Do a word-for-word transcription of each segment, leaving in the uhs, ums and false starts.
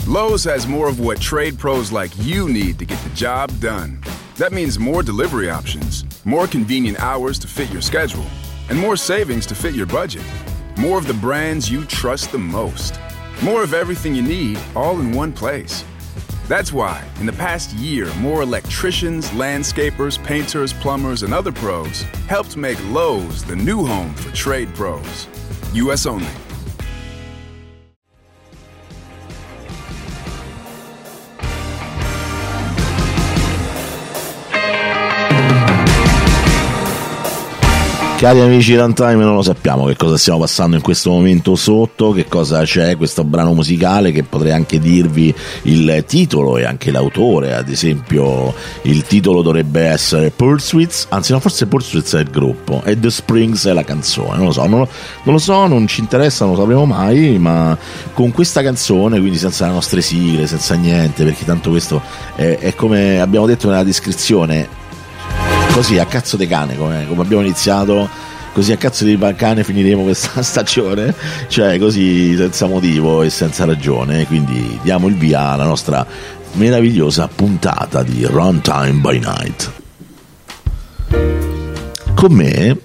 Lowe's has more of what trade pros like you need to get the job done. That means more delivery options, more convenient hours to fit your schedule, and more savings to fit your budget. More of the brands you trust the most. More of everything you need, all in one place. That's why, in the past year, more electricians, landscapers, painters, plumbers, and other pros helped make Lowe's the new home for trade pros. U S only. Cari amici Runtime, non lo sappiamo che cosa stiamo passando in questo momento sotto, che cosa c'è questo brano musicale, che potrei anche dirvi il titolo e anche l'autore. Ad esempio il titolo dovrebbe essere Pursuits, anzi no, forse Pursuits è il gruppo e The Springs è la canzone, non lo so, non lo, non lo so, non ci interessa, non lo sapremo mai, ma con questa canzone, quindi senza le nostre sigle, senza niente, perché tanto questo è, è come abbiamo detto nella descrizione, così a cazzo di cane, come, come abbiamo iniziato, così a cazzo di cane finiremo questa stagione, cioè così senza motivo e senza ragione. Quindi diamo il via alla nostra meravigliosa puntata di Runtime by Night. Con me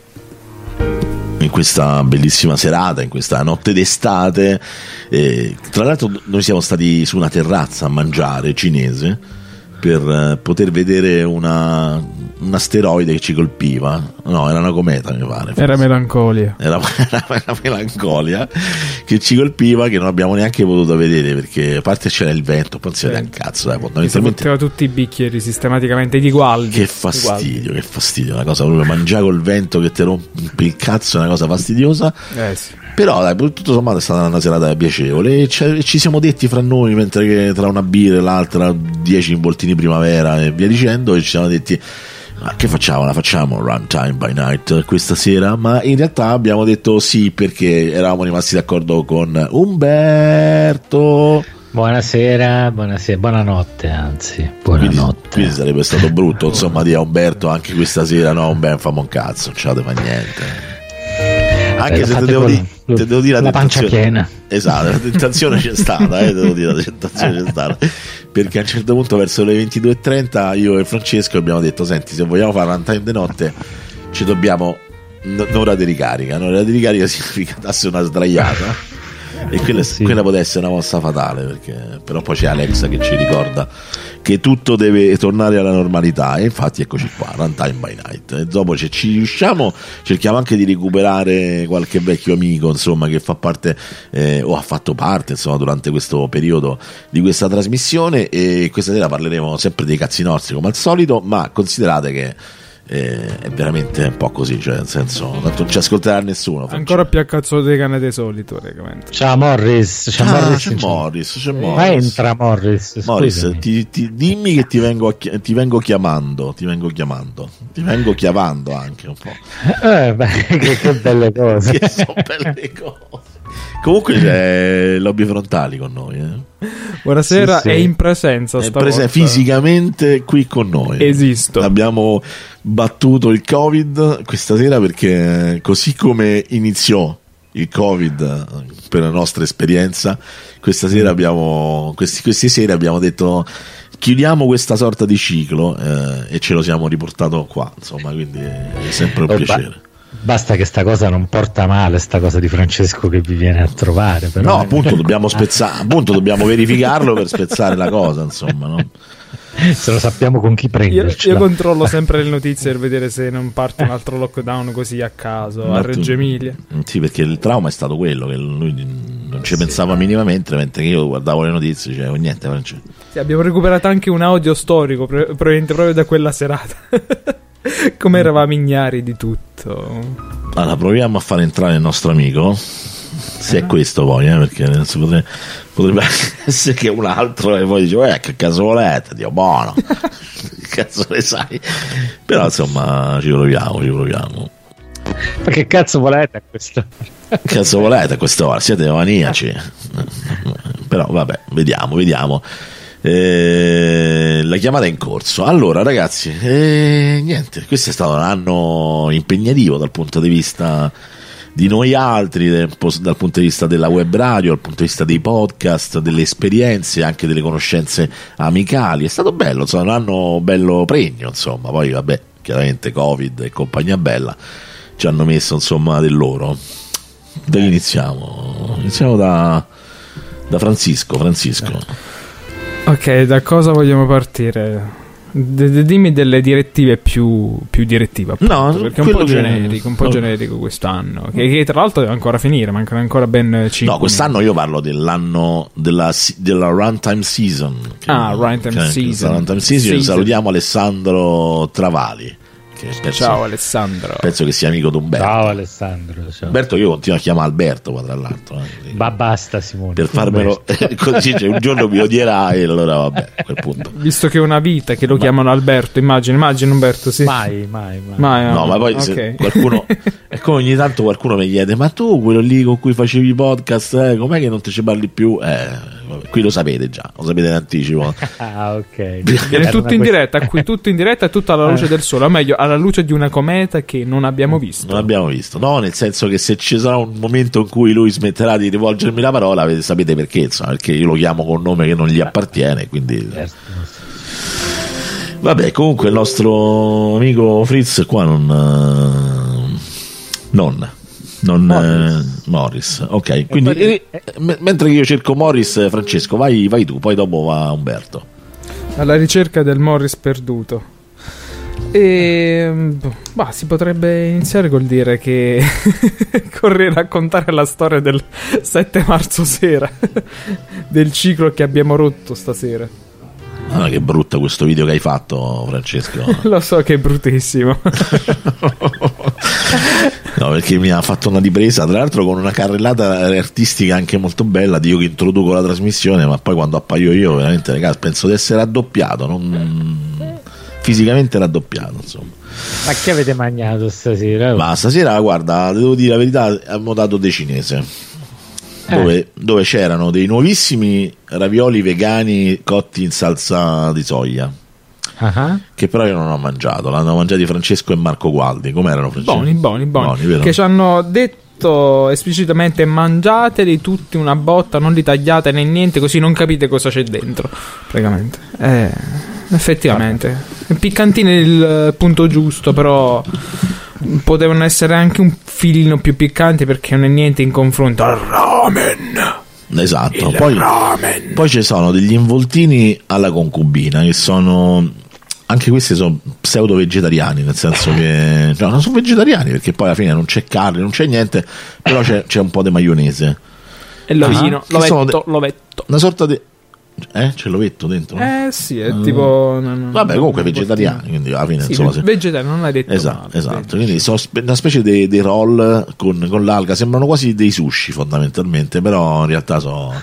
in questa bellissima serata, in questa notte d'estate, eh, tra l'altro noi siamo stati su una terrazza a mangiare cinese per poter vedere una, un asteroide che ci colpiva. No, era una cometa, mi pare. Era melancolia. Era una melancolia che ci colpiva, che non abbiamo neanche potuto vedere, perché a parte c'era il vento, poi non si vede un cazzo. Dai, fondamentalmente si fotteva tutti i bicchieri sistematicamente di gualdi. Che fastidio, che fastidio. Una cosa proprio, mangiare col vento che ti rompe il cazzo è una cosa fastidiosa. Eh sì. Però dai, tutto sommato è stata una serata piacevole e ci siamo detti fra noi, mentre che tra una birra e l'altra dieci involtini primavera e via dicendo, e ci siamo detti: ma che facciamo? La facciamo Runtime by Night questa sera? Ma in realtà abbiamo detto sì, perché eravamo rimasti d'accordo con Umberto. Buonasera, buonasera, buonanotte, anzi, buonanotte. Quindi, quindi sarebbe stato brutto, insomma, dire a Umberto anche questa sera: no, Umberto, famo un cazzo, non ce la fa niente. Anche se te devo, di, te devo dire la, la pancia piena. Esatto, la tentazione c'è stata, eh, devo dire, la tentazione c'è stata, perché a un certo punto verso le ventidue e trenta io e Francesco abbiamo detto: senti, se vogliamo fare Runtime di notte ci dobbiamo un'ora di ricarica. Un'ora di ricarica significa darsi una sdraiata e quella, sì. quella poteva essere una mossa fatale, perché però poi c'è Alexa che ci ricorda che tutto deve tornare alla normalità, e infatti eccoci qua, Runtime by Night. E dopo, se ci riusciamo, cerchiamo anche di recuperare qualche vecchio amico, insomma, che fa parte eh, o ha fatto parte, insomma, durante questo periodo di questa trasmissione. E questa sera parleremo sempre dei cazzi nostri come al solito, ma considerate che Eh, è veramente un po' così, cioè nel senso, tanto non ci ascolterà nessuno. Ancora più a cazzo dei cane del solito, praticamente. Ciao Morris, c'è, ah, Morris, c'è, Morris, c'è Morris. Ma entra Morris. Morris, ti, ti, dimmi che ti vengo, a, ti vengo chiamando, ti vengo chiamando, ti vengo chiamando anche un po'. Eh, beh, che, che belle cose. Che sono belle cose. Comunque c'è Lobby Frontali con noi, eh. Buonasera, sì, sì. È in presenza è stavolta. presen- fisicamente qui con noi. Esisto. Abbiamo battuto il Covid questa sera, perché così come iniziò il Covid per la nostra esperienza, questa sera abbiamo questi, queste sere abbiamo detto: chiudiamo questa sorta di ciclo, eh, e ce lo siamo riportato qua, insomma, quindi è sempre un oh, piacere. Ba- basta che sta cosa non porta male, sta cosa di Francesco che vi viene a trovare, però. No, appunto dobbiamo spezzare, appunto dobbiamo verificarlo per spezzare la cosa, insomma, no? Se lo sappiamo con chi prenderci. Io, io controllo sempre le notizie per vedere se non parte un altro lockdown così a caso, ma a Reggio tu, Emilia. Sì, perché il trauma è stato quello, che lui non ci sì. pensava minimamente, mentre io guardavo le notizie, cioè niente, Francesco. Sì, abbiamo recuperato anche un audio storico, probabilmente proprio da quella serata. Come eravamo ignari di tutto. Allora, proviamo a far entrare il nostro amico, se è questo poi, eh, perché potrebbe, potrebbe essere che un altro, e poi dice: eh, che cazzo volete? Dio buono. Che cazzo ne sai? Però insomma ci proviamo, ci proviamo. Ma che cazzo volete a quest'ora? Che cazzo volete a quest'ora? Siete maniaci. Però vabbè, vediamo, vediamo. Eh, la chiamata è in corso. Allora ragazzi, eh, niente, questo è stato un anno impegnativo dal punto di vista di noi altri, dal punto di vista della web radio, dal punto di vista dei podcast, delle esperienze, anche delle conoscenze amicali. È stato bello, insomma, un anno bello pregno, insomma. Poi vabbè, chiaramente Covid e compagnia bella ci hanno messo, insomma, del loro. Da chi iniziamo? Iniziamo da, da Francisco Francisco Ok, da cosa vogliamo partire? D- d- dimmi delle direttive più, più direttive, appunto, no, perché è un po' che... generico, un po' no. generico quest'anno, che, che tra l'altro deve ancora finire, mancano ancora ben cinque. No, quest'anno mesi. Io parlo dell'anno della, della runtime season. Ah, runtime season. runtime season. season. Salutiamo Alessandro Travali. Penso, ciao Alessandro. Penso che sia amico di Umberto. Ciao Alessandro. Ciao. Umberto, io continuo a chiamare Alberto, tra l'altro. Eh. Ma basta, Simone. Per farmelo così, cioè, un giorno mi odierai, e allora vabbè, a quel punto. Visto che è una vita che lo ma... chiamano Alberto, immagino, immagino Umberto, sì. Mai, mai, mai. mai no, no, ma poi okay. Se qualcuno è come ogni tanto qualcuno mi chiede: ma tu quello lì con cui facevi i podcast, eh, com'è che non te ci parli più? Eh, qui lo sapete già, lo sapete in anticipo. Ah, ok. Viene tutto in diretta, qui tutto in diretta e tutto alla luce del sole, o meglio, alla luce di una cometa che non abbiamo visto. Non abbiamo visto, no, nel senso che se ci sarà un momento in cui lui smetterà di rivolgermi la parola, sapete perché, insomma, perché io lo chiamo con un nome che non gli appartiene, quindi vabbè. Comunque il nostro amico Fritz qua non non non Morris, eh, Morris. Ok, quindi eh, m- mentre io cerco Morris, Francesco, vai, vai tu, poi dopo va Umberto alla ricerca del Morris perduto. E bah, si potrebbe iniziare col dire che corri raccontare la storia del sette marzo sera, del ciclo che abbiamo rotto stasera. Ah, che brutto questo video che hai fatto, Francesco. Lo so che è bruttissimo. No, perché mi ha fatto una ripresa, tra l'altro con una carrellata artistica anche molto bella di io che introduco la trasmissione, ma poi quando appaio io veramente, ragazzi, penso di essere raddoppiato, non... fisicamente raddoppiato, insomma. Ma che avete mangiato stasera? Ma stasera, guarda, devo dire la verità, abbiamo dato dei cinese, eh. dove, dove c'erano dei nuovissimi ravioli vegani cotti in salsa di soia, uh-huh. che però io non ho mangiato, l'hanno mangiati Francesco e Marco Gualdi. Com'erano, Francesco? Buoni, buoni, buoni, buoni che ci hanno detto esplicitamente: mangiateli tutti una botta, non li tagliate né niente, così non capite cosa c'è dentro, praticamente. Eh, effettivamente piccantini il punto giusto, però potevano essere anche un filino più piccanti, perché non è niente in confronto al ramen. Esatto. Poi, ramen. Poi ci sono degli involtini alla concubina, che sono anche questi sono pseudo vegetariani, nel senso che no, non sono vegetariani, perché poi alla fine non c'è carne, non c'è niente, però c'è, c'è un po' di maionese e l'ovino, ah, l'ovetto, de- l'ovetto, una sorta di eh c'è l'ovetto dentro? Eh sì, è uh, tipo no, no, vabbè, comunque vegetariani, quindi alla fine, sì, insomma, se... vegetariano, non hai detto esatto, male, esatto. Quindi sono una specie di, di roll con, con l'alga, sembrano quasi dei sushi fondamentalmente, però in realtà sono.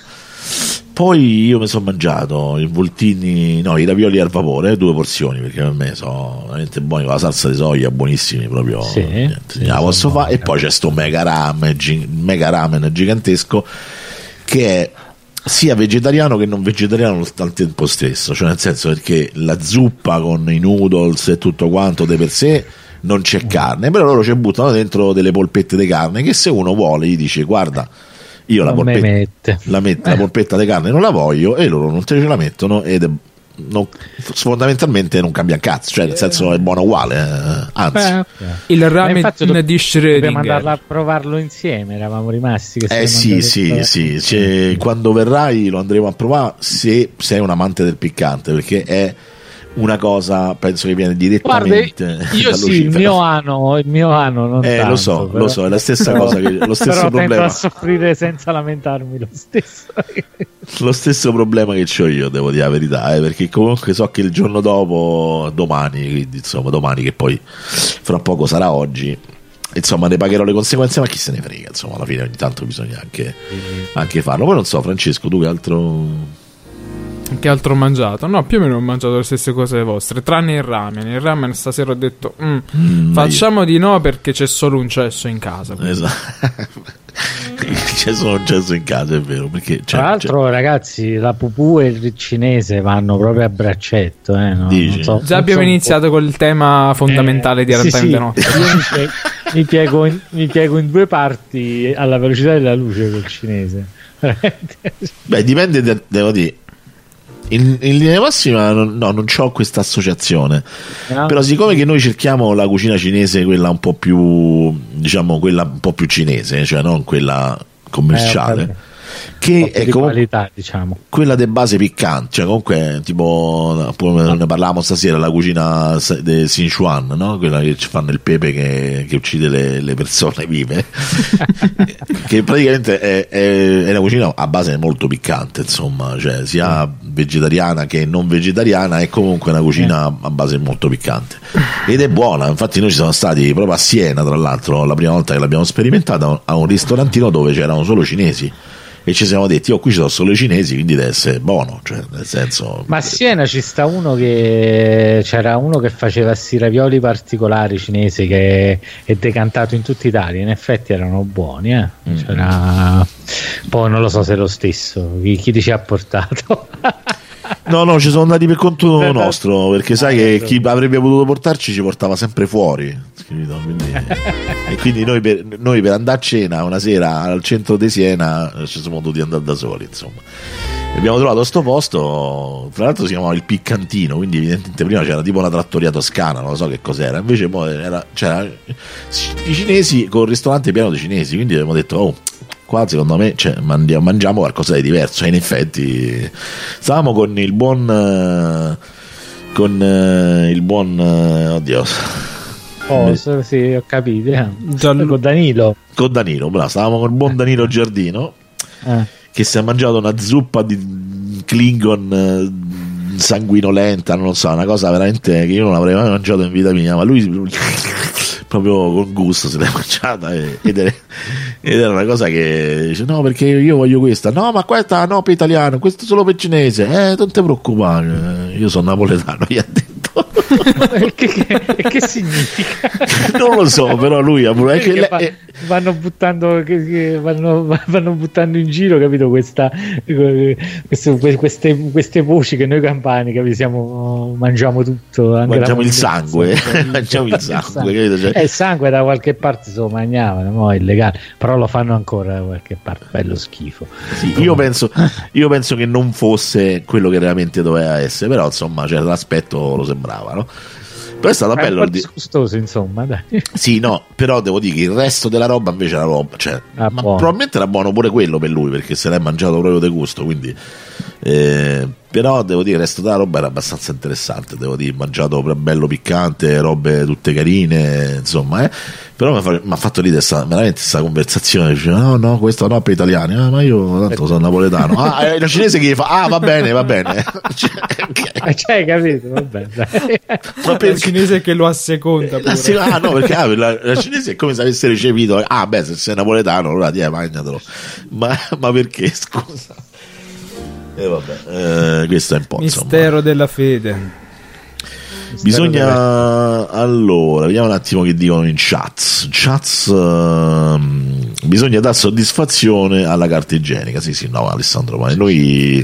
Poi io mi sono mangiato i voltini, no, i ravioli al vapore, due porzioni, perché per me sono veramente buoni, con la salsa di soia, buonissimi proprio. Sì, niente, sì, la posso fare. E poi c'è sto mega ramen, gi- mega ramen gigantesco, che è sia vegetariano che non vegetariano al tempo stesso, cioè nel senso, perché la zuppa con i noodles e tutto quanto di per sé non c'è carne, però loro ci buttano dentro delle polpette di carne che, se uno vuole, gli dice: guarda, io la polpetta, la, met- eh. la polpetta di carne non la voglio, e loro non te ce la mettono, ed è non, fondamentalmente non cambia un cazzo, cioè nel senso è buono uguale, eh, anzi. Beh, il ramen do- di Schrödinger, dobbiamo andarla a provarlo insieme, eravamo rimasti che eh sì sì sì, cioè, quando verrai lo andremo a provare, se sei un amante del piccante, perché è una cosa, penso che viene direttamente. Guarda, io sì, il mio ano, il mio ano non eh, tanto, lo so, però. lo so, è la stessa cosa che, lo stesso però problema. Tento a soffrire senza lamentarmi lo stesso. Lo stesso problema che c'ho io, devo dire la verità, eh, perché comunque so che il giorno dopo, domani, quindi, insomma, domani, che poi fra poco sarà oggi, insomma, ne pagherò le conseguenze, ma chi se ne frega, insomma, alla fine ogni tanto bisogna anche, anche farlo. Poi non so, Francesco, tu che altro... Che altro ho mangiato? No, più o meno ho mangiato le stesse cose vostre, tranne il ramen. Il ramen stasera ho detto mm, mm, facciamo io... di no, perché c'è solo un cesso in casa. Esatto. C'è solo un cesso in casa, è vero, perché tra l'altro c'è... ragazzi, la pupù e il cinese vanno proprio a braccetto, eh, no? Dici? Non so, già abbiamo so iniziato col tema fondamentale eh, di Runtime sì, the Notte. Io mi, mi, piego in, mi piego in due parti alla velocità della luce col cinese. Beh, dipende, de- devo dire. In, in linea massima non, no, non c'ho questa associazione, no. Però siccome che noi cerchiamo la cucina cinese, quella un po' più, diciamo, quella un po' più cinese, cioè non quella commerciale, eh, che è comunque qualità, diciamo, quella de base piccante, cioè comunque tipo no. Ne parlavamo stasera, la cucina di Sichuan, no? Quella che ci fanno il pepe che, che uccide le, le persone vive che praticamente è, è, è una cucina a base molto piccante, insomma, cioè sia vegetariana che non vegetariana, è comunque una cucina a base molto piccante ed è buona. Infatti noi ci siamo stati proprio a Siena, tra l'altro la prima volta che l'abbiamo sperimentata, a un ristorantino dove c'erano solo cinesi e ci siamo detti, oh, qui ci sono solo i cinesi, quindi deve essere buono, cioè, nel senso. Ma a Siena ci sta uno che c'era uno che faceva sti ravioli particolari cinesi che è decantato in tutta Italia, in effetti erano buoni, eh? C'era... poi non lo so se è lo stesso, chi, chi ti ci ha portato? No, no, ci sono andati per conto nostro, perché sai che chi avrebbe potuto portarci ci portava sempre fuori, quindi, e quindi noi per, noi per andare a cena una sera al centro di Siena ci siamo dovuti andare da soli, insomma. Abbiamo trovato sto posto, tra l'altro si chiamava il Piccantino, quindi evidentemente prima c'era tipo una trattoria toscana, non lo so che cos'era, invece poi era, c'era i cinesi con il ristorante pieno di cinesi, quindi abbiamo detto, oh, qua secondo me, cioè, mandiamo, mangiamo qualcosa di diverso. E in effetti stavamo con il buon con uh, il buon uh, oddio oh, so, sì, ho capito, eh. con Danilo con Danilo, bravo, stavamo con il buon Danilo Giardino, eh. che si è mangiato una zuppa di Klingon uh, sanguinolenta, non lo so, una cosa veramente che io non avrei mai mangiato in vita mia, ma lui proprio con gusto se l'è mangiata, ed è, ed era una cosa che dice, no, perché io voglio questa, no, ma questa no per italiano, questo solo per cinese, eh, non ti preoccupare, io sono napoletano, gli ha detto. che, che, che significa? Non lo so, però lui ha è che va, è... vanno buttando che, che vanno, vanno buttando in giro, capito, questa queste, queste, queste voci che noi campani, capito, siamo, mangiamo tutto, anche mangiamo il sangue, mangiamo il sangue, capito? Cioè... Eh, il sangue da qualche parte se lo mangiavano, no? È illegale, però lo fanno ancora da qualche parte, bello schifo. Sì, io penso, io penso che non fosse quello che veramente doveva essere, però insomma, cioè, l'aspetto lo sembrava, no? Però è stato è bello un po' disgustoso, insomma, dai. Sì, no, però devo dire che il resto della roba invece era roba, cioè, ah, ma probabilmente era buono pure quello per lui, perché se l'è mangiato proprio di gusto, quindi eh, però devo dire il resto della roba era abbastanza interessante, devo dire, mangiato bello piccante, robe tutte carine, insomma, eh. Però mi ha fatto ridere sta, veramente questa conversazione, dice, no, no, questo no per italiani, ah, ma io tanto sono napoletano, ah, è la cinese che fa, ah, va bene, va bene, cioè, okay. Cioè, capito, vabbè, dai. Ma per il cinese che lo asseconda pure. Sì, ah, no, perché ah, la, la cinese è come se avesse ricepito, ah, beh, se sei napoletano allora ti mangiatelo, ma, ma perché, scusa? E eh, vabbè, eh, questo è un po' mistero insomma. Della fede. Bisogna delle... allora vediamo un attimo che dicono in chat. Chats uh, bisogna dare soddisfazione alla carta igienica. Sì, sì, no, Alessandro, ma noi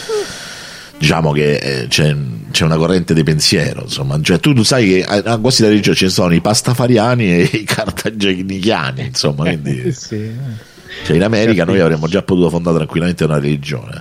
diciamo che eh, c'è, c'è una corrente di pensiero, insomma, cioè tu, tu sai che a, a Costa Rica ci sono i pastafariani e i cartaginiani, insomma, quindi sì. Cioè in America noi avremmo già potuto fondare tranquillamente una religione.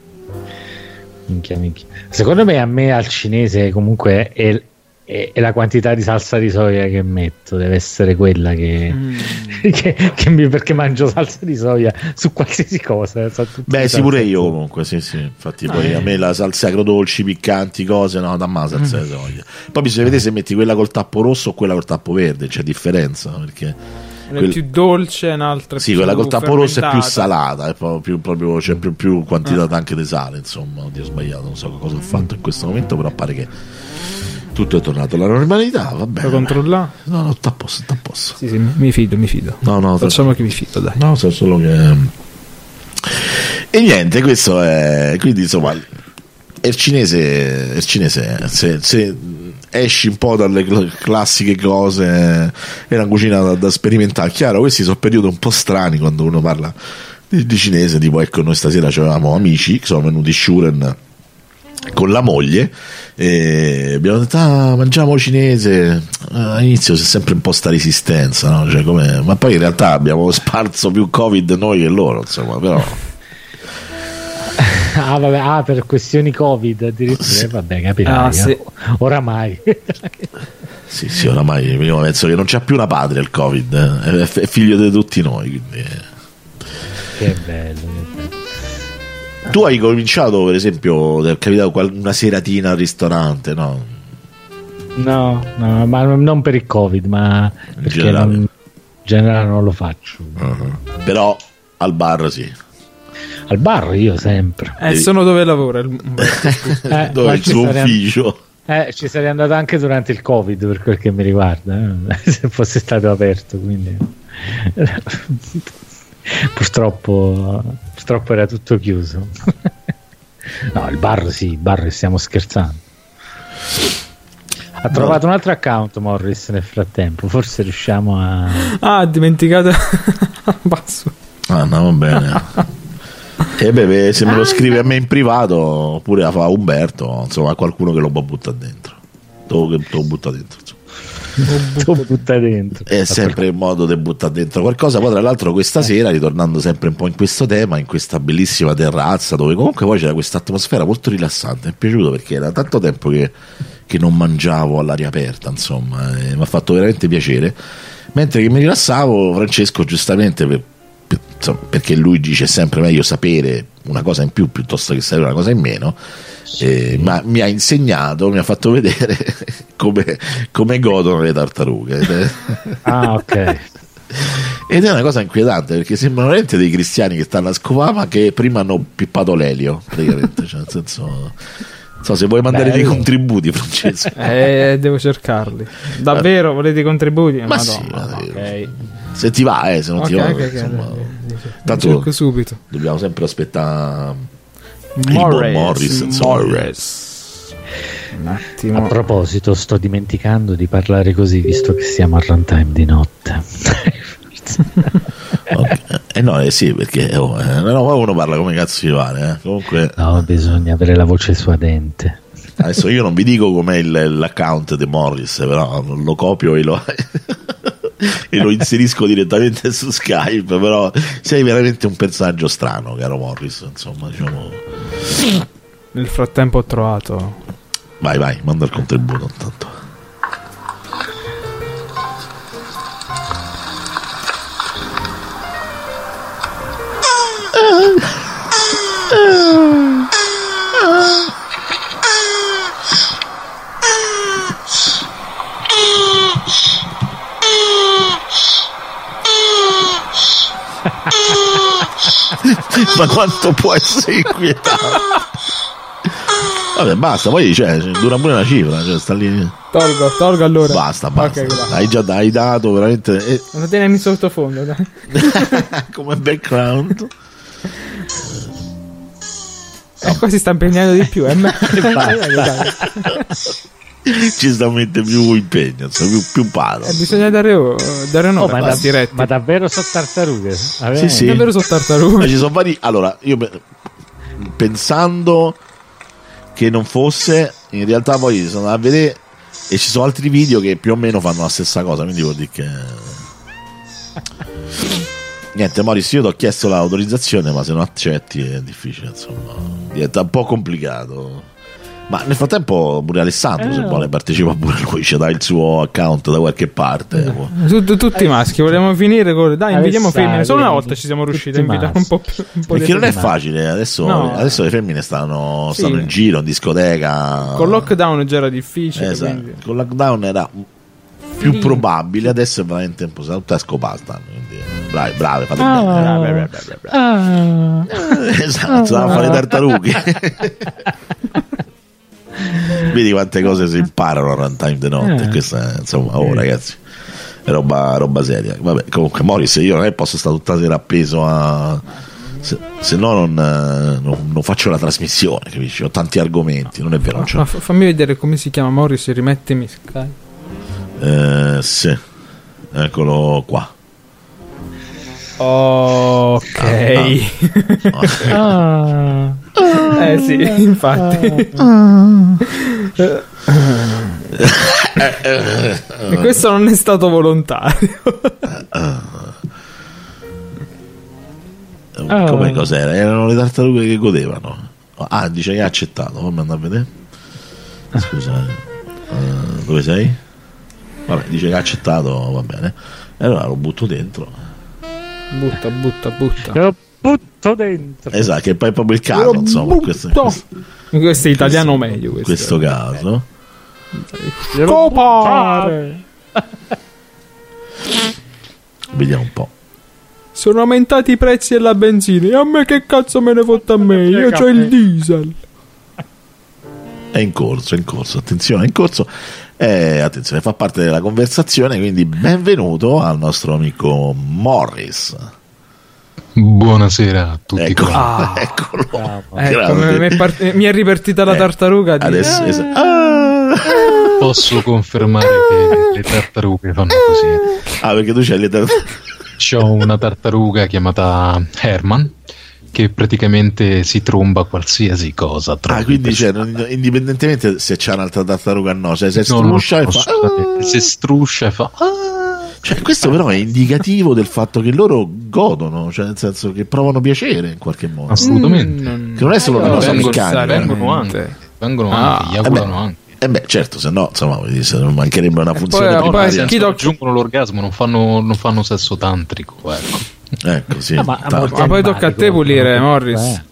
Minchia, minchia. Secondo me a me al cinese comunque è, è, è la quantità di salsa di soia che metto, deve essere quella che, mm. che, che mi, perché mangio salsa di soia su qualsiasi cosa. Beh sì, pure io comunque, sì sì, infatti poi eh. a me la salsa agrodolci, piccanti, cose, no, da ma salsa mm. di soia. Poi bisogna vedere se metti quella col tappo rosso o quella col tappo verde, c'è differenza, perché una è più dolce, un'altra sì, più quella col tappo rosso è più salata, è proprio, più, proprio, c'è più, più quantità ah. anche di sale, insomma. Oddio, ho sbagliato, non so cosa ho fatto in questo momento, però pare che tutto è tornato alla normalità, va bene. Lo controllare? No, no, sta a posto, sta a posto. Sì, sì, mi fido, mi fido. No, no, facciamo che mi fido, dai. No, so solo che e niente, questo è, quindi insomma il cinese, il cinese se, se esci un po' dalle classiche cose, è una cucina da, da sperimentare. Chiaro, questi sono periodi un po' strani quando uno parla di, di cinese, tipo ecco, noi stasera avevamo amici che sono venuti Shuren con la moglie e abbiamo detto ah, mangiamo cinese. All'inizio c'è sempre un po' sta resistenza, no? Cioè, come... ma poi in realtà abbiamo sparso più Covid noi che loro, insomma, però ah, vabbè, ah, per questioni Covid addirittura, sì. Vabbè, capirai, ah, sì. Oramai sì, sì, oramai io penso che non c'è più una patria il Covid, eh. è, è figlio di tutti noi, quindi... che bello, che bello. Tu hai cominciato, per esempio, è capitato una seratina al ristorante, no? No, no, ma non per il Covid, ma in perché generale. Non, in generale non lo faccio. Uh-huh. Però al bar sì. Al bar io sempre. Eh, sono dove lavora il... eh, dove è il suo ufficio. Eh, ci sarei andato anche durante il Covid per quel che mi riguarda, eh? Se fosse stato aperto, quindi purtroppo, purtroppo era tutto chiuso. No, il bar sì, il bar stiamo scherzando. Ha trovato no. un altro account Morris nel frattempo, forse riusciamo a... Ah, dimenticato. Passo. Ah, no, va bene. E beh, se me lo scrive a me in privato oppure a fa Umberto, insomma, a qualcuno che lo può buttare dentro. Dove che lo butta dentro, lo butta dentro. È sempre il modo di buttare dentro qualcosa. Poi tra l'altro questa sera, ritornando sempre un po' in questo tema, in questa bellissima terrazza dove comunque poi c'era questa atmosfera molto rilassante, mi è piaciuto perché era tanto tempo che, che non mangiavo all'aria aperta, insomma, mi ha fatto veramente piacere. Mentre che mi rilassavo, Francesco giustamente per, per, insomma, perché lui dice sempre meglio sapere una cosa in più piuttosto che sapere una cosa in meno, eh, ma mi ha insegnato, mi ha fatto vedere come, come godono le tartarughe. Ah, ok. Ed è una cosa inquietante perché sembrano veramente dei cristiani che stanno a scovare ma che prima hanno pippato l'elio praticamente, cioè, nel senso, non so se vuoi mandare Beh, dei contributi, Francesco. Eh, devo cercarli. Davvero volete i contributi? Ma Madonna, sì, ma okay. Se ti va, eh, se non okay, ti va, okay, insomma, okay. tanto cerco subito. Dobbiamo sempre aspettare Morris, il Morris, Morris. Un attimo. A proposito, sto dimenticando di parlare così, visto che siamo a runtime di notte. Okay. Eh no, eh sì, perché oh, eh, no, uno parla come cazzo gli pare, eh. Comunque no, bisogna avere la voce suadente. Adesso io non vi dico com'è il, l'account di Morris, però lo copio e lo e lo inserisco direttamente su Skype, però sei veramente un personaggio strano, caro Morris, insomma, diciamo. Nel frattempo ho trovato. Vai, vai, manda il contributo intanto. Ma quanto può essere inquietante? Vabbè, basta, poi cioè, dura pure una cifra, cioè, sta lì. Tolgo, tolgo allora. Basta, basta. Okay, hai già hai dato veramente. Eh. Lo teniamo in sottofondo, dai. Come background. E qua si sta impegnando di più, eh? Ci sta a mettere più impegno, più, più palo. Eh, bisogna dare, oh, dare un oh, ma, da, diretti. ma davvero sono tartarughe? Sì, sì. Davvero sono tartarughe. Ma ci sono vari. Allora, io pensando che non fosse, in realtà poi sono andato a vedere e ci sono altri video che più o meno fanno la stessa cosa, quindi vuol dire che niente. Maurizio, io ti ho chiesto l'autorizzazione, ma se non accetti è difficile, insomma, diventa un po' complicato. Ma nel frattempo pure Alessandro, eh, se vuole, partecipa pure lui, ci dà il suo account da qualche parte. Tutti, tutti maschi, vogliamo finire con. Dai, invitiamo femmine. Solo una volta ci siamo riusciti a invitare un po' più. Un po' perché non è facile, adesso, no. adesso le femmine stanno, sì. stanno in giro, in discoteca. Con lockdown già era difficile. Esatto. Quindi. Con lockdown era più sì. probabile, adesso è veramente impossibile. Tutte a scopare stanno. Bravi, bravi, fate ah, bene. Bravi, bravi, bravi, bravi. Ah, esatto, stanno a fare tartarughe. Vedi quante cose si imparano a runtime di notte. Eh. Questa è, insomma, oh ragazzi, è roba, roba seria. Vabbè, comunque, Morris, io non è posso stare tutta la sera appeso a. Se, se no, non, non, non faccio la trasmissione, capisci? Ho tanti argomenti, non è vero. Non ma fammi vedere come si chiama Morris, rimettimi Sky. Eh, sì, eccolo qua. Ok. Ah. Ah. Eh sì, infatti. E questo non è stato volontario. Come cos'era? Erano le tartarughe che godevano. Ah, dice che ha accettato. Fammi andare a vedere. Scusa, uh, dove sei? Vabbè, dice che ha accettato, va bene. E allora lo butto dentro. Butta, butta, butta. Lo butto dentro. Esatto, che poi è proprio il caso, Lo insomma. Questo, questo, questo è italiano questo, meglio. In Questo, questo caso. Scopare! Vediamo un po'. Sono aumentati i prezzi della benzina. E a me che cazzo me ne fotte a me? Io c'ho il diesel. È in corso, è in corso, attenzione, è in corso. Eh, attenzione, fa parte della conversazione, quindi benvenuto al nostro amico Morris. Buonasera a tutti. Ecco, Ah. eccolo. Ecco, mi è, part- mi è ripartita la Eh, tartaruga. Di... Adesso, Ah. es- ah. Posso confermare che le tartarughe fanno così. Ah, perché tu c'hai le tar- C'ho una tartaruga chiamata Herman che praticamente si tromba qualsiasi cosa. trovi Ah, quindi per cioè, strada. non- indipendentemente se c'è un'altra tartaruga o no, cioè se No, no, struscia e fa assolutamente. Se struscia e fa ah. cioè, questo però è indicativo del fatto che loro godono, cioè nel senso che provano piacere in qualche modo. Assolutamente. Mm, Che non è solo una no, cosa vengono, meccanica. vengono anche, vengono Ah, anche, gli eh beh. augurano anche. Eh beh, certo, se no, insomma, voglio dire, se non mancherebbe una funzione poi- No, primaria. nel senso, chi do- raggiungono l'orgasmo, non fanno, non fanno sesso tantrico, ecco. Ecco, sì. Ah, ma- tanto. molti Ma poi tocca a te animali pulire, comunque, Morris. eh.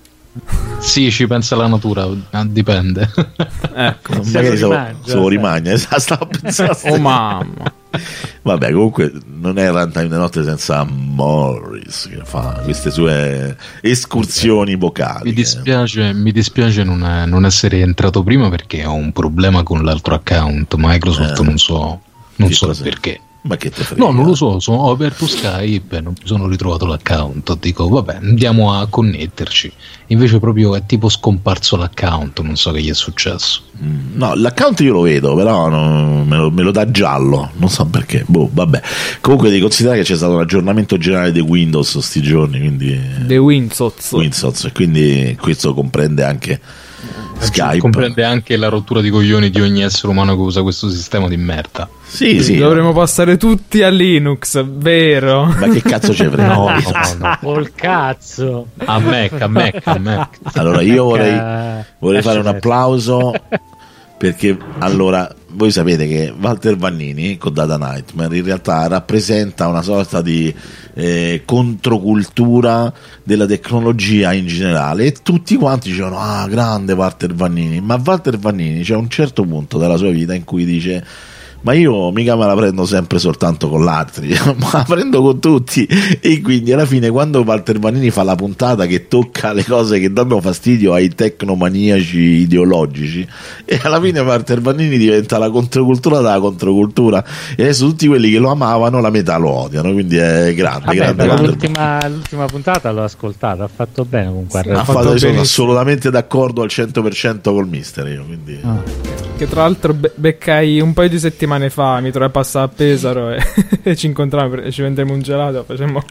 Sì, ci pensa la natura, eh, dipende. Ecco. Magari se lo rimangia, se lo sai. rimagna, esatto, stavo pensando. Oh mamma. Vabbè, comunque non è Runtime di notte senza Morris che fa queste sue escursioni vocali. Mi dispiace, mi dispiace non, è- non essere entrato prima perché ho un problema con l'altro account Microsoft, Eh. non so, non Che so cos'è? perché. Ma che te frega? No, non lo so, sono- ho aperto Skype e non mi sono ritrovato l'account. Dico, vabbè, andiamo a connetterci. Invece proprio è tipo scomparso l'account, non so che gli è successo. Mm, No, l'account io lo vedo, però non- me, lo, me lo dà giallo, non so perché. Boh, vabbè. Comunque devi considerare che c'è stato un aggiornamento generale di Windows sti giorni, quindi The Winsots. Windows, e quindi questo comprende anche Skype. Comprende anche la rottura di coglioni di ogni essere umano che usa questo sistema di merda. Sì, sì. Dovremmo passare tutti a Linux, vero? Ma che cazzo c'è frega? No, no, no. Col cazzo. A Mac, a Mac, a Mac. Allora io vorrei, Eh, vorrei fare un lascia applauso perché allora voi sapete che Walter Vannini con Data Nightmare in realtà rappresenta una sorta di eh, controcultura della tecnologia in generale e tutti quanti dicevano ah grande Walter Vannini, ma Walter Vannini c'è un certo punto della sua vita in cui dice ma io mica me la prendo sempre soltanto con l'altri, ma la prendo con tutti. E quindi alla fine quando Walter Vanini fa la puntata che tocca le cose che danno fastidio ai tecnomaniaci ideologici, e alla fine Walter Vanini diventa la controcultura della controcultura, e adesso tutti quelli che lo amavano la metà lo odiano, quindi è grande, Vabbè, grande però Walter l'ultima, l'ultima puntata l'ho ascoltata, ha fatto bene comunque. ha Ha fatto fatto, sono benissimo. assolutamente d'accordo al cento per cento col mister io, quindi Ah. Che tra l'altro be- beccai un paio di settimane fa, mi trovai a passare a Pesaro e, e ci incontravamo e ci vendemmo un gelato, facemmo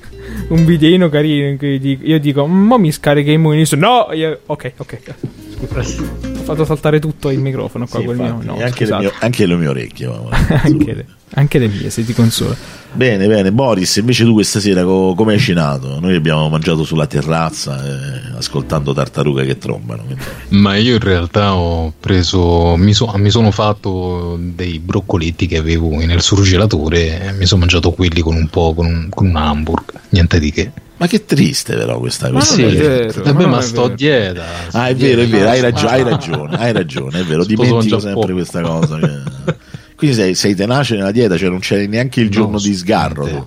un videino carino in cui dico- io dico mo mi scarica il Muniso, no, io, ok, ok, scusa. Ho fatto saltare tutto il microfono qua sì, col infatti, mio, no, e anche, le scusate. mie, anche le mie orecchie ma- anche, le, anche le mie, se ti consola. Bene, bene, Boris, invece tu questa sera co- come hai cenato? Noi abbiamo mangiato sulla terrazza eh, ascoltando tartarughe che trombano. Quindi... Ma io in realtà ho preso, mi, so- mi sono fatto dei broccoletti che avevo nel surgelatore e mi sono mangiato quelli con un po' con un, con un hamburger, niente di che. Ma che triste però questa Ma questa non è cosa. vero. Vabbè, non ma è sto vero. a dieta. sto Ah, a è vero, è dieta. vero, hai ragione, hai ragione, hai ragione, è vero, Sposo dimentico un sempre Giappone. questa cosa. Che... Quindi sei, sei tenace nella dieta, cioè non c'è neanche il No, giorno di sgarro. assolutamente.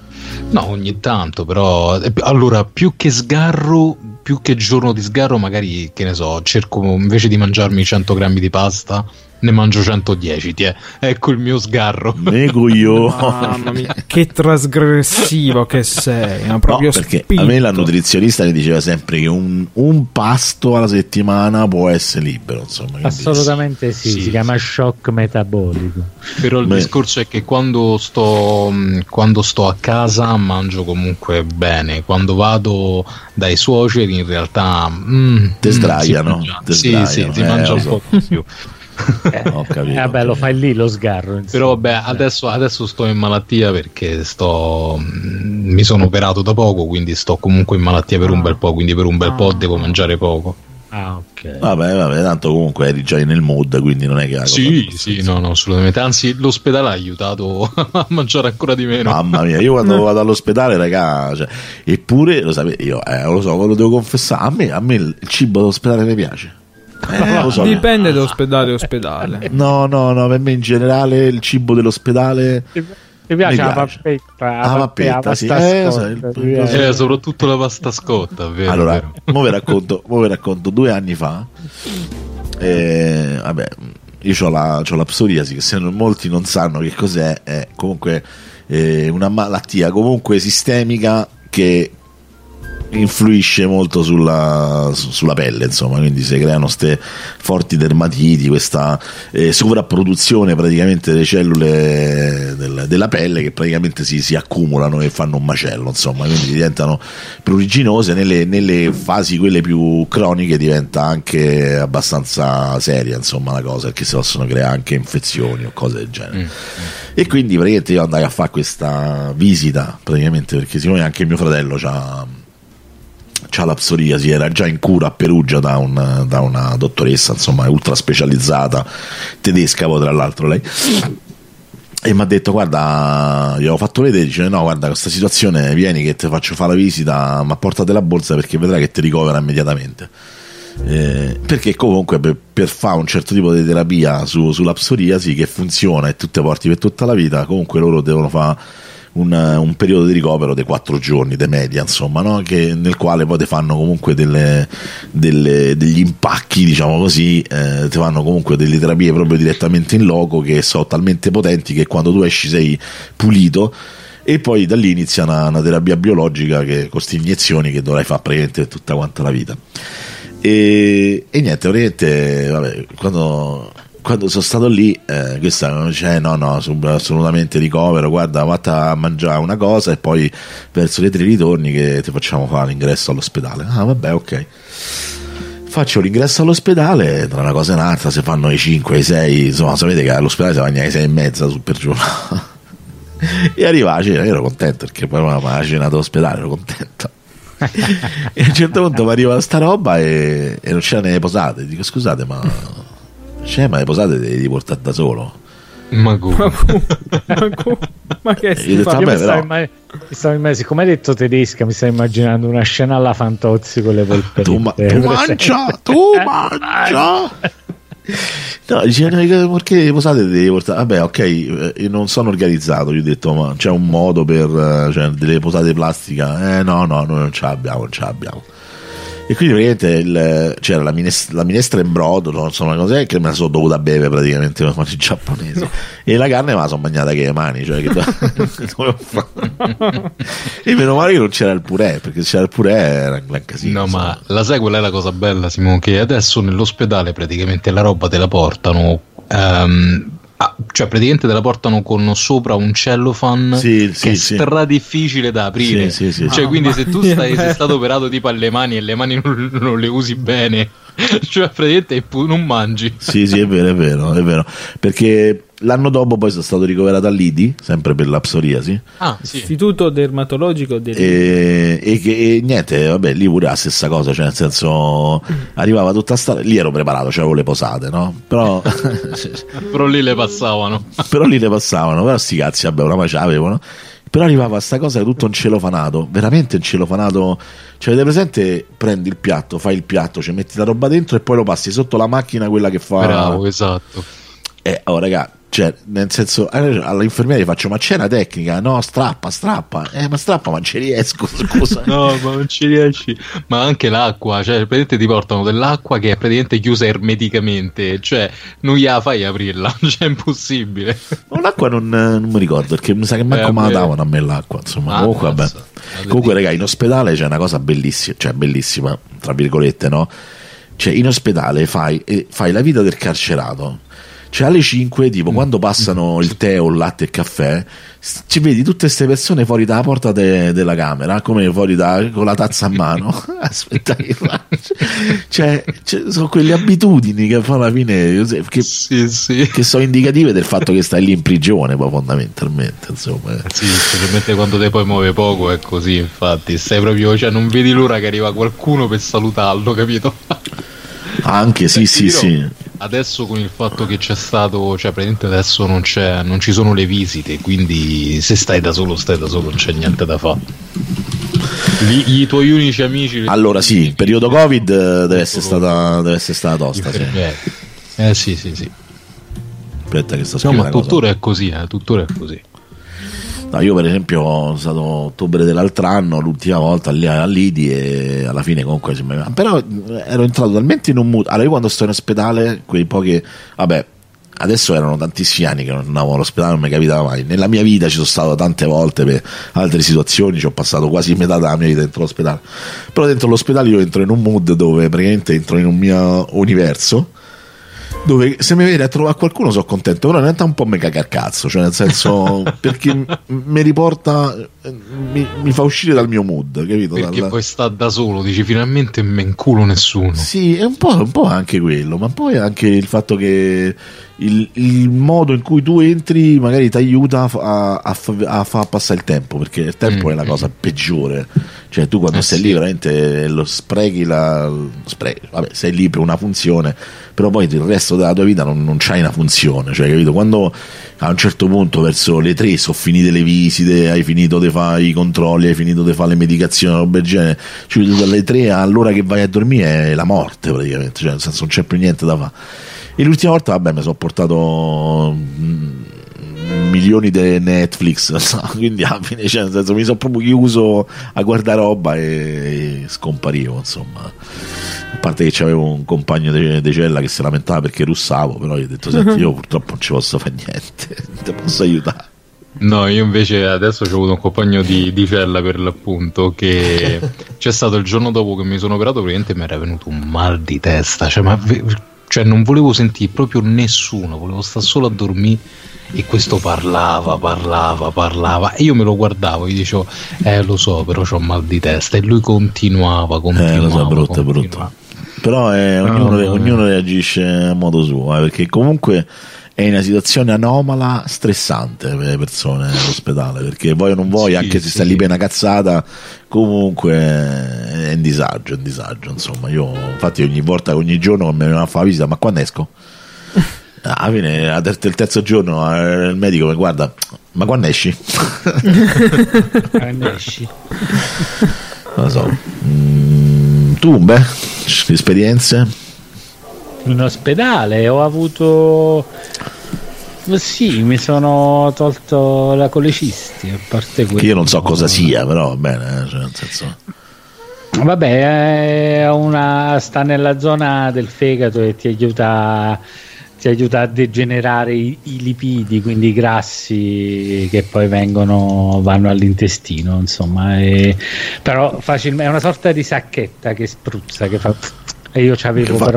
No, ogni tanto, però eh, allora più che sgarro, più che giorno di sgarro, magari che ne so, cerco invece di mangiarmi cento grammi di pasta, ne mangio centodieci, ti è. Ecco il mio sgarro. Nego io. Mamma mia, che trasgressivo che sei, ma proprio no, perché spinto. a me la nutrizionista mi diceva sempre che un, un pasto alla settimana può essere libero, insomma. Assolutamente sì, sì, si chiama shock metabolico. Però il Beh. discorso è che quando sto quando sto a casa mangio comunque bene, quando vado dai suoceri in realtà mm, Te sdraiano, mm, si mangia, te sì, sdraiano, sì, si eh, mangia lo un so. po' di più. Eh, Ho capito, eh, vabbè, ho lo capito. fai lì lo sgarro. insomma. Però vabbè, adesso, adesso sto in malattia perché sto mm, mi sono operato da poco, quindi sto comunque in malattia per un bel po', quindi per un bel po' devo mangiare poco. Ah, ok. Vabbè, vabbè, tanto comunque eri già nel mood, quindi non è che la cosa- Sì, sì, no, no, assolutamente. Anzi, l'ospedale ha aiutato a mangiare ancora di meno. Mamma mia, io quando vado all'ospedale, raga, cioè, eppure lo sapete, io eh, lo so, ve lo devo confessare, a me, a me il cibo dell'ospedale mi piace. Eh, lo so. Dipende da ospedale a ospedale. No, no, no, per me in generale il cibo dell'ospedale Ti piace mi la piace. pappetta? La pappetta, la sì. pasta Eh, scotta, so, il- ti piace? Eh, soprattutto la pasta scotta, vero? Allora, vero. mo vi racconto, mo vi racconto due anni fa. Eh, vabbè, io ho la, c'ho la psoriasi, che se non- molti non sanno che cos'è, è comunque eh, una malattia comunque sistemica che influisce molto sulla, su- sulla pelle, insomma, quindi si creano queste forti dermatiti, questa eh, sovrapproduzione praticamente delle cellule del- della pelle che praticamente si, si accumulano e fanno un macello, insomma, quindi diventano pruriginose. Nelle, nelle fasi quelle più croniche diventa anche abbastanza seria, insomma, la cosa, perché si possono creare anche infezioni o cose del genere. E quindi praticamente io andai a fare questa visita, praticamente perché siccome anche mio fratello c'ha c'ha la psoriasi, era già in cura a Perugia da, un, da una dottoressa, insomma, ultra specializzata, tedesca poi tra l'altro lei, e mi ha detto: guarda, gli avevo fatto vedere, dice: no, guarda, questa situazione, vieni che ti faccio fare la visita, ma portate la borsa perché vedrai che ti ricovera immediatamente. Eh, perché comunque per, per fare un certo tipo di terapia su, sulla psoriasi che funziona e tu te porti per tutta la vita, comunque loro devono fare un, un periodo di ricovero di quattro giorni di media, insomma, no? Che, nel quale poi ti fanno comunque delle, delle, degli impacchi, diciamo così, eh, ti fanno comunque delle terapie proprio direttamente in loco che sono talmente potenti che quando tu esci sei pulito. E poi da lì inizia una, una terapia biologica che, con queste iniezioni che dovrai fare praticamente tutta quanta la vita. E, e niente, praticamente vabbè, quando, quando sono stato lì, eh, questa cioè, no, no, assolutamente ricovero, guarda, vatta a mangiare una cosa e poi verso le tre ritorni che ti facciamo fare l'ingresso all'ospedale. Ah, vabbè, ok. Faccio l'ingresso all'ospedale, tra una cosa e un'altra, se fanno i cinque, i sei, insomma, sapete che all'ospedale si va ai sei e mezza su per giorno. E arriva la cena, io ero contento perché poi la cena dell'ospedale, ero contento. E a un certo punto mi arriva sta roba e, e non c'erano le posate. Dico: scusate, ma c'è, ma le posate devi riportare da solo. Ma come? Ma, cu- ma, cu- ma che Io ho si detto: fa? vabbè, Io mi stavo, però imma- mi stavo imma- siccome hai detto tedesca, mi stavo immaginando una scena alla Fantozzi con le polpette. tu, ma- tu mangia, tu mangia. No, dice: no, perché le posate devi portare? Vabbè, ok, eh, io non sono organizzato. Gli ho detto: ma c'è un modo per, eh, cioè, delle posate di plastica? Eh, no, no, noi non ce l'abbiamo, non ce l'abbiamo. E quindi praticamente il, c'era la, mines- la minestra in brodo, non so una cosa che me la sono dovuta bere praticamente come fanno i giapponesi. No. E la carne me la sono mangiata che le mani, cioè che dovevo fare? E meno male che non c'era il purè, perché se c'era il purè era un gran casino. No, insomma. ma la sai qual è la cosa bella, Simone? Che adesso nell'ospedale praticamente la roba te la portano. ehm, ah, cioè praticamente te la portano con sopra un cellophane Sì, che sì, è sì. stra difficile da aprire. Sì, sì, sì, cioè sì. quindi se tu mia, stai, sei bello. stato operato tipo alle mani e le mani non, non le usi bene, cioè praticamente pu- non mangi. Sì, sì, è vero, è vero, è vero. Perché l'anno dopo poi sono stato ricoverato all'I D I, sempre per la psoriasi. Ah, sì. Istituto dermatologico del... E, e, che- e niente, vabbè, lì pure la stessa cosa, cioè nel senso arrivava tutta sta, lì ero preparato, c'avevo le posate, no? Però Però lì le passavano. però lì le passavano, però sti cazzi, vabbè, una ce l'avevano. Però arrivava sta cosa tutto un celofanato, veramente un celofanato. Cioè, avete presente? Prendi il piatto, fai il piatto, ci metti la roba dentro e poi lo passi sotto la macchina, quella che fa. Bravo, esatto. Eh, oh, raga, Cioè, nel senso, all'infermiera gli faccio: ma c'è una tecnica? No, strappa, strappa. Eh, ma strappa, ma ci riesco, scusa. No, ma non ci riesci. Ma anche l'acqua, cioè, praticamente ti portano dell'acqua che è praticamente chiusa ermeticamente, cioè, non gliela fai aprirla, cioè, è impossibile. Ma l'acqua non, non mi ricordo, perché mi sa che manco eh, me la davano a me l'acqua, insomma. Ah, comunque, vabbè. Comunque, raga, in ospedale c'è una cosa bellissima, cioè, bellissima, tra virgolette, no? Cioè, in ospedale fai, eh, fai la vita del carcerato. Cioè alle cinque, tipo, mm. quando passano il tè o il latte e il caffè, ci vedi tutte queste persone fuori dalla porta de- della camera, come fuori da, con la tazza a mano. Aspetta che faccio. Cioè, cioè, sono quelle abitudini che poi alla fine che, sì, sì. che sono indicative del fatto che stai lì in prigione, poi fondamentalmente, insomma. Sì, specialmente quando te poi muove poco è così, infatti, stai proprio, cioè non vedi l'ora che arriva qualcuno per salutarlo, capito? Anche sì, sì, dirò, sì. Adesso con il fatto che c'è stato, cioè praticamente adesso non c'è, non ci sono le visite, quindi se stai da solo stai da solo, non c'è niente da fare. Gli, I tuoi unici amici. Allora sì, il periodo Covid deve essere stata, deve essere stata tosta, sì. Eh sì, sì, sì. Aspetta che sto no, scrivendo. Ma tuttora è così, eh, tuttora è così. No, io per esempio sono stato ottobre dell'altro anno, l'ultima volta lì a Lidi, e alla fine comunque però ero entrato talmente in un mood. Allora io quando sto in ospedale, quei pochi, vabbè, adesso erano tantissimi anni che non andavo all'ospedale, non mi capitava mai. Nella mia vita ci sono stato tante volte per altre situazioni, ci ho passato quasi metà della mia vita dentro l'ospedale, però dentro l'ospedale io entro in un mood dove praticamente entro in un mio universo, dove se mi viene a trovare qualcuno sono contento, però in realtà un po' mi caga il cazzo, cioè nel senso perché mi riporta, mi, mi fa uscire dal mio mood, capito? Perché Dalla... poi sta da solo, dici finalmente me inculo nessuno. Sì, è un po', un po' anche quello, ma poi anche il fatto che il, il modo in cui tu entri magari ti aiuta a, a, a far passare il tempo, perché il tempo mm, è la cosa mm. peggiore, cioè tu quando eh sei sì. lì veramente lo sprechi, la, sprechi, vabbè, sei lì per una funzione, però poi il resto della tua vita non, non c'hai una funzione, cioè capito? Quando a un certo punto verso le tre sono finite le visite, hai finito di fare i controlli, hai finito di fare le medicazioni, roba del genere, cioè dalle tre all'ora che vai a dormire è la morte praticamente, cioè nel senso non c'è più niente da fare. E l'ultima volta vabbè mi sono portato mh, milioni di Netflix, no? Quindi alla fine cioè, nel senso, mi sono proprio chiuso a guardare roba e, e scomparivo, insomma. A parte che c'avevo un compagno di de cella che si lamentava perché russavo, però gli ho detto senti, io purtroppo non ci posso fare niente, non ti posso aiutare. No, io invece adesso ho avuto un compagno di, di cella per l'appunto che c'è stato il giorno dopo che mi sono operato, praticamente mi era venuto un mal di testa, cioè, ma, cioè non volevo sentire proprio nessuno, volevo stare solo a dormire e questo parlava, parlava, parlava e io me lo guardavo e gli dicevo eh lo so però c'ho mal di testa e lui continuava, continuava. Eh lo so, brutto, è brutto. Però eh, ognuno, no, ognuno reagisce a modo suo, eh, perché comunque è una situazione anomala, stressante per le persone all'ospedale, perché vuoi o non vuoi, sì, anche se sì. stai lì per una cazzata, comunque è un disagio, è un disagio, insomma. Io infatti ogni volta, ogni giorno mi venivano a fare la visita, ma quando esco? Alla fine, il terzo giorno il medico mi guarda, ma quando esci? Quando esci? Non lo so. Mm, tu, beh, esperienze? In ospedale ho avuto, sì, mi sono tolto la colecisti, a parte quello. Che io non so cosa sia, però va bene, cioè, nel senso... Vabbè, è una, sta nella zona del fegato e ti aiuta, ti aiuta a degenerare i, i lipidi, quindi i grassi che poi vengono, vanno all'intestino, insomma. E, però facilmente, è una sorta di sacchetta che spruzza, che fa... E io c'avevo però...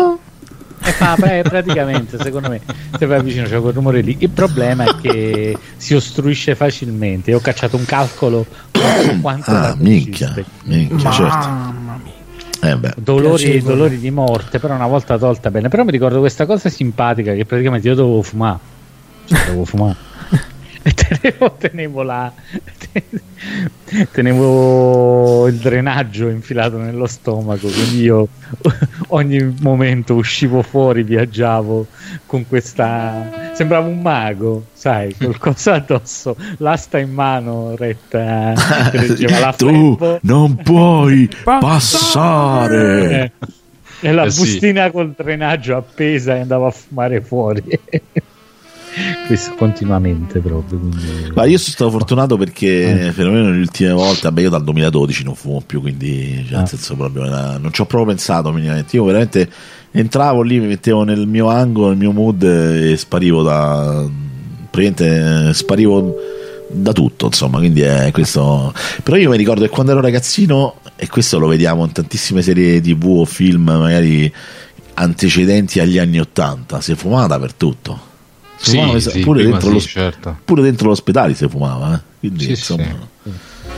E fa beh, praticamente secondo me se vai vicino c'è quel rumore lì. Il problema è che si ostruisce facilmente. Io ho cacciato un calcolo quanto ah, minchia, minchia, certo. Eh beh. Dolori, dolori di morte, però una volta tolta bene. Però mi ricordo questa cosa simpatica che praticamente io dovevo fumare, cioè, dovevo fumare e tenevo, tenevo la tenevo il drenaggio infilato nello stomaco, quindi io ogni momento uscivo fuori, viaggiavo con questa, sembrava un mago, sai, col coso addosso, l'asta in mano retta che reggeva la tu flembo. Non puoi passare eh, e la eh bustina sì. col drenaggio appesa e andavo a fumare fuori. questo continuamente proprio. Quindi... Ma io sono stato fortunato perché eh. perlomeno nelle ultime volte, vabbè, io dal duemiladodici non fumo più, quindi cioè, ah. nel senso proprio era, non ci ho proprio pensato minimamente. Io veramente entravo lì, mi mettevo nel mio angolo, nel mio mood e sparivo da praticamente sparivo da tutto, insomma, quindi è questo. Però io mi ricordo che quando ero ragazzino, e questo lo vediamo in tantissime serie tivù o film magari antecedenti agli anni ottanta, si fumava dappertutto, si sì, fumava, sì, pure, dentro sì, lo, certo. pure dentro l'ospedale si fumava, eh? Quindi sì, insomma sì.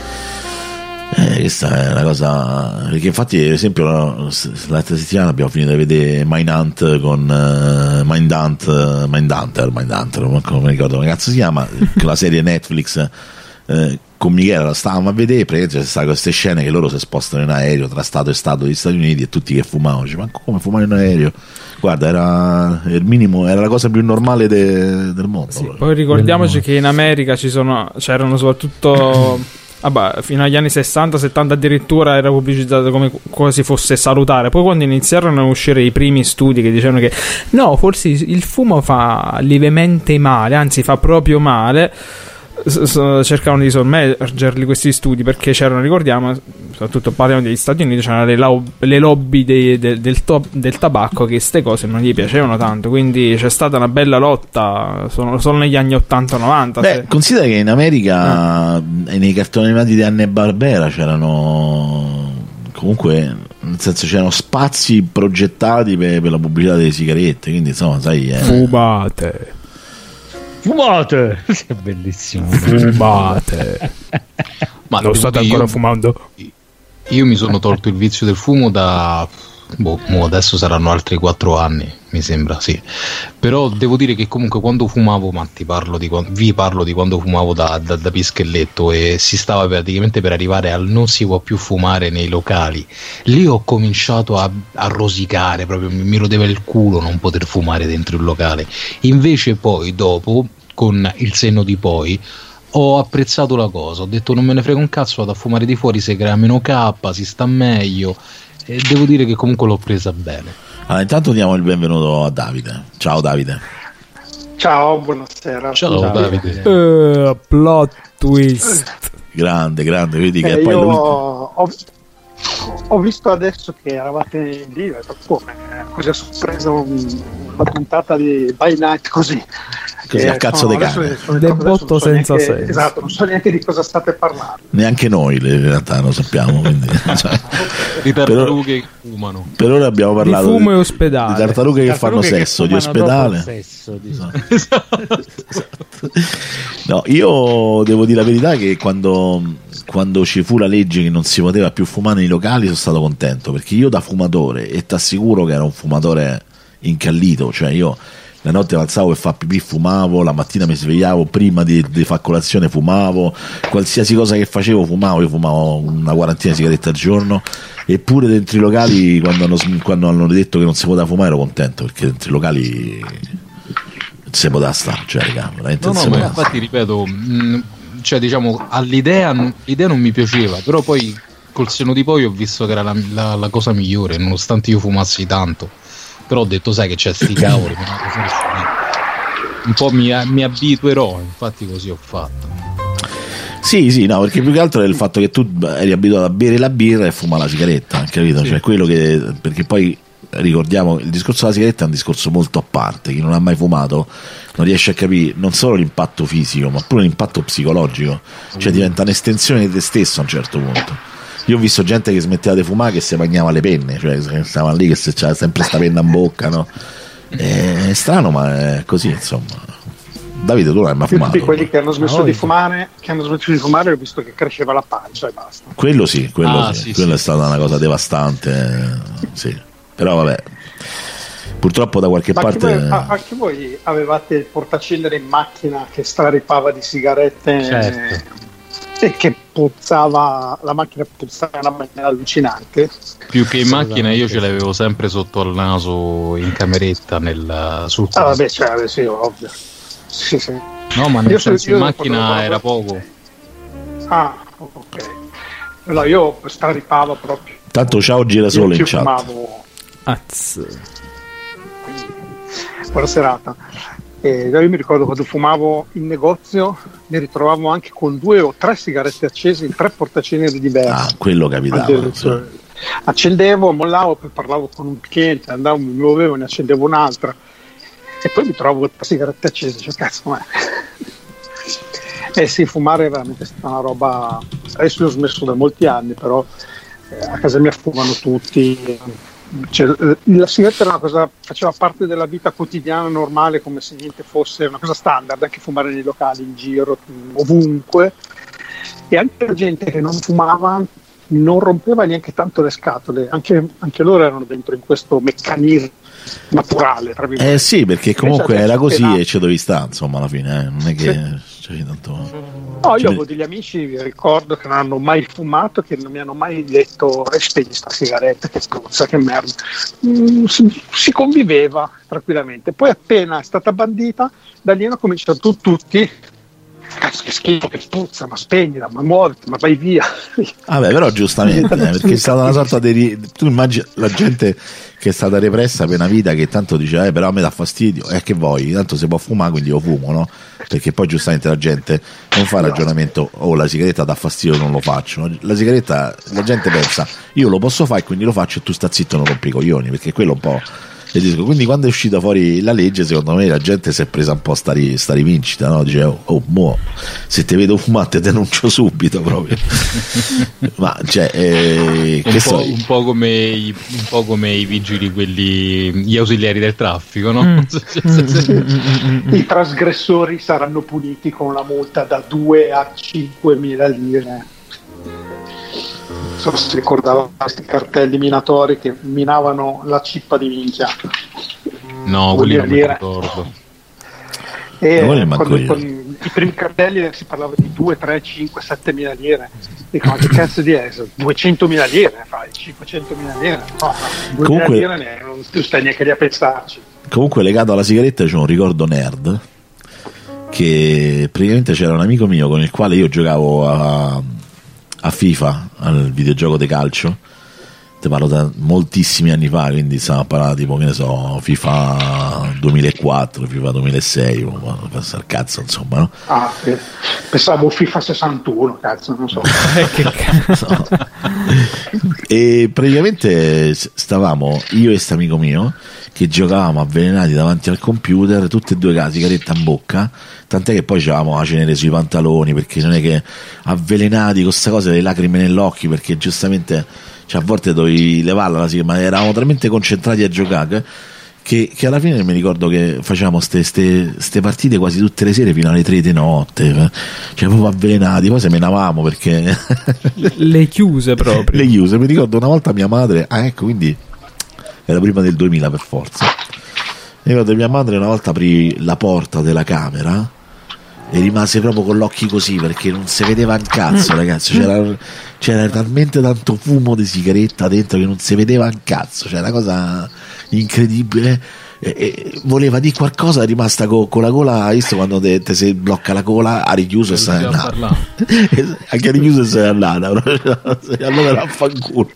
Eh, questa è una cosa, perché infatti ad esempio l'altra settimana abbiamo finito di vedere Mindhunt con uh, Mindhunt Mindhunter Mindhunter non mi ricordo come cazzo si chiama, la serie Netflix, eh, con Michele la stavamo a vedere, praticamente c'è state queste scene che loro si spostano in aereo tra stato e stato degli Stati Uniti e tutti che fumavano, dice, ma come fumare in aereo? Guarda, era il minimo, era la cosa più normale de, del mondo. Sì, poi ricordiamoci che in America ci sono, c'erano soprattutto vabbè, fino agli anni sessanta settanta addirittura era pubblicizzato come quasi fosse salutare. Poi quando iniziarono a uscire i primi studi che dicevano che no, forse il fumo fa lievemente male, anzi fa proprio male, cercavano di sommergerli questi studi, perché c'erano, ricordiamo, soprattutto parliamo degli Stati Uniti, c'erano le, lob- le lobby dei, de- del, to- del tabacco, che queste cose non gli piacevano tanto, quindi c'è stata una bella lotta solo, solo negli anni ottanta novanta. Beh, se... considera che in America eh. nei cartoni animati di Hanna-Barbera c'erano comunque, nel senso, c'erano spazi progettati per, per la pubblicità delle sigarette, quindi insomma, sai, eh. fumate fumate è bellissimo, fumate. Ma non state ancora io, fumando? Io mi sono tolto il vizio del fumo da boh, mo adesso saranno altri quattro anni, mi sembra, sì. Però devo dire che comunque quando fumavo, ma ti parlo di vi parlo di quando fumavo da, da, da pischelletto, e si stava praticamente per arrivare al non si può più fumare nei locali, lì ho cominciato a, a rosicare, proprio mi, mi rodeva il culo non poter fumare dentro il locale. Invece poi dopo, con il senno di poi, ho apprezzato la cosa, ho detto non me ne frega un cazzo, vado a fumare di fuori, si crea meno K, si sta meglio, e devo dire che comunque l'ho presa bene. Allora, intanto diamo il benvenuto a Davide. Ciao Davide. Ciao, buonasera. Ciao, Ciao Davide. Uh, plot twist. Grande, grande, vedi che eh, poi io lui... ho, ho visto adesso che eravate in vivo, come così a sorpresa una puntata di By Night così. Così, a cazzo di cane, debotto so senza neanche, senso. Esatto, non so neanche di cosa state parlando. Neanche noi in realtà lo sappiamo, quindi, cioè, di tartarughe che fumano. Per ora abbiamo parlato di fumo di, e ospedale, di tartarughe che tartarughe fanno che sesso, di ospedale. Sesso, esatto. No, io devo dire la verità che quando, quando ci fu la legge che non si poteva più fumare nei locali sono stato contento, perché io da fumatore, e ti assicuro che ero un fumatore incallito, cioè io la notte avanzavo per fare pipì, fumavo, la mattina mi svegliavo, prima di, di fare colazione fumavo, qualsiasi cosa che facevo fumavo, io fumavo una quarantina di sigarette al giorno, eppure dentro i locali quando hanno, quando hanno detto che non si poteva fumare ero contento, perché dentro i locali non si poteva stare, cioè raga, veramente no, non no, si ma poteva. infatti ripeto, mh, cioè diciamo all'idea l'idea non mi piaceva, però poi col senno di poi ho visto che era la, la, la cosa migliore, nonostante io fumassi tanto. Però ho detto, sai che c'è sti cavoli, un po' mi, mi abituerò, infatti così ho fatto. Sì, sì, no, perché più che altro è il fatto che tu eri abituato a bere la birra e fumare la sigaretta, capito? Sì. Cioè quello che, perché poi ricordiamo, il discorso della sigaretta è un discorso molto a parte, chi non ha mai fumato non riesce a capire non solo l'impatto fisico, ma pure l'impatto psicologico, cioè diventa un'estensione di te stesso a un certo punto. Io ho visto gente che smetteva di fumare che si bagnava le penne, cioè stavano lì che c'era sempre sta penna in bocca, no? È strano, ma è così, insomma. Davide, tu non hai mai fumato? Tutti quelli che hanno smesso di fumare, che hanno smesso di fumare, ho visto che cresceva la pancia e basta. Quello sì, quello ah, sì, sì, quello sì, è stata sì, una cosa devastante, sì. Però vabbè, purtroppo da qualche ma parte. Anche voi, anche voi avevate il portacenere in macchina che straripava di sigarette. Certo. E che puzzava, la macchina puzzava una maniera allucinante. Più che in macchina io ce l'avevo sempre sotto al naso in cameretta nel, sul ah vabbè, cioè, sì, ovvio. Sì, sì. No, ma nel io senso io in macchina era poco. Ah, ok. Allora io straripavo proprio. Tanto ciao Girasole in chat. Fumavo. Azz. Buona serata. E io mi ricordo quando fumavo in negozio mi ritrovavo anche con due o tre sigarette accese in tre portaceneri diversi. Ah, quello capitava. Sì. Accendevo, mollavo, poi parlavo con un cliente, andavo, mi muovevo, ne accendevo un'altra e poi mi trovo con tre sigarette accese, cioè cazzo, ma eh sì, fumare è veramente stata una roba. Adesso io ho smesso da molti anni, però eh, a casa mia fumano tutti. Cioè, la sigaretta era una cosa, faceva parte della vita quotidiana normale, come se niente fosse, una cosa standard, anche fumare nei locali, in giro, ovunque. E anche la gente che non fumava non rompeva neanche tanto le scatole, anche, anche loro erano dentro in questo meccanismo naturale, tra virgolette. Eh sì, perché comunque era così appena... e ci dovevi stare, insomma, alla fine, eh? Non è che sì. cioè, tanto... No, io avevo degli amici, vi ricordo, che non hanno mai fumato, che non mi hanno mai detto e spegni sta sigaretta, che puzza, che merda. Mm, si, si conviveva tranquillamente. Poi appena è stata bandita, da lì hanno cominciato tutti. Cazzo, che schifo, che puzza, ma spegnila, ma muoviti, ma vai via. Vabbè, però giustamente, eh, perché è stata una sorta di... Tu immagini la gente che è stata repressa per una vita che tanto dice, eh, però a me dà fastidio, e eh, che vuoi, tanto si può fumare, quindi io fumo, no? Perché poi giustamente la gente non fa ragionamento, oh, la sigaretta dà fastidio, non lo faccio. La sigaretta, la gente pensa, io lo posso fare, quindi lo faccio e tu sta zitto e non rompi i coglioni, perché quello un po'... Quindi quando è uscita fuori la legge, secondo me la gente si è presa un po' sta, ri, sta rivincita, no? Dice, oh, oh mo, se te vedo fumare te denuncio subito proprio. Ma cioè eh, un, che po', so, un, po come i, un po' come i vigili, quelli, gli ausiliari del traffico, no? Mm. I trasgressori saranno puniti con la multa da due a cinquemila lire. Non so se si ricordava questi cartelli minatori che minavano la cippa di minchia. No, quelli non mi ricordo. E quando, con i primi cartelli si parlava di due, tre, cinque, sette mila lire. Dico, ma che cazzo di è? duecentomila lire, fai cinquecentomila lire. No, duemila comunque, lire non tu stai neanche lì a pensarci. Comunque legato alla sigaretta c'è un ricordo nerd, che praticamente c'era un amico mio con il quale io giocavo a a FIFA, al videogioco di calcio, te parlo da moltissimi anni fa, quindi stiamo a parlare tipo, che ne so, FIFA duemilaquattro, FIFA duemilasei, passa il cazzo, insomma, no? Ah, sì. Pensavo FIFA sessantuno, cazzo, non so. Che cazzo. E praticamente stavamo io e st'amico mio che giocavamo avvelenati davanti al computer, tutte e due con la sigaretta in bocca, tant'è che poi c'avevamo la cenere sui pantaloni, perché non è che avvelenati con questa cosa, le lacrime negli occhi, perché giustamente cioè, a volte dovevi levarla la sigaretta, ma eravamo talmente concentrati a giocare che, che alla fine mi ricordo che facevamo queste partite quasi tutte le sere fino alle tre di notte, cioè proprio avvelenati, poi se menavamo perché le chiuse proprio, le chiuse. Mi ricordo una volta mia madre, ah ecco, quindi era prima del duemila per forza, mi ricordo mia madre una volta aprì la porta della camera e rimase proprio con l'occhio così, perché non si vedeva un cazzo, ragazzi, c'era, c'era talmente tanto fumo di sigaretta dentro che non si vedeva un cazzo, cioè una cosa incredibile. E, e voleva dire qualcosa, è rimasta co, con la gola, hai visto quando te, te si blocca la gola, ha richiuso e se n'è andata, anche ha richiuso e se n'è andata, allora affanculo.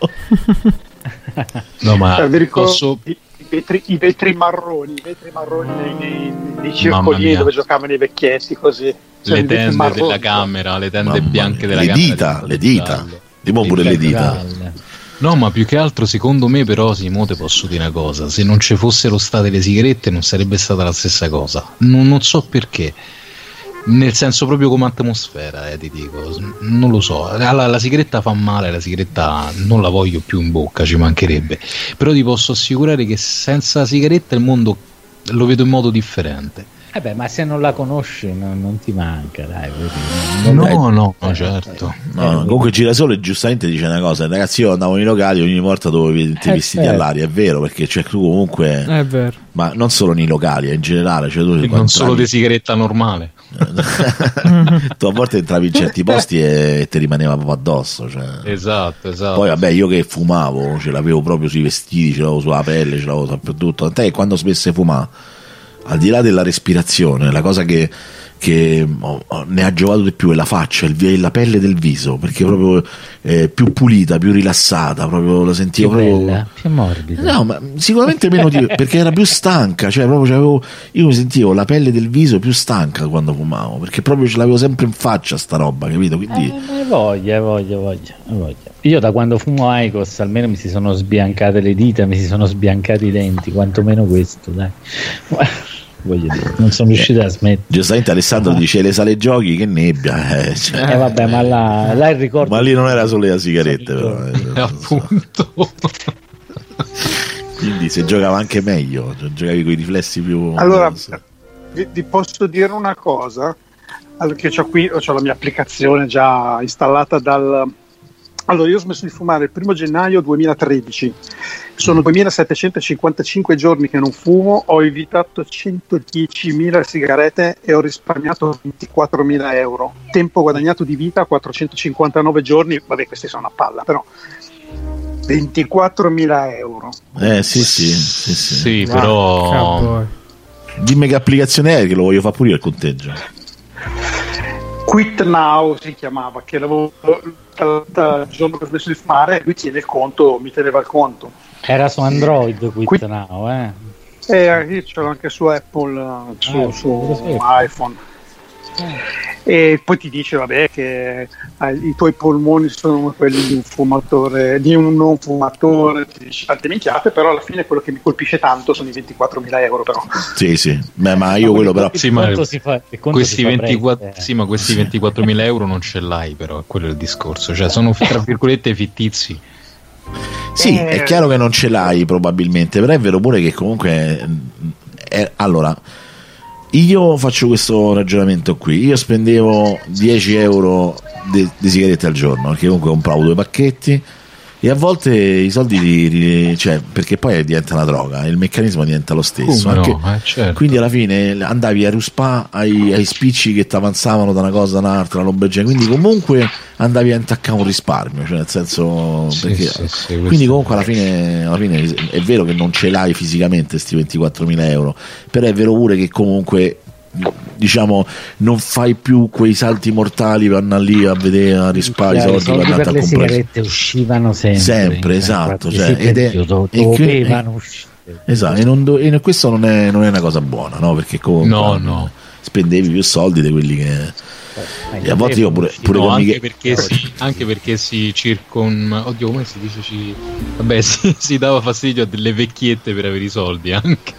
No, ma eh, vi ricordo posso... i, i, vetri, i vetri marroni, i vetri marroni nei, nei, nei circolini dove giocavano i vecchietti, così. Cioè, le tende della camera, le tende Mamma bianche mia, della le camera. Dita, le dita, dimo pure le dita. No, ma più che altro secondo me però, Simone, posso dire una cosa, se non ci fossero state le sigarette non sarebbe stata la stessa cosa, non, non so perché, nel senso proprio come atmosfera, eh, ti dico, non lo so, la, la sigaretta fa male, la sigaretta non la voglio più in bocca, ci mancherebbe, però ti posso assicurare che senza sigaretta il mondo lo vedo in modo differente. Eh beh, ma se non la conosci non, non ti manca, dai. Non no, è... no, no, certo. No, comunque Girasole giustamente dice una cosa, ragazzi, io andavo nei locali ogni volta dovevi ti eh vestiti certo. all'aria, è vero, perché cioè tu comunque è vero, ma non solo nei locali, in generale, cioè tu non entravi... solo di sigaretta normale. Tu a volte entravi in certi posti e ti rimaneva proprio addosso, cioè. Esatto, esatto. Poi vabbè, io che fumavo ce l'avevo proprio sui vestiti, ce l'avevo sulla pelle, ce l'avevo dappertutto, tant'è che quando smesse fumare al di là della respirazione, la cosa che, che oh, oh, ne ha giovato di più è la faccia, il, la pelle del viso, perché proprio eh, più pulita, più rilassata, proprio la sentivo più proprio bella, più morbida. No, ma sicuramente meno di, perché era più stanca, cioè proprio c'avevo, io mi sentivo la pelle del viso più stanca quando fumavo, perché proprio ce l'avevo sempre in faccia sta roba, capito? Quindi eh, voglia, voglia, voglia, voglia. Io da quando fumo Aicos almeno mi si sono sbiancate le dita, mi si sono sbiancati i denti, quantomeno questo, dai. Voglio dire, non sono riuscito a smettere. Giustamente Alessandro dice le sale giochi, che nebbia, eh, cioè. eh vabbè, ma là, là il ricordo, ma lì non era solo le sigarette, però, eh, appunto. Quindi se giocava anche meglio, giocavi con i riflessi più. Allora vi, vi posso dire una cosa, che ho qui, ho la mia applicazione già installata dal. Allora, io ho smesso di fumare il primo gennaio duemilatredici, sono duemilasettecentocinquantacinque giorni che non fumo, ho evitato centodiecimila sigarette e ho risparmiato ventiquattromila euro. Tempo guadagnato di vita quattrocentocinquantanove giorni, vabbè, questi sono una palla, però ventiquattromila euro. Eh sì, sì, sì, sì. Sì, però dimmi che applicazione è, che lo voglio fare pure io il conteggio. Quit Now si chiamava, che l'avevo il giorno che ho smesso di fumare, lui tiene il conto, mi teneva il conto. Era su Android Quit, Quit Now, eh? Eh, io ce l'ho anche su Apple, su, ah, su, su iPhone. E poi ti dice, vabbè, che eh, i tuoi polmoni sono quelli di un fumatore, di un non fumatore, ti dice tante minchiate, però alla fine quello che mi colpisce tanto sono i ventiquattromila euro, però. Sì, sì. Beh, ma io ma quello però sì, ma si fa, questi ventiquattro, sì, ma questi ventiquattromila euro non ce l'hai, però quello è il discorso, cioè sono tra virgolette fittizi. Sì, è chiaro che non ce l'hai probabilmente, però è vero pure che comunque è, è, allora io faccio questo ragionamento qui, io spendevo dieci euro di sigarette al giorno, perché comunque compravo due pacchetti e a volte i soldi li, li, cioè, perché poi diventa una droga, il meccanismo diventa lo stesso, anche, no, eh, certo. Quindi alla fine andavi a ruspare ai, ai spicci che ti avanzavano da una cosa a un'altra, quindi comunque andavi a intaccare un risparmio, cioè nel senso sì, perché, sì, sì, quindi comunque alla fine, alla fine è vero che non ce l'hai fisicamente sti ventiquattromila euro, però è vero pure che comunque diciamo non fai più quei salti mortali per andare lì a vedere a rispari soldi, soldi per, per le comprare. Sigarette uscivano sempre sempre esatto, cioè, ed è, do, e dovevano e, uscire esatto, e, non do, e questo non è, non è una cosa buona, no? Perché comunque no, no. spendevi più soldi di quelli che eh, e a volte io pure, pure no, con anche, Miche... perché si, anche perché si circon oddio come si dice ci... vabbè si, si dava fastidio a delle vecchiette per avere i soldi anche.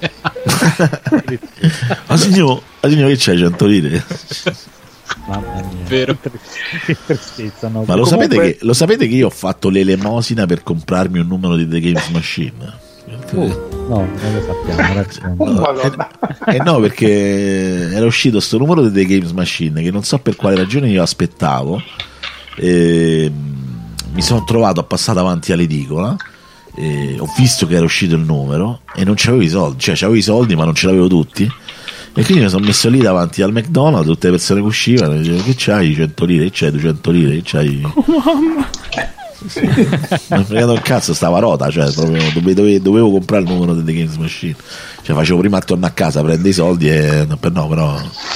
ma signor, ma signor che c'hai cento lire? Mamma mia, vero. Che tristezza, no? Ma lo, Comunque... sapete che, lo sapete che io ho fatto l'elemosina per comprarmi un numero di The Games Machine? Uh, no, non lo sappiamo. No, eh, eh no, perché era uscito sto numero di The Games Machine che non so per quale ragione io aspettavo. E mi sono trovato a passare davanti all'edicola. E ho visto che era uscito il numero e non c'avevo i soldi, cioè c'avevo i soldi ma non ce l'avevo tutti. E quindi mi sono messo lì davanti al McDonald's, tutte le persone che uscivano, e dicevo, che c'hai? cento lire, che c'hai? duecento lire, che c'hai? Oh mamma! Non fregato il cazzo, stava rota, cioè proprio dove, dove, dovevo comprare il numero delle Games Machine, cioè facevo prima a tornare a casa, prende i soldi e no, per no però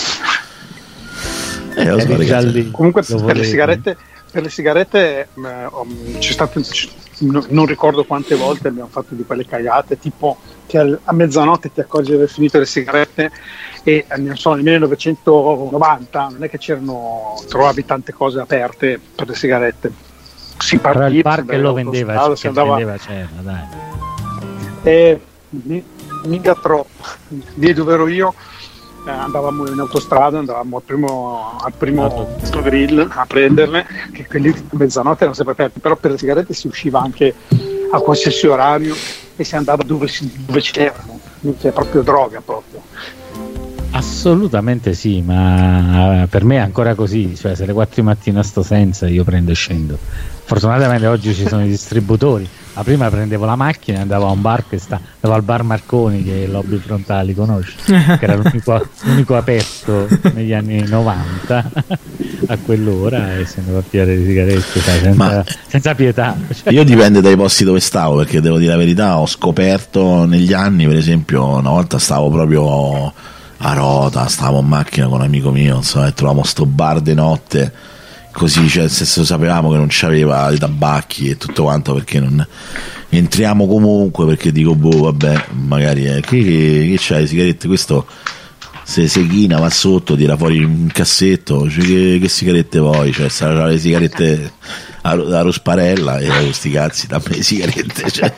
eh, lo so, ragazzi. Comunque per le sigarette per le sigarette eh, c'è stato non ricordo quante volte abbiamo fatto di quelle cagate, tipo che a mezzanotte ti accorgi di aver finito le sigarette e non so, nel millenovecentonovanta non è che c'erano, trovavi tante cose aperte per le sigarette. Si partiva, però il bar che lo vendeva, strada, che andava... vendeva c'era, dai. E mica troppo. Lì dove ero io eh, andavamo in autostrada, andavamo al primo, al primo grill a prenderle, che quelli a mezzanotte erano sempre aperti, però per le sigarette si usciva anche a qualsiasi orario e si andava dove, si, dove c'erano, c'è proprio droga proprio. Assolutamente sì, ma per me è ancora così, cioè se alle quattro di mattina sto senza io prendo e scendo. Fortunatamente oggi ci sono i distributori, Ma prima prendevo la macchina e andavo a un bar che sta, andavo al bar Marconi, che è Lobby Frontali, conosci? Che era l'unico, l'unico aperto negli anni novanta a quell'ora, e si andava a pigliare le sigarette, sai, senza, Ma senza pietà. Cioè, io dipende dai posti dove stavo, perché devo dire la verità, ho scoperto negli anni, per esempio, una volta stavo proprio a Rota, stavo in macchina con un amico mio, insomma, e trovavamo sto bar di notte, così, cioè, nel senso, sapevamo che non c'aveva i tabacchi e tutto quanto, perché non entriamo comunque, perché dico, boh, vabbè, magari eh, che, che, che c'hai le sigarette, questo se se china va sotto, tira fuori un cassetto, cioè, che, che sigarette vuoi, cioè c'erano le sigarette a Rosparella e questi cazzi, dammi le sigarette, cioè.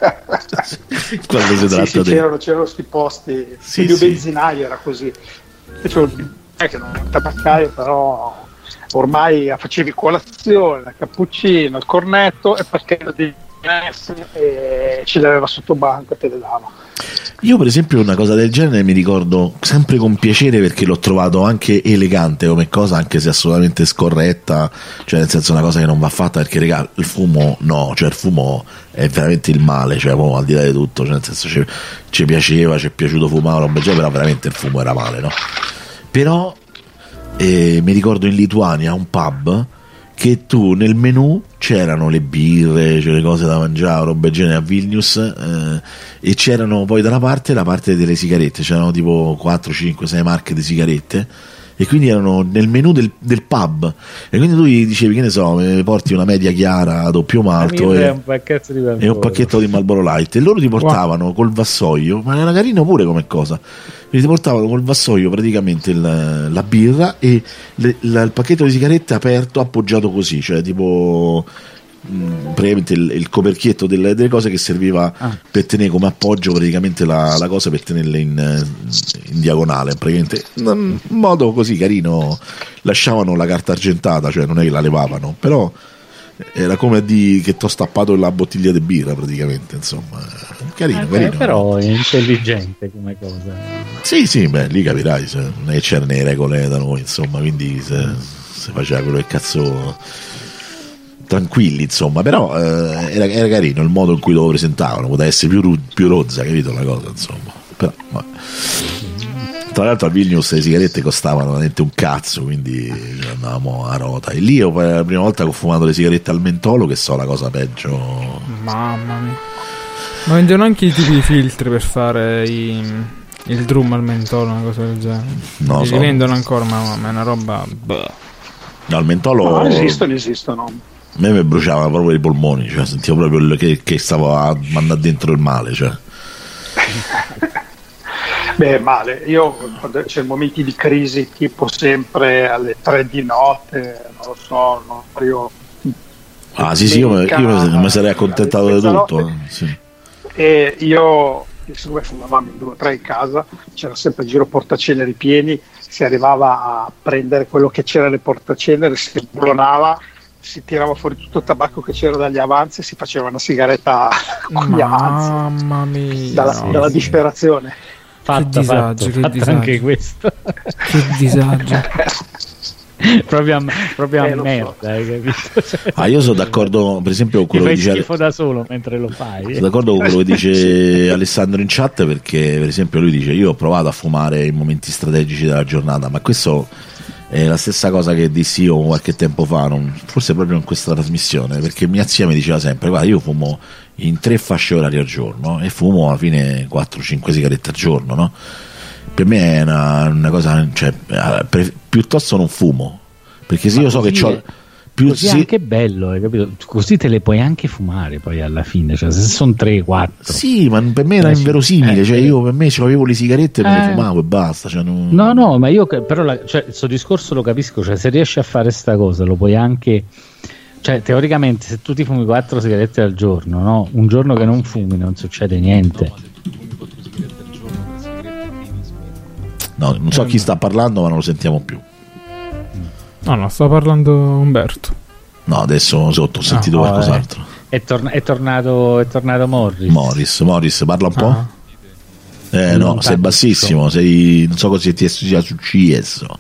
Quando si tratta sì, sì, di... c'erano, c'erano sti posti, sì, più sì. benzinaio era così, cioè, è che non è un tabaccaio, però ormai facevi colazione, il cappuccino, il cornetto e il pacchetto di Guinness, e ce l'aveva sotto banco e te le dava. Io per esempio una cosa del genere mi ricordo sempre con piacere, perché l'ho trovato anche elegante come cosa, anche se assolutamente scorretta, cioè nel senso, una cosa che non va fatta, perché regà, il fumo no, cioè il fumo è veramente il male, cioè proprio al di là di tutto, cioè nel senso ci, ci piaceva, ci è piaciuto fumare, roba, però veramente il fumo era male, no? Però eh, mi ricordo in Lituania un pub che tu nel menù c'erano le birre, c'erano le cose da mangiare, roba genere, a Vilnius, eh, e c'erano poi da una parte la parte delle sigarette, c'erano tipo quattro, cinque, sei marche di sigarette, e quindi erano nel menù del, del pub, e quindi tu gli dicevi, che ne so, porti una media chiara doppio malto e un pacchetto di e un pacchetto di Marlboro Light, e loro ti portavano wow. col vassoio, ma era carino pure come cosa, ti portavano col vassoio praticamente il, la birra e le, la, il pacchetto di sigarette aperto, appoggiato così, cioè tipo mh, praticamente il, il coperchietto delle, delle cose che serviva ah. per tenere come appoggio praticamente la, la cosa, per tenerle in, in diagonale, praticamente in modo così carino. Lasciavano la carta argentata, cioè non è che la levavano, però era come a dire che ti ho stappato la bottiglia di birra praticamente, insomma, carino, eh, carino. Però è intelligente come cosa. Sì, sì, beh, lì capirai, se non è che c'erano le regole da noi, insomma, quindi se, se faceva quello che cazzo, tranquilli, insomma, però eh, era, era carino il modo in cui lo presentavano, poteva essere più, più rozza, capito la cosa, insomma, però vabbè. Tra l'altro a Vilnius le sigarette costavano veramente un cazzo, quindi andavamo a Rota, e lì io per la prima volta che ho fumato le sigarette al mentolo, che so la cosa peggio. Mamma mia, ma vendono anche i tipi di filtri per fare i, il drum al mentolo, una cosa del genere. No, li so. vendono ancora, ma, ma è una roba. Beh. No, il mentolo. No, esistono, esistono. A me mi bruciava proprio i polmoni, cioè sentivo proprio che, che stavo a mandare dentro il male, cioè. Beh, male, io quando c'è momenti di crisi, tipo sempre alle tre di notte, non lo so, no, io ah sì sì, io, io mi sarei accontentato di tutto, eh. Sì. E io, siccome fumavamo in due o tre in casa, c'era sempre il giro portaceneri pieni, si arrivava a prendere quello che c'era nel portacenere, si sbronava, si tirava fuori tutto il tabacco che c'era dagli avanzi e si faceva una sigaretta con gli avanzi. Mamma mia, dalla, no, dalla disperazione. Fatta, che disagio, fatto, che fatto disagio. Anche questo. Che disagio. proprio a, proprio eh, a merda, so. Hai capito? Ah, io sono d'accordo, per esempio, con quello che che fai dice schifo da solo mentre lo fai. Sono d'accordo con quello che dice Alessandro in chat, perché per esempio lui dice: io ho provato a fumare in momenti strategici della giornata, ma questo è la stessa cosa che dissi io qualche tempo fa, non, forse proprio in questa trasmissione, perché mia zia mi diceva sempre: guarda, io fumo in tre fasce orarie al giorno e fumo alla fine quattro cinque sigarette al giorno, no? Per me è una, una cosa, cioè, pre, piuttosto non fumo, perché se ma io so che c'ho più così si... è anche bello, hai capito? Così te le puoi anche fumare poi alla fine, cioè se sono tre quattro. Sì, ma per me era eh, inverosimile, eh, cioè io per me ce l'avevo le sigarette e eh. me le fumavo e basta, cioè non... no no ma io però la, cioè, questo discorso lo capisco, cioè se riesci a fare sta cosa lo puoi anche, cioè teoricamente se tu ti fumi quattro sigarette al giorno, no? Un giorno che non fumi non succede niente. No, non so chi sta parlando, ma non lo sentiamo più. No, no, sta parlando Umberto. No, adesso sotto ho sentito no, qualcos'altro. È, è, torn- è tornato è tornato Morris. Morris, Morris, parla un po'. Ah. Eh no, sei bassissimo, sei, non so cosa ti è successo.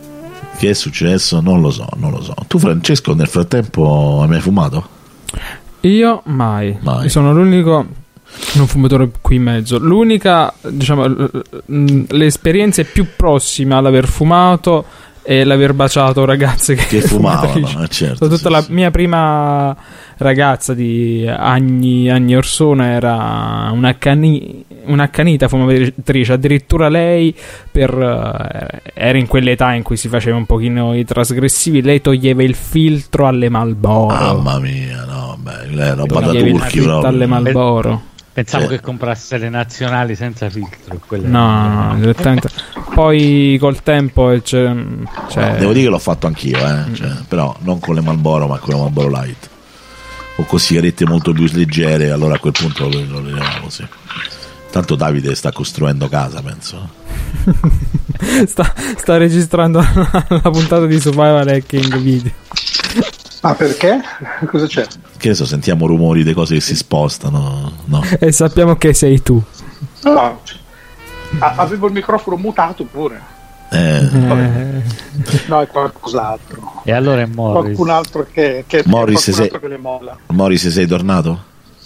Che è successo? Non lo so, non lo so. Tu Francesco nel frattempo hai mai fumato? Io mai. Mai. Io sono l'unico non fumatore qui in mezzo. L'unica, diciamo, l- l- le esperienze più prossime all'aver fumato è l'aver baciato ragazze che, Che fumavano, fumatrici. eh, certo, Tutta sì, la sì. mia prima ragazza di anni, anni or sono era una cani- un'accanita fumatrice. Addirittura lei per eh, era in quell'età in cui si faceva un pochino i trasgressivi. Lei toglieva il filtro alle Marlboro. Mamma mia, no, beh, lei è roba da Toglieva il turchi filtro alle proprio. Marlboro. Pensavo Cioè- che comprasse le nazionali senza filtro. quelle- No, no, no, direttamente. Poi col tempo c'è, cioè, Devo dire che l'ho fatto anch'io, eh? Cioè, però non con le Marlboro, ma con le Marlboro Light. O con sigarette molto più leggere, allora a quel punto lo, lo levavo, sì. Tanto Davide sta costruendo casa, penso. sta, sta registrando la puntata di Survival Hacking video. Ah, perché? Cosa c'è? Che ne so, sentiamo rumori di cose che si spostano. No. E sappiamo che sei tu. No, cioè, a- avevo il microfono mutato pure. Eh, Eh, No, è qualcos'altro. E allora è Morris. Qualcun altro che, che, Morris, qualcun se- altro che le molla. Morris, sei tornato?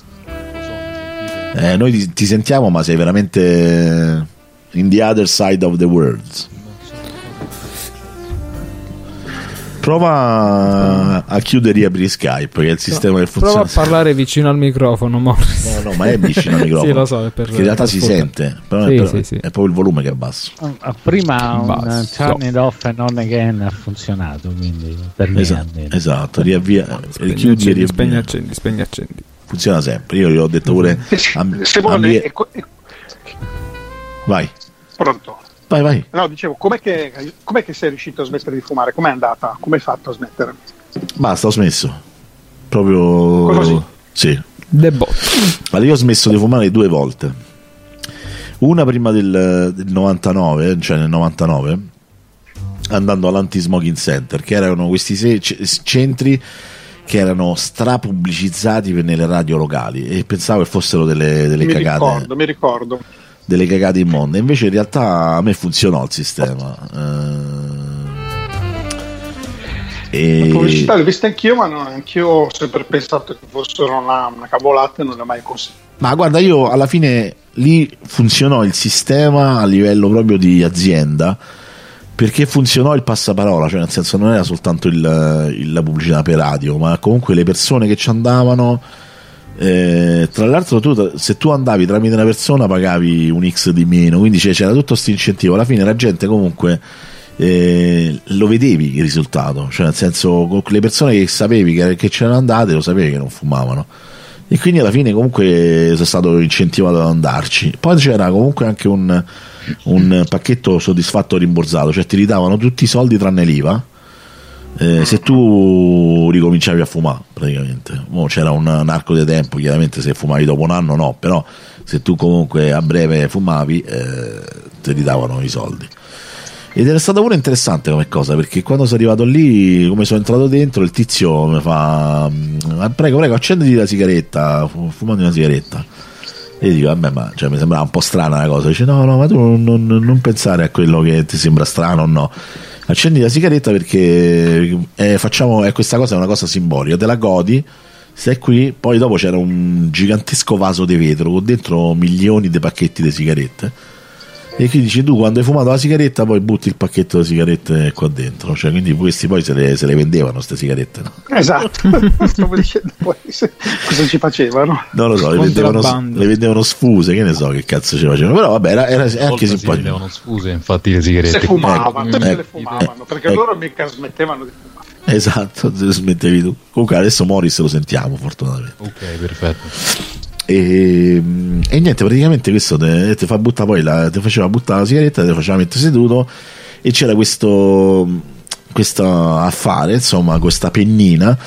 Eh, noi ti, ti sentiamo, ma sei veramente in the other side of the world. Prova a chiudere e riaprire Skype, che è il sistema che prova funziona. a parlare vicino al microfono, Morris. No, no, ma è vicino al microfono. Sì, lo so, è per- Perché in realtà per si fortuna. sente, però, Sì, è, però sì, sì. è proprio il volume che è basso. Ah, Prima un Basso. turn it off and on again ha funzionato, quindi per me Esatto, almeno. esatto, riavvia, Spegni, chiudi e accendi, riavvia. spegni, accendi, spegni, accendi. Funziona sempre. Io gli ho detto pure. amb- Se vuole, ambie- è co- è- Vai, pronto. vai, vai. No, dicevo, com'è che, com'è che sei riuscito a smettere di fumare? Com'è andata? Come hai fatto a smettere? Basta, ho smesso. Proprio. Così? Sì. The bot. Allora, io ho smesso di fumare due volte. Una prima del, del novantanove, cioè nel novantanove, andando all'Anti-Smoking Center, che erano questi se- c- centri che erano strapubblicizzati per- nelle radio locali, e pensavo che fossero delle, delle mi cagate. ricordo, mi ricordo. delle cagate immonde. Invece in realtà a me funzionò il sistema. Eh, La pubblicità e... l'ho vista anch'io, ma non, anch'io ho sempre pensato che fossero una, una cavolata e non l'ho mai consigliato. Ma guarda, io alla fine lì funzionò il sistema a livello proprio di azienda, perché funzionò il passaparola, cioè nel senso non era soltanto il, il, la pubblicità per radio, ma comunque le persone che ci andavano. Eh, tra l'altro tu, se tu andavi tramite una persona pagavi un X di meno, quindi c'era tutto questo incentivo. Alla fine la gente comunque eh, lo vedevi il risultato, cioè nel senso con le persone che sapevi che, che c'erano andate lo sapevi che non fumavano, e quindi alla fine comunque sono stato incentivato ad andarci. Poi c'era comunque anche un, un pacchetto soddisfatto rimborsato, cioè ti ridavano tutti i soldi tranne l'I V A. Eh, se tu ricominciavi a fumare praticamente. Mo c'era un, un arco di tempo, chiaramente se fumavi dopo un anno no, però se tu comunque a breve fumavi eh, ti ridavano i soldi. Ed era stata pure interessante come cosa, perché quando sono arrivato lì, come sono entrato dentro, il tizio mi fa prego prego accenditi la sigaretta, fumando una sigaretta. E io dico vabbè, ma cioè, mi sembrava un po' strana la cosa. Dice no no, ma tu non, non, non pensare a quello che ti sembra strano o no, accendi la sigaretta perché eh, facciamo eh, questa cosa è una cosa simbolica, te la godi, stai qui. Poi dopo c'era un gigantesco vaso di vetro con dentro milioni di pacchetti di sigarette, e quindi dici tu quando hai fumato la sigaretta poi butti il pacchetto di sigarette qua dentro, cioè quindi questi poi se le, se le vendevano queste sigarette, no? Esatto. Stavo dicendo poi se- cosa ci facevano. Non lo so, le vendevano, Contrabbando. le vendevano sfuse, che ne so che cazzo ci facevano, però vabbè era, era anche Volta si simpatico. vendevano scuse, infatti le sigarette. Se fumavano, Ecco, perché ecco, le fumavano, perché ecco. loro mica smettevano di fumare. Esatto, se smettevi tu. Comunque adesso Morris lo sentiamo fortunatamente. Ok, perfetto. E, e niente, praticamente questo te, te fa buttare poi la, te faceva buttare la sigaretta, te faceva mettere seduto, e c'era questo questo affare, insomma, questa pennina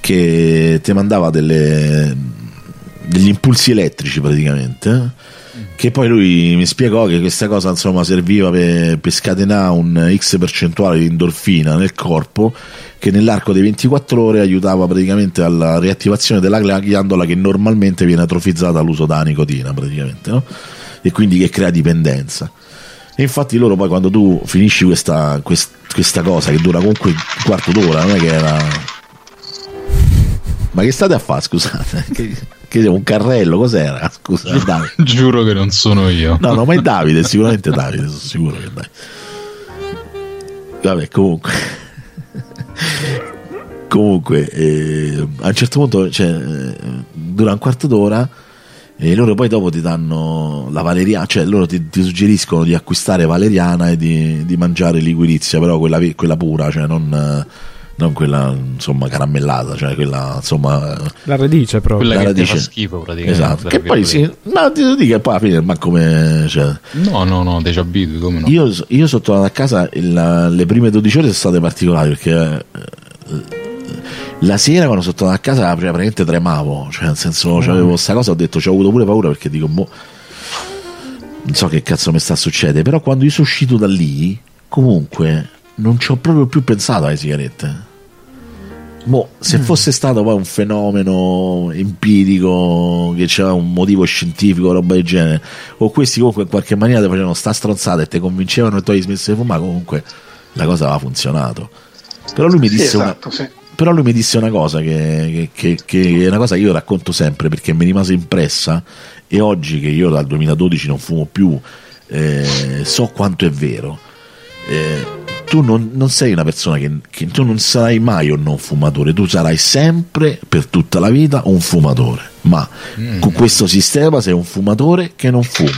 che ti mandava delle, degli impulsi elettrici praticamente, che poi lui mi spiegò che questa cosa insomma serviva per, per scatenare un X percentuale di endorfina nel corpo, che nell'arco dei ventiquattro ore aiutava praticamente alla riattivazione della ghiandola che normalmente viene atrofizzata dall'uso della nicotina praticamente, no? E quindi che crea dipendenza. E infatti loro poi quando tu finisci questa, quest, questa cosa che dura comunque un quarto d'ora, non è che era Ma che state a fare, scusate? Che, che un carrello, cos'era? Scusa, Giuro, Davide. giuro che non sono io. No, no, ma è Davide, sicuramente Davide, sono sicuro che dai. Vabbè, comunque. Comunque, eh, a un certo punto, cioè, dura un quarto d'ora e loro poi dopo ti danno la valeriana, cioè loro ti, ti suggeriscono di acquistare valeriana e di, di mangiare liquirizia, però quella, quella pura, cioè non... non quella insomma caramellata, cioè quella insomma la radice proprio, quella la che radice. ti fa schifo praticamente. Esatto, che poi sì, ma ti dico che poi alla fine ma come, cioè, no no no te ci abitui, come no. io, io sono tornato a casa il, le prime dodici ore sono state particolari perché eh, la sera quando sono tornato a casa praticamente tremavo, cioè nel senso cioè, avevo sta cosa, ho detto ci ho avuto pure paura perché dico boh, non so che cazzo mi sta succedendo, però quando io sono uscito da lì comunque non ci ho proprio più pensato alle sigarette. Mo, se fosse stato poi un fenomeno empirico che c'era un motivo scientifico, roba del genere, o questi comunque in qualche maniera ti facevano sta stronzata e ti convincevano e tu hai smesso di fumare, comunque la cosa aveva funzionato. Però lui mi disse, sì, esatto, una, sì. però lui mi disse una cosa che, che, che, che è una cosa che io racconto sempre perché mi rimase impressa, e oggi che io dal duemiladodici non fumo più, eh, so quanto è vero. Eh, tu non, non sei una persona che, che tu non sarai mai un non fumatore, tu sarai sempre per tutta la vita un fumatore, ma mm. con questo sistema sei un fumatore che non fuma,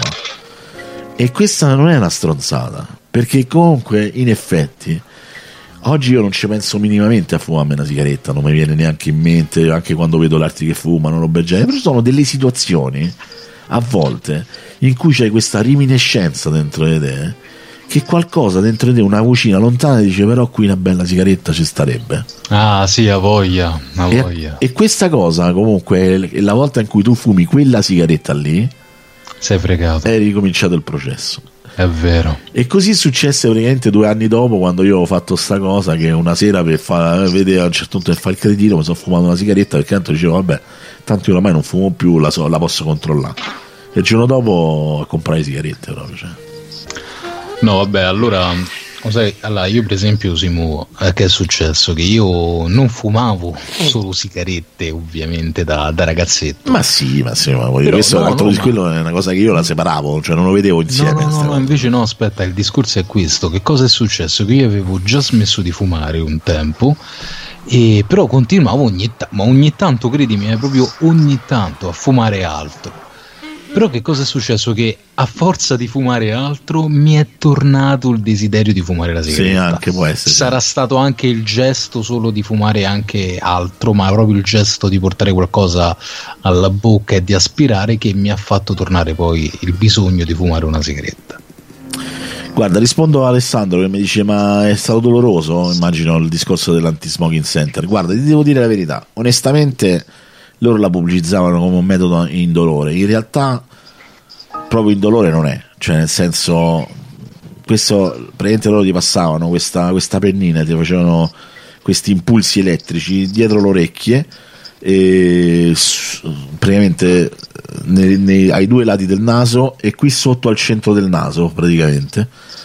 e questa non è una stronzata, perché comunque in effetti oggi io non ci penso minimamente a fumarmi una sigaretta, non mi viene neanche in mente, anche quando vedo altri che fumano, roba del genere, però ci sono delle situazioni a volte in cui c'è questa riminiscenza dentro di te, che qualcosa dentro di te, una vocina lontana, dice però qui una bella sigaretta ci starebbe. Ah sì, a voglia, a e, voglia. E questa cosa comunque la volta in cui tu fumi quella sigaretta lì sei fregato, è ricominciato il processo. È vero. E così successe praticamente due anni dopo, quando io ho fatto sta cosa, che una sera per far vedere a un certo punto per fare il cretino mi sono fumato una sigaretta, perché tanto dicevo vabbè, tanto io ormai non fumo più, la, so, la posso controllare, e il giorno dopo a comprare sigarette proprio, cioè. No vabbè, allora, sai, allora io per esempio Simo, eh, che è successo? Che io non fumavo solo sigarette ovviamente da, da ragazzetto. Ma sì, ma sì, ma voglio Però, questo no, è un altro no, di quello, ma... è una cosa che io la separavo, cioè non lo vedevo insieme. No, no, no, no, invece no, aspetta, il discorso è questo. Che cosa è successo? Che io avevo già smesso di fumare un tempo, e però continuavo ogni tanto, ma ogni tanto, credimi, è proprio ogni tanto a fumare altro. Però che cosa è successo? Che a forza di fumare altro mi è tornato il desiderio di fumare la sigaretta. Sì, anche può essere. Sarà stato anche il gesto solo di fumare anche altro, ma proprio il gesto di portare qualcosa alla bocca e di aspirare, che mi ha fatto tornare poi il bisogno di fumare una sigaretta. Guarda, rispondo a Alessandro che mi dice ma è stato doloroso, immagino, il discorso dell'anti-smoking center. Guarda, ti devo dire la verità, onestamente loro la pubblicizzavano come un metodo indolore, in realtà proprio indolore non è, cioè nel senso, questo praticamente loro ti passavano questa, questa pennina, ti facevano questi impulsi elettrici dietro le orecchie, e praticamente nei, nei, ai due lati del naso e qui sotto al centro del naso praticamente,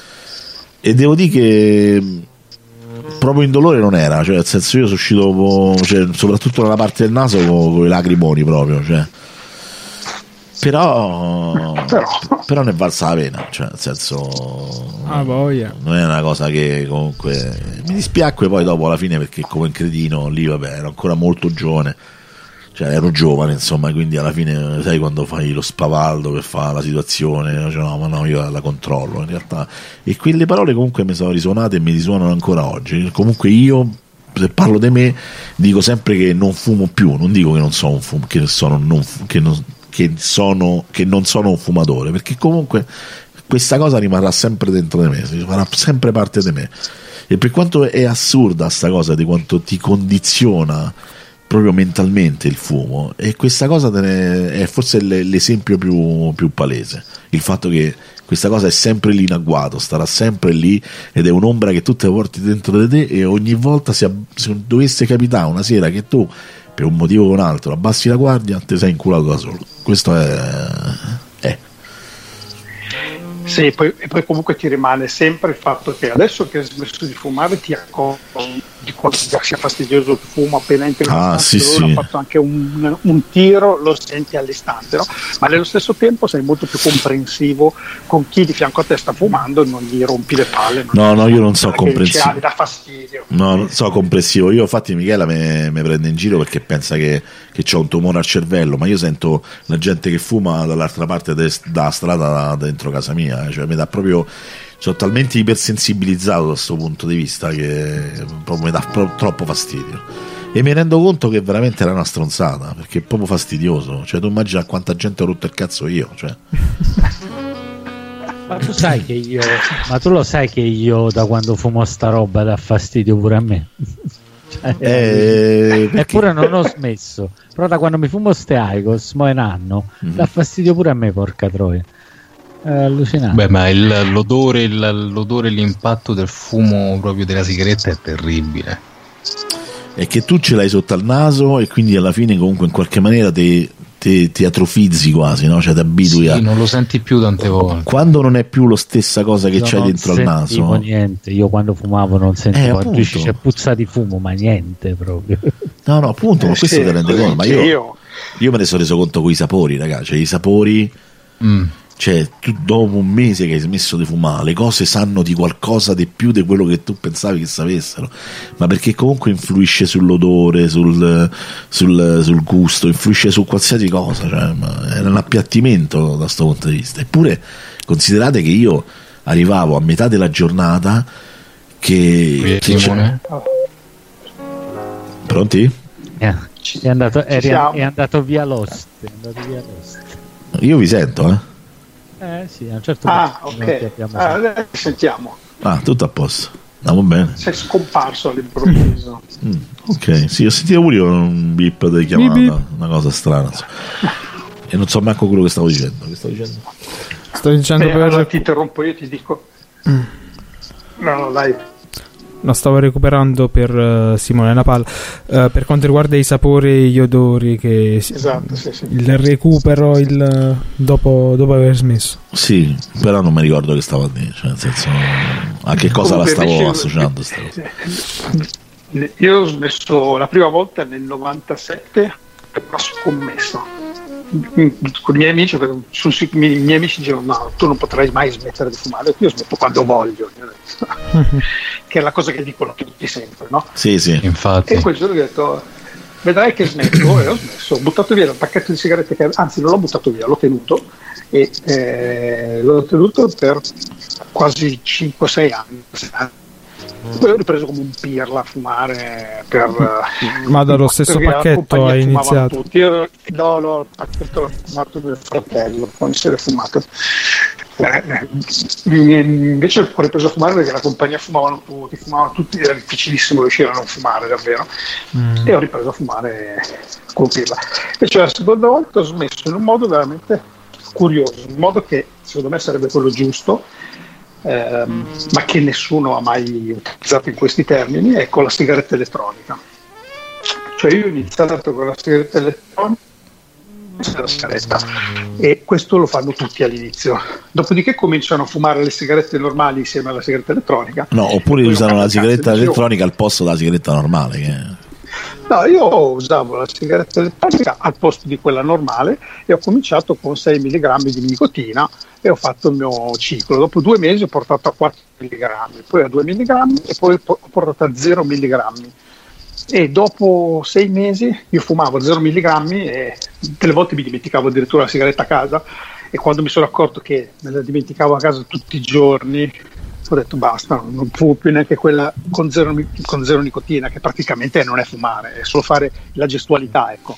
e devo dire che proprio indolore non era, cioè nel senso io sono uscito, cioè, soprattutto nella parte del naso con, con i lacrimoni proprio, cioè. Però, però però ne è valsa la pena, cioè nel senso ah, voglia. Non è una cosa che comunque mi dispiacque poi dopo alla fine, perché come un cretino lì, vabbè, ero ancora molto giovane, cioè ero giovane insomma, quindi alla fine sai quando fai lo spavaldo per fare la situazione, cioè, no ma no, io la controllo in realtà, e quelle parole comunque mi sono risuonate e mi risuonano ancora oggi. Comunque io, se parlo di me, dico sempre che non fumo più, non dico che non sono un fum- che sono non che non che sono che non sono un fumatore, perché comunque questa cosa rimarrà sempre dentro di me, farà sempre parte di me, e per quanto è assurda sta cosa di quanto ti condiziona proprio mentalmente il fumo, e questa cosa te ne è forse l'esempio più, più palese, il fatto che questa cosa è sempre lì in agguato, starà sempre lì, ed è un'ombra che tu te porti dentro di te, e ogni volta se, se dovesse capitare una sera che tu per un motivo o un altro abbassi la guardia, te sei inculato da solo. Questo è, è. Sì, poi, e poi comunque ti rimane sempre il fatto che adesso che hai smesso di fumare ti accorgi di quanto sia fastidioso il fumo appena entri in Ah, una sì, stanza, sì. ho fatto anche un, un tiro, lo senti all'istante, no? Ma nello stesso tempo sei molto più comprensivo con chi di fianco a te sta fumando e non gli rompi le palle. No, no, io non so perché comprensivo. ci dà fastidio. No, non so comprensivo. Io infatti Michela mi prende in giro perché pensa che, che ho un tumore al cervello, ma io sento la gente che fuma dall'altra parte de, della strada dentro casa mia, eh. Cioè mi dà proprio, sono talmente ipersensibilizzato da questo punto di vista che proprio mi dà pro, troppo fastidio. E mi rendo conto che veramente era una stronzata, perché è proprio fastidioso. Cioè tu immagina a quanta gente ho rotto il cazzo io, cioè. Ma tu sai che io, ma tu lo sai che io da quando fumo sta roba dà fastidio pure a me. Cioè, Eh, eppure non ho smesso. Però da quando mi fumo ste Icos, mo è un anno, Mhm. dà fastidio pure a me, porca troia. È allucinante. Beh, ma il- l'odore, il- l'odore e l'impatto del fumo proprio della sigaretta è terribile. è che tu ce l'hai sotto al naso e quindi alla fine comunque in qualche maniera ti, ti, ti atrofizzi quasi, no? Cioè ti abitui Sì, a... non lo senti più tante volte. Quando non è più la stessa cosa che Io c'hai non dentro al sentivo naso. niente. Io quando fumavo non sentivo, Eh, tu appunto. dici c'è puzza di fumo, ma niente proprio. No, no, appunto, ma Eh, questo sì, ti rende conto. Ma sì, io, io- io me ne sono reso conto con i sapori, ragazzi. Cioè, i sapori, Mm. cioè, tu dopo un mese che hai smesso di fumare, le cose sanno di qualcosa di più di quello che tu pensavi che sapessero. Ma perché comunque influisce sull'odore, sul, sul, sul gusto, influisce su qualsiasi cosa. Cioè, ma era un appiattimento da questo punto di vista. Eppure, considerate che io arrivavo a metà della giornata che. che Simone? Pronti? Eh, È andato, è, siamo. è andato via Lost. È andato via Lost. Io vi sento, eh? Eh sì, a un certo Ah, punto non ti ok. abbiamo Ah, sentito. adesso sentiamo. Ah, tutto a posto. Andiamo bene. Sei scomparso all'improvviso. Mm, ok, sì, ho sentito pure io un beep di chiamata, Beep, beep. una cosa strana. insomma. E non so manco quello che stavo dicendo. Che stavo dicendo? Sto dicendo Eh, allora per... ti interrompo io, ti dico. No, no, dai. No, stavo recuperando per eh, Simone la palla. Eh, per quanto riguarda i sapori e gli odori, che si- Esatto, sì, sì. il recupero il, dopo, dopo aver smesso. Sì, però non mi ricordo che stavo a dire. Cioè, nel senso, a che cosa la Comunque, stavo invece- associando? sta cosa? Io ho smesso la prima volta nel novantasette per una scommessa con i miei amici, perché sul sito- i miei amici dicevano no, tu non potrai mai smettere di fumare, io smetto quando voglio. Io ho detto, che è la cosa che dicono tutti sempre, no? Sì, sì. Infatti. E quel giorno ho detto vedrai che smetto, e ho smesso, ho buttato via il pacchetto di sigarette che, anzi non l'ho buttato via, l'ho tenuto e eh, l'ho tenuto per quasi cinque sei anni. Poi ho ripreso come un pirla a fumare per, Ma dallo stesso perché la pacchetto compagnia hai fumavano iniziato? tutti. Io, no, no, il pacchetto l'ho fumato mio fratello, poi si era fumato. Eh, invece ho ripreso a fumare perché la compagnia fumavano tutti, fumavano tutti, era difficilissimo riuscire a non fumare davvero. Mm. E ho ripreso a fumare con pirla. Invece la seconda volta ho smesso in un modo veramente curioso, in un modo che secondo me sarebbe quello giusto, ehm, ma che nessuno ha mai utilizzato in questi termini, è con la sigaretta elettronica. Cioè io ho iniziato con la sigaretta elettronica la sigaretta, e questo lo fanno tutti all'inizio, dopodiché cominciano a fumare le sigarette normali insieme alla sigaretta elettronica. No, oppure Poi usano fanno la cazzo, sigaretta dicevo, elettronica al posto della sigaretta normale. Che... no, io usavo la sigaretta elettronica al posto di quella normale e ho cominciato con sei milligrammi di nicotina e ho fatto il mio ciclo. Dopo due mesi ho portato a quattro milligrammi, poi a due milligrammi e poi ho portato a zero milligrammi. E dopo sei mesi io fumavo zero milligrammi e delle volte mi dimenticavo addirittura la sigaretta a casa, e quando mi sono accorto che me la dimenticavo a casa tutti i giorni ho detto basta, non fumo più neanche quella con zero, con zero nicotina, che praticamente non è fumare, è solo fare la gestualità, ecco.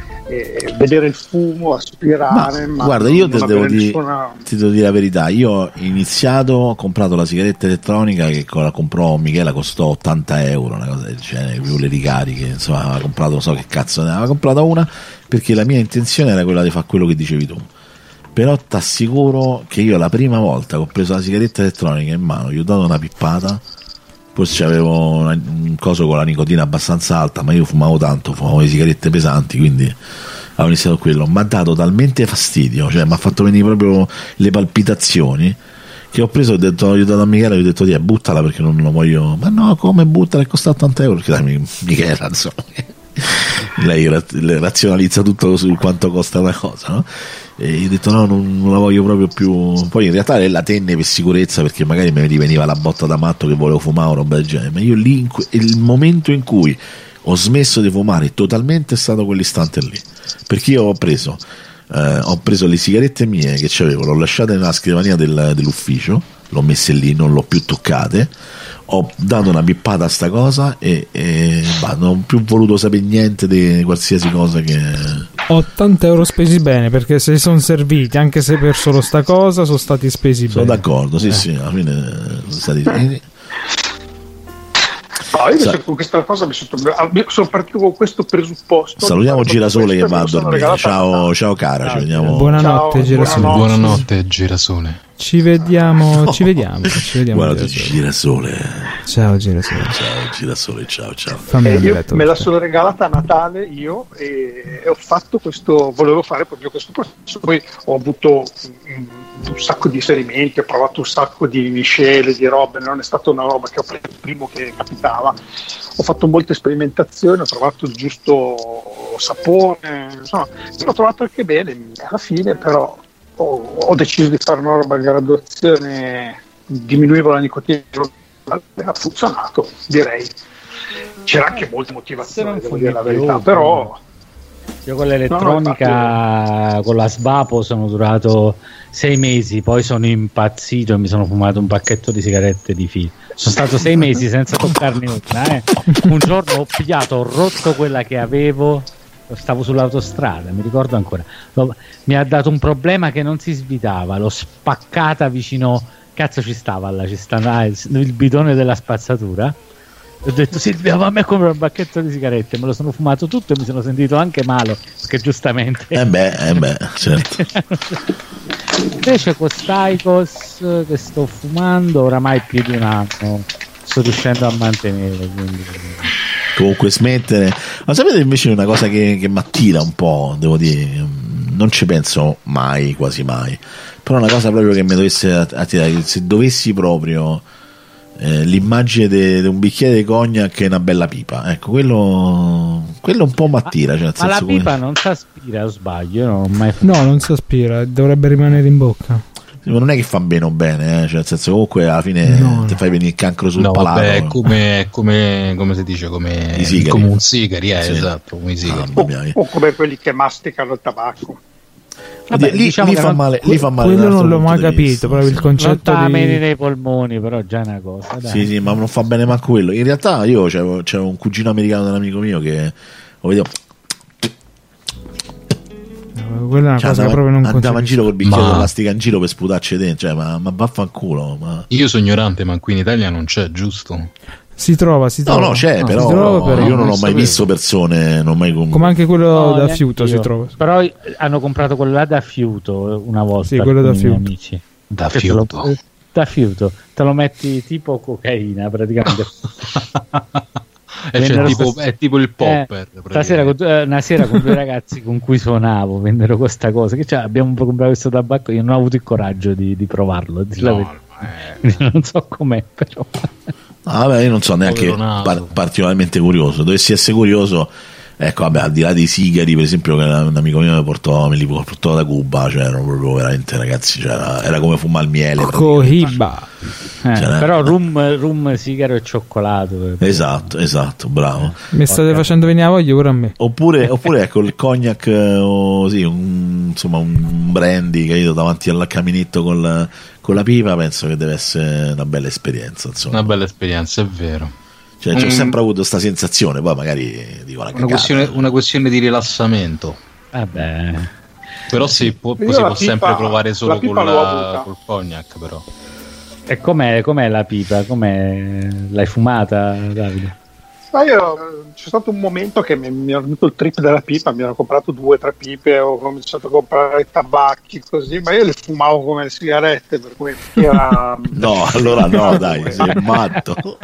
E vedere il fumo, aspirare. Ma, ma guarda, io non te devo avere dire, nessuna... ti devo dire la verità. Io ho iniziato, ho comprato la sigaretta elettronica che la comprò Michela, costò ottanta euro, una cosa del genere, più le ricariche. Insomma, aveva comprato, non so che cazzo ne aveva comprata una, perché la mia intenzione era quella di fare quello che dicevi tu. Però ti assicuro che io la prima volta che ho preso la sigaretta elettronica in mano, gli ho dato una pippata. Forse avevo una, un coso con la nicotina abbastanza alta, ma io fumavo tanto, fumavo le sigarette pesanti, quindi avevo iniziato quello. Mi ha dato talmente fastidio, cioè mi ha fatto venire proprio le palpitazioni, che ho preso, ho detto, ho aiutato a Michela, gli ho detto, "Dì, buttala perché non lo voglio". Ma no, come buttala, è costato ottanta euro, perché dai, Michela, insomma, lei razionalizza tutto su quanto costa una cosa, no? E gli ho detto no, non, non la voglio proprio più. Poi in realtà lei la tenne per sicurezza, perché magari mi riveniva la botta da matto che volevo fumare o roba del genere. Ma io lì, in que- il momento in cui ho smesso di fumare totalmente è stato quell'istante lì, perché io ho preso eh, ho preso le sigarette mie che c'avevo, l'ho lasciate nella scrivania del, dell'ufficio, l'ho messe lì, non l'ho più toccate, ho dato una pippata a sta cosa e, e bah, non ho più voluto sapere niente di qualsiasi cosa che... ottanta euro spesi bene, perché se sono serviti, anche se per solo sta cosa, sono stati spesi sono bene. Sono d'accordo, sì, eh. sì, alla fine sono stati... No, io Sa- con questa cosa mi sono, sono partito con questo presupposto. Salutiamo Girasole che va a dormire. Ciao, ciao cara, ci vediamo. Buonanotte, ciao, Girasole. Buonanotte, buonanotte Girasole. Ci vediamo, no. ci vediamo, ci vediamo. Buonanotte Girasole. Ciao Girasole. Ciao Girasole, ciao ciao. Eh, io me la sono regalata a Natale io e, e ho fatto questo, volevo fare proprio questo processo, poi ho avuto un, un sacco di esperimenti, ho provato un sacco di miscele, di robe, non è stata una roba che ho preso il primo che capitava, ho fatto molte sperimentazioni, ho trovato il giusto sapore, insomma, l'ho trovato anche bene alla fine, però ho, ho deciso di fare una roba a graduazione, diminuivo la nicotina, ha funzionato, direi. C'era anche molte motivazioni, devo dire la verità, però io con l'elettronica, no, no, con la Svapo sono durato sei mesi, poi sono impazzito e mi sono fumato un pacchetto di sigarette di filo. Sono stato sei mesi senza toccarne una, eh. Un giorno ho pigliato, ho rotto quella che avevo, stavo sull'autostrada, mi ricordo ancora, mi ha dato un problema che non si svitava, l'ho spaccata vicino, cazzo ci stava là, ci stava il bidone della spazzatura. Ho detto Silvia, fammi a comprare un pacchetto di sigarette, me lo sono fumato tutto e mi sono sentito anche male, perché giustamente eh beh, eh beh, certo. Invece con Staicos che sto fumando oramai più di un anno, sto riuscendo a mantenere, quindi... comunque smettere. Ma sapete invece una cosa che, che mi attira un po', devo dire, non ci penso mai, quasi mai, però una cosa proprio che mi dovesse attirare, se dovessi proprio eh, l'immagine di un bicchiere di cognac e una bella pipa, ecco, quello quello un po' mi attira, cioè, ma la pipa come... non si aspira, o sbaglio? Non ho mai... no, non si aspira, dovrebbe rimanere in bocca. Ma non è che fa bene o bene, eh? Cioè, nel senso, comunque alla fine no, ti no. fai venire il cancro sul no, palato. Vabbè, è come, come, come si dice, come, come un sigari, eh, sì. Esatto, come i sigari. O, o come quelli che masticano il tabacco. Vabbè, lì, diciamo lì, fa non... male, lì fa male. Quello non l'ho mai capito, proprio sì. il concetto non di... nei polmoni, però già è una cosa. Dai. Sì, sì, ma non fa bene manco quello. In realtà io c'avevo, c'avevo un cugino americano di un amico mio che lo vedevo. Quella è una cioè, cosa andava, che proprio non andava in giro col bicchiere ma... di plastica in giro per sputarci dentro, cioè, ma, ma vaffanculo. Ma... io sono ignorante, ma qui in Italia non c'è, giusto? Si trova, si trova. No, no, c'è, no, però, trova, però io non ho mai visto persone, non mai com- come anche quello no, da fiuto io. Si trova. Però hanno comprato quello là da fiuto una volta. Sì, quello da fiuto. Amici. Da fiuto. Lo, da fiuto. Te lo metti tipo cocaina, praticamente. E cioè, tipo, è tipo il popper. Eh, stasera, una sera con due ragazzi con cui suonavo vennero questa cosa. Che cioè, abbiamo comprato questo tabacco. Io non ho avuto il coraggio di, di provarlo. Di no, eh. Non so com'è, però. Ah, vabbè, io non so neanche par- particolarmente curioso. Dovessi essere curioso, ecco, vabbè, al di là dei sigari, per esempio, che un amico mio mi portò, me li portò da Cuba, cioè erano proprio veramente, ragazzi, cioè, era, era come fumare il miele. Cohiba. Eh, cioè, però rum, rum, sigaro e cioccolato. Esatto, esatto, bravo. Mi state okay. facendo venire a voglia pure a me. Oppure, oppure ecco, il cognac, o sì, un, insomma, un brandy, capito, davanti al caminetto con con la pipa, penso che deve essere una bella esperienza, insomma. Una bella esperienza, è vero. Cioè, mm. ho sempre avuto questa sensazione, poi magari dico una, una questione, una questione di rilassamento. Vabbè. Però sì, può, si può pipa, sempre provare solo con la, col cognac, però. E com'è, com'è la pipa? Com'è? L'hai fumata, Davide? Ma io c'è stato un momento che mi, mi era venuto il trip della pipa, mi ero comprato due o tre pipe, ho cominciato a comprare tabacchi così, ma io le fumavo come le sigarette, per cui era... no, allora no, dai, sei matto.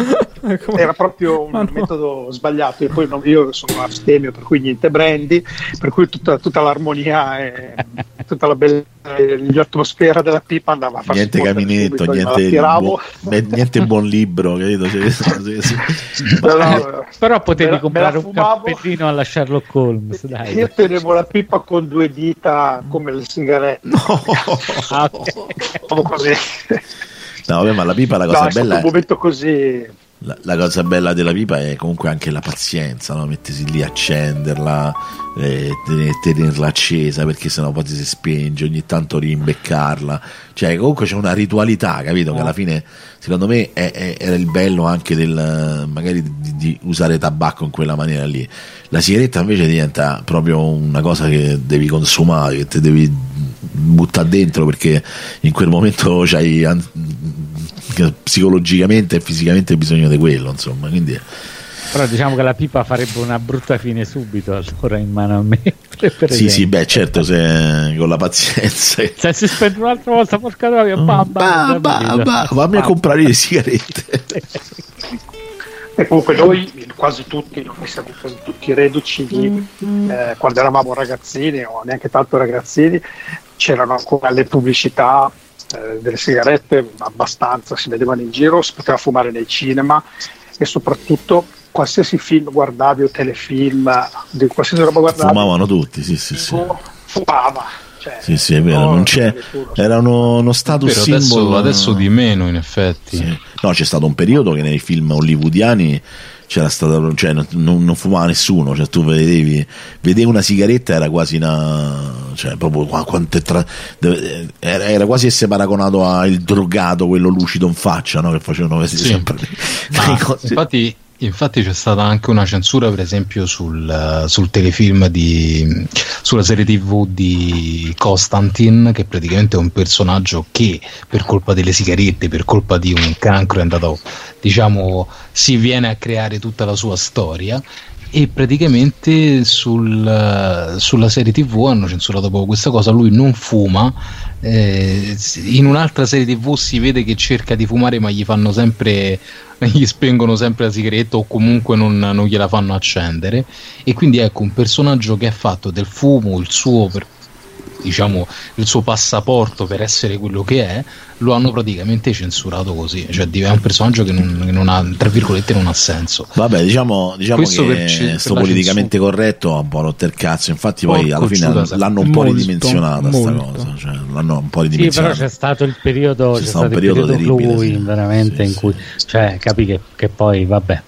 era proprio un no. metodo sbagliato. E poi no, io sono astemio, per cui niente brandy, per cui tutta, tutta l'armonia e tutta la bella l'atmosfera della pipa andava a fare niente caminetto, subito, niente, buon, niente buon libro, capito? Però, però potevi me, comprare me un cappellino alla Sherlock Holmes, dai. Io tenevo la pipa con due dita come le sigarette. No. Ah, okay. Così. No, vabbè, ma la pipa la cosa no, è bella è un momento così. La, la cosa bella della pipa è comunque anche la pazienza, no? Mettersi lì, accenderla, eh, tenerla accesa, perché sennò poi si spenge, ogni tanto rimbeccarla. Cioè, comunque c'è una ritualità, capito? Che alla fine, secondo me, è, è, era il bello anche del magari di, di usare tabacco in quella maniera lì. La sigaretta invece diventa proprio una cosa che devi consumare, che ti devi buttare dentro, perché in quel momento c'hai psicologicamente e fisicamente bisogno di quello, insomma, quindi. Però diciamo che la pipa farebbe una brutta fine subito allora in mano a me. Sì, sì, beh, certo, se con la pazienza. Se si spende un'altra volta, porca troia, bam, bam, bam, bam, fammi a comprare le sigarette. E comunque noi quasi tutti, noi siamo quasi tutti reduci di eh, quando eravamo ragazzini o neanche tanto ragazzini, c'erano ancora le pubblicità eh, delle sigarette, abbastanza si vedevano in giro, si poteva fumare nei cinema e soprattutto qualsiasi film guardavi o telefilm di qualsiasi roba guardavi fumavano tutti, sì sì sì fumava, cioè, sì sì è vero, non c'è, era uno, uno status però simbolo. Adesso, adesso di meno in effetti sì. No, c'è stato un periodo che nei film hollywoodiani c'era stato, cioè non, non fumava nessuno, cioè tu vedevi vedevi una sigaretta, era quasi una, cioè proprio quante tra, era, era quasi essere paragonato al drogato, quello lucido in faccia, no? Che facevano questi sì. sempre ah, infatti Infatti c'è stata anche una censura, per esempio, sul, sul telefilm di sulla serie tivù di Constantine, che praticamente è un personaggio che per colpa delle sigarette, per colpa di un cancro è andato, diciamo, si viene a creare tutta la sua storia. E praticamente sul, sulla serie tivù hanno censurato proprio questa cosa. Lui non fuma, eh, in un'altra serie tivù si vede che cerca di fumare, ma gli fanno sempre, gli spengono sempre la sigaretta o comunque non, non gliela fanno accendere. E quindi ecco, un personaggio che ha fatto del fumo il suo, per, diciamo, il suo passaporto per essere quello che è, lo hanno praticamente censurato così, cioè è un personaggio che non, che non ha, tra virgolette, non ha senso. Vabbè, diciamo, diciamo che per, sto per politicamente censura. Corretto ha un po' rotto il cazzo, infatti poi alla fine l'hanno un po' molto, ridimensionata sta cosa, cioè l'hanno un po' ridimensionata. Sì, però c'è stato il periodo, c'è, c'è stato, stato un periodo, periodo terribile, lui, sì. veramente sì, in cui, sì. cioè, capi che, che poi vabbè.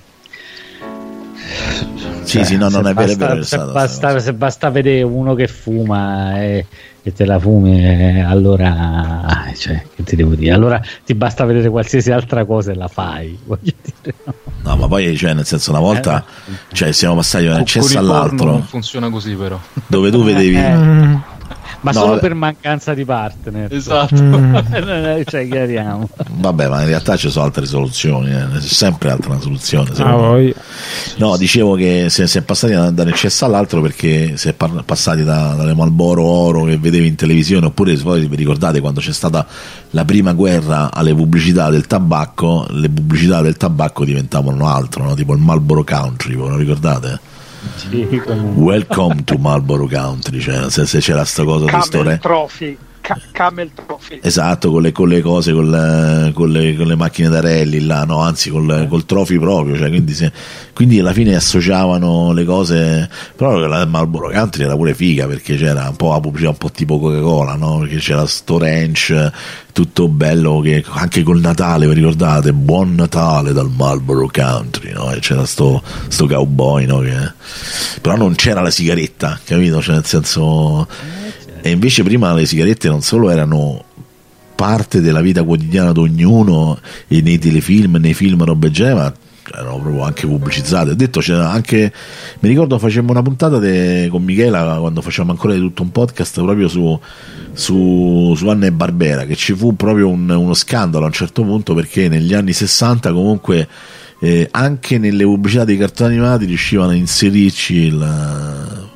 Sì, cioè, sì, no, non è vero, basta, è vero, se, basta, se basta vedere uno che fuma e, e te la fumi, e allora, cioè, che ti devo dire? Allora ti basta vedere qualsiasi altra cosa e la fai, voglio dire. No, no ma poi, cioè, nel senso, una volta, eh, cioè, siamo passati da un eccesso all'altro. Non funziona così, però. Dove tu vedevi. Eh. Ma no, solo per mancanza di partner, esatto. Mm. Cioè, chiariamo. Vabbè, ma in realtà ci sono altre soluzioni, eh. C'è sempre altra soluzione. Ah, voi. No, dicevo che si è passati da un eccesso all'altro perché si è par- passati da, dalle Marlboro Oro che vedevi in televisione, oppure voi vi ricordate quando c'è stata la prima guerra alle pubblicità del tabacco, le pubblicità del tabacco diventavano altro, no? Tipo il Marlboro Country, ve lo ricordate? Sì, Welcome to Marlboro Country, cioè se, se c'era sta cosa di sto re Trophy, ca- Camel Trophy, esatto, con le, con le cose con le, con, le, con le macchine da rally là, no, anzi col, col trophy proprio, cioè, quindi, se, quindi alla fine associavano le cose, però la Marlboro Country era pure figa perché c'era un po' la pubblicità un po' tipo Coca-Cola, no? Perché c'era sto ranch tutto bello, che anche col Natale, vi ricordate? Buon Natale dal Marlboro Country, no? E c'era sto, sto cowboy, no? Che, però non c'era la sigaretta, capito? Cioè, nel senso, e invece prima le sigarette non solo erano parte della vita quotidiana di ognuno, e nei telefilm, nei film, robe genere, ma erano proprio anche pubblicizzate. Ho detto, c'era anche, mi ricordo facemmo una puntata de, con Michela quando facevamo ancora di tutto un podcast proprio su su, su Hanna e Barbera, che ci fu proprio un, uno scandalo a un certo punto perché negli anni sessanta comunque eh, anche nelle pubblicità dei cartoni animati riuscivano a inserirci il,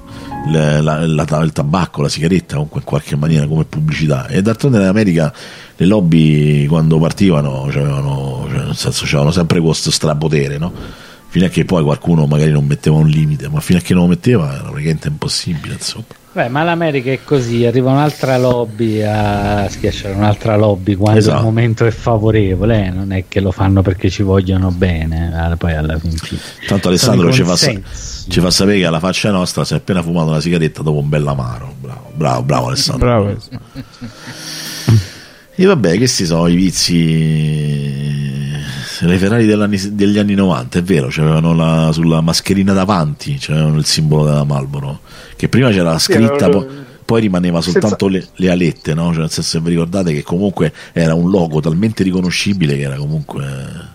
la, la, la, il tabacco, la sigaretta, comunque in qualche maniera come pubblicità. E d'altronde in America le lobby quando partivano c'avevano, cioè, nel senso, c'avevano sempre questo strapotere, no? Fino a che poi qualcuno magari non metteva un limite, ma fino a che non lo metteva era praticamente impossibile, insomma. Beh, ma l'America è così, arriva un'altra lobby a schiacciare un'altra lobby quando esatto. il momento è favorevole, eh? Non è che lo fanno perché ci vogliono bene, poi alla fine. Tanto Alessandro ci fa, ci fa sapere che alla faccia nostra si è appena fumato una sigaretta dopo un bel amaro. Bravo, bravo, bravo Alessandro. Bravo. E vabbè, questi sono i vizi. Le Ferrari degli anni novanta, è vero, c'avevano la, sulla mascherina davanti c'avevano il simbolo della Marlboro, che prima c'era la scritta, poi, poi rimaneva soltanto le, le alette, no? Cioè, nel senso, se vi ricordate che comunque era un logo talmente riconoscibile che era comunque,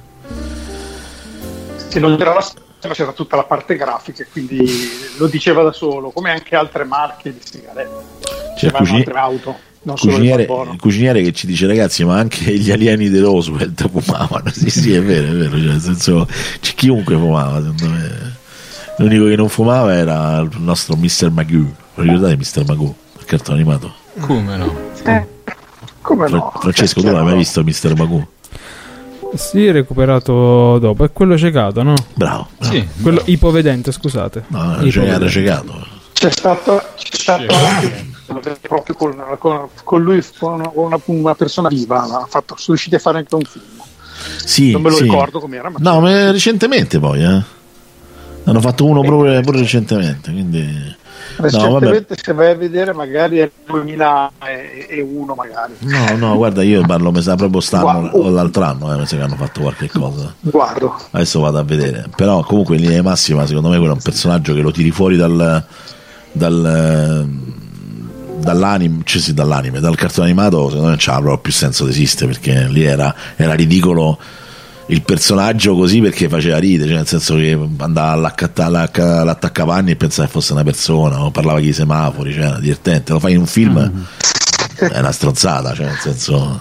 se non c'era la scritta c'era tutta la parte grafica, quindi lo diceva da solo, come anche altre marche di sigarette, cioè, cucini- altre auto. Il cuciniere, il cuciniere che ci dice: ragazzi, ma anche gli alieni di Roosevelt fumavano. Sì, sì, è vero, è vero. Cioè, nel senso, chiunque fumava, secondo me. L'unico che non fumava era il nostro mister Magoo. Lo ricordate mister Magoo? Il cartone animato? Come no? Eh, come no? Francesco, tu l'hai mai visto mister Magoo? Sì, recuperato dopo. È quello ciecato, no? Bravo. bravo sì, bravo. Quello ipovedente, scusate. No, era ciecato. C'è stato, c'è stato anche proprio con, con, con lui, con una, una, una persona viva, ha fatto, sono riusciti a fare anche un film. Sì, non me lo sì. ricordo com'era, ma no, ma recentemente poi eh. hanno fatto uno pure, pure recentemente, quindi recentemente no, se vai a vedere magari è il duemilauno magari. No, no, guarda, io parlo, mi sa proprio st'anno o l'altro anno, eh, mi sa che hanno fatto qualche cosa. Guardo. Adesso vado a vedere. Però comunque in linea di massima secondo me quello è un personaggio che lo tiri fuori dal dal dall'anime, cioè sì, dall'anime, dal cartone animato, secondo me non c'ha proprio più senso di esistere, perché lì era, era ridicolo il personaggio così, perché faceva ridere, cioè nel senso che andava all'attaccapanni e pensava che fosse una persona, o parlava di semafori, cioè era divertente. Lo fai in un film, mm. è una strozzata, cioè nel senso.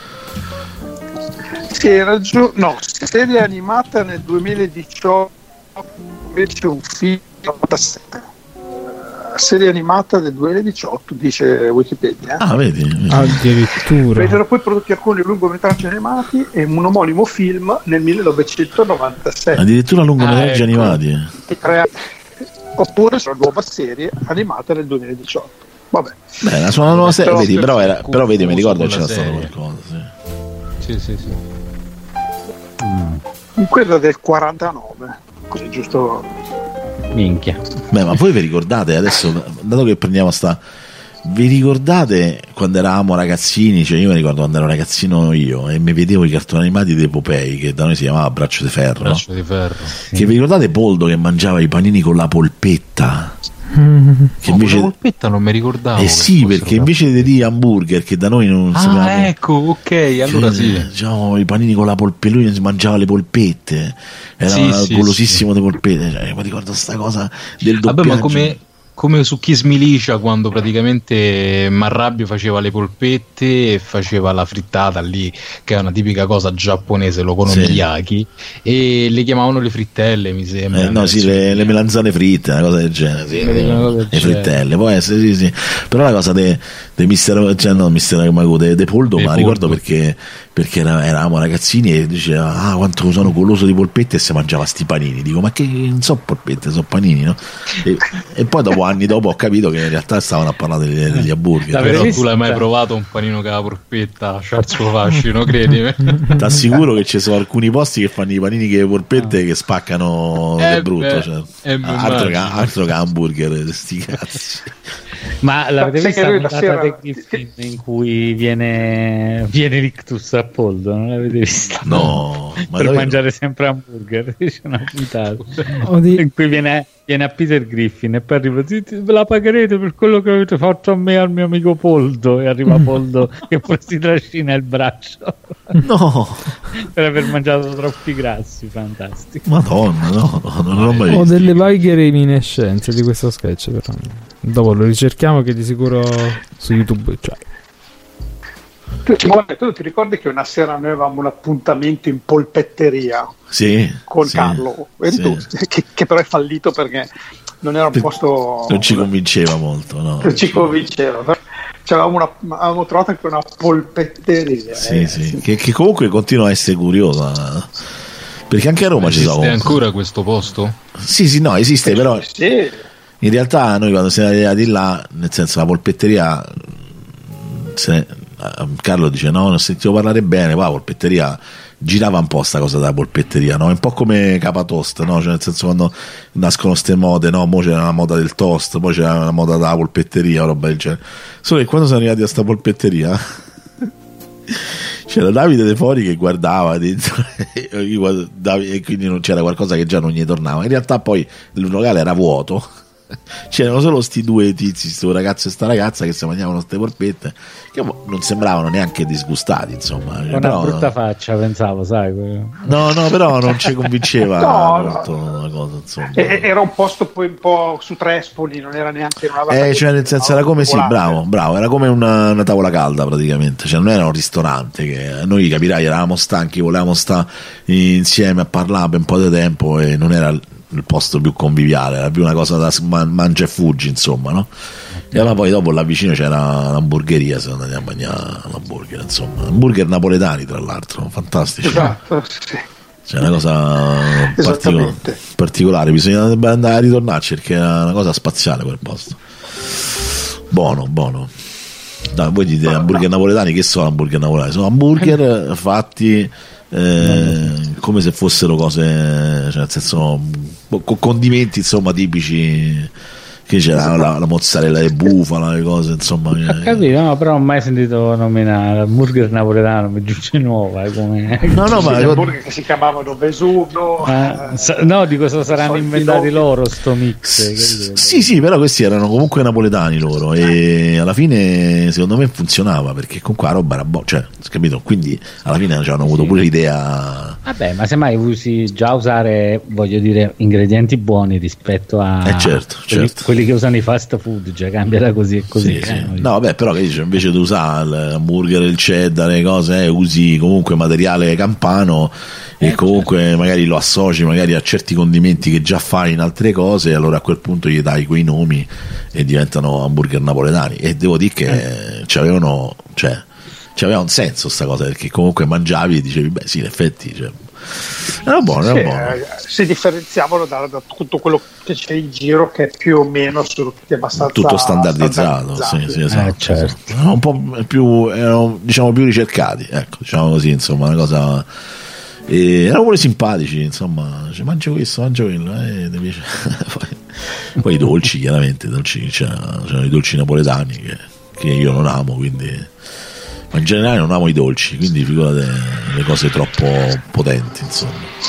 Sì, era giù, no, serie animata nel duemiladiciotto, invece un film novantasette. Serie animata del duemiladiciotto, dice Wikipedia. Ah, vedi? Addirittura. Vennero poi prodotti alcuni lungometraggi animati e un omonimo film nel millenovecentonovantasette. Addirittura lungometraggi ah, ecco. animati. Tre... Oppure sulla nuova serie animata nel duemiladiciotto. Vabbè. Beh, la sua nuova serie, vedi, però, era, però vedi, mi ricordo che c'era stato qualcosa. Sì, sì, sì. sì. Mm. Quella del quarantanove, così giusto. Minchia. Beh, ma voi vi ricordate adesso, dato che prendiamo sta, vi ricordate quando eravamo ragazzini? Cioè io mi ricordo quando ero ragazzino io e mi vedevo i cartoni animati dei Popei, che da noi si chiamava Braccio di Ferro. Braccio di Ferro. Che sì. Vi ricordate Poldo che mangiava i panini con la polpetta? Che no, invece... la polpetta non mi ricordavo. Eh sì, perché invece dei di hamburger che da noi non ah, sapevamo. Ah, ecco, ok, allora che, sì. Diciamo, i panini con la polpetta, lui si mangiava le polpette. Era sì, sì, golosissimo sì. di polpette. Cioè, mi ricordo sta cosa del doppiaggio. Vabbè, ma come, come su Kiss Milicia, quando praticamente Marrabbio faceva le polpette e faceva la frittata lì, che è una tipica cosa giapponese, l'okonomiyaki, sì. E le chiamavano le frittelle, mi sembra. Eh, no, sì, le, le melanzane fritte, una cosa del genere, sì, le, le, le frittelle, può essere, sì, sì. Però la cosa de, de mister, cioè no, mister Magoo, de, de Poldo, ma ricordo perché perché era, eravamo ragazzini e diceva ah quanto sono goloso di polpette, e si mangiava sti panini. Dico ma che non so polpette, sono panini, no? E, e poi dopo anni dopo ho capito che in realtà stavano a parlare degli, degli hamburger. Però tu l'hai mai provato un panino con la polpetta? C'ha il suo fascino, credimi. Ti assicuro che ci sono alcuni posti che fanno i panini con le polpette no. che spaccano eh che brutto, beh, cioè. eh, altro, che, altro che hamburger, sti cazzi. Ma l'avete vista la puntata sera... di Griffin in cui viene viene l'ictus a Poldo? Non l'avete vista? No, ma per mangiare sempre hamburger. C'è una puntata in cui viene, viene a Peter Griffin e poi arriva, ve la pagherete per quello che avete fatto a me e al mio amico Poldo, e arriva Poldo che poi si trascina il braccio no per aver mangiato troppi grassi. Fantastico. Madonna, no, no non l'ho mai visto. Ho delle vaghe reminiscenze di questo sketch, però dopo lo ricerchiamo, che di sicuro su YouTube c'è. Tu, tu ti ricordi che una sera noi avevamo un appuntamento in polpetteria sì, con sì, Carlo sì. che, che però è fallito perché non era un posto, non ci convinceva molto, no? Non ci convinceva, però c'avevamo una, avevamo trovato anche una polpetteria, sì, eh, sì. sì. Che, che comunque continua a essere curiosa, perché anche a Roma ci sono. Esiste ancora questo posto? Sì, sì, no, esiste, però Sì. in realtà noi quando siamo arrivati là, nel senso la polpetteria, se ne, Carlo dice no, non ho sentito parlare bene, poi la polpetteria girava un po' sta cosa della polpetteria, no? È un po' come Capatoast, no? Cioè nel senso quando nascono ste mode, no? Mo c'era la moda del toast, poi c'era la moda della polpetteria, roba del genere. Solo che quando sono arrivati a sta polpetteria c'era Davide De Fori che guardava dentro e quindi non c'era qualcosa che già non gli tornava. In realtà poi il locale era vuoto, c'erano solo sti due tizi, sto ragazzo e sta ragazza che si mangiavano ste polpette che non sembravano neanche disgustati, insomma. Con però, una brutta faccia, pensavo, sai. No, no, però non ci convinceva no, molto no. la cosa, insomma. E, era un posto poi un po' su Trespoli, non era neanche una Eh, cioè nel senso era come sì, bravo, bravo, era come una, una tavola calda praticamente, cioè non era un ristorante che noi, capirai, eravamo stanchi, volevamo stare insieme a parlare per un po' di tempo e non era il posto più conviviale, era più una cosa da man- mangia e fuggi, insomma, no? E ma poi dopo là vicino c'era l'hamburgeria, se andiamo a mangiare l'hamburger, insomma, hamburger napoletani tra l'altro, fantastici. Esatto, sì. C'è una cosa particolare, particolare, bisogna andare a ritornarci perché è una cosa spaziale quel posto. Buono, buono. Dai, voi dite hamburger napoletani, che sono hamburger napoletani? Sono hamburger fatti eh, come se fossero cose, cioè nel senso con condimenti insomma tipici, che c'era la, la mozzarella di bufala, le cose insomma. Ho capito, no, però non ho mai sentito nominare hamburger napoletano, mi giunge nuova, come... no no ma gli hamburger che si chiamavano Vesuvio, eh, sa- no, di cosa saranno inventati loro sto mix, S- sì sì, però questi erano comunque napoletani loro e alla fine secondo me funzionava perché comunque la roba era buona, cioè capito, quindi alla fine ci hanno avuto sì. pure l'idea. Vabbè, ma semmai usi già usare, voglio dire, ingredienti buoni rispetto a eh certo, quelli, certo. quelli che usano i fast food, cioè cambiala così e così. Sì, eh, sì. No, vabbè, però che dice, invece di usare l'hamburger, il cheddar, le cose, eh, usi comunque materiale campano e eh, comunque certo. magari lo associ magari a certi condimenti che già fai in altre cose e allora a quel punto gli dai quei nomi e diventano hamburger napoletani. E devo dire che eh. c'avevano, cioè, c'aveva un senso sta cosa, perché comunque mangiavi e dicevi, beh sì, in effetti, cioè, era buono, era sì, buono. eh, si differenziavano da, da tutto quello che c'è in giro, che più o meno sono tutti abbastanza tutto standardizzato, standardizzati. sì, sì, esatto, Eh, certo. esatto. Erano un po' più, erano, diciamo, più ricercati, ecco, diciamo così, insomma, una cosa. E erano pure simpatici, insomma, cioè, mangia questo, mangia quello, eh, ti piace. poi, poi i dolci, chiaramente, dolci, c'erano, c'erano i dolci napoletani che, che io non amo, quindi. Ma in generale non amo i dolci, quindi figurate le cose troppo potenti, insomma.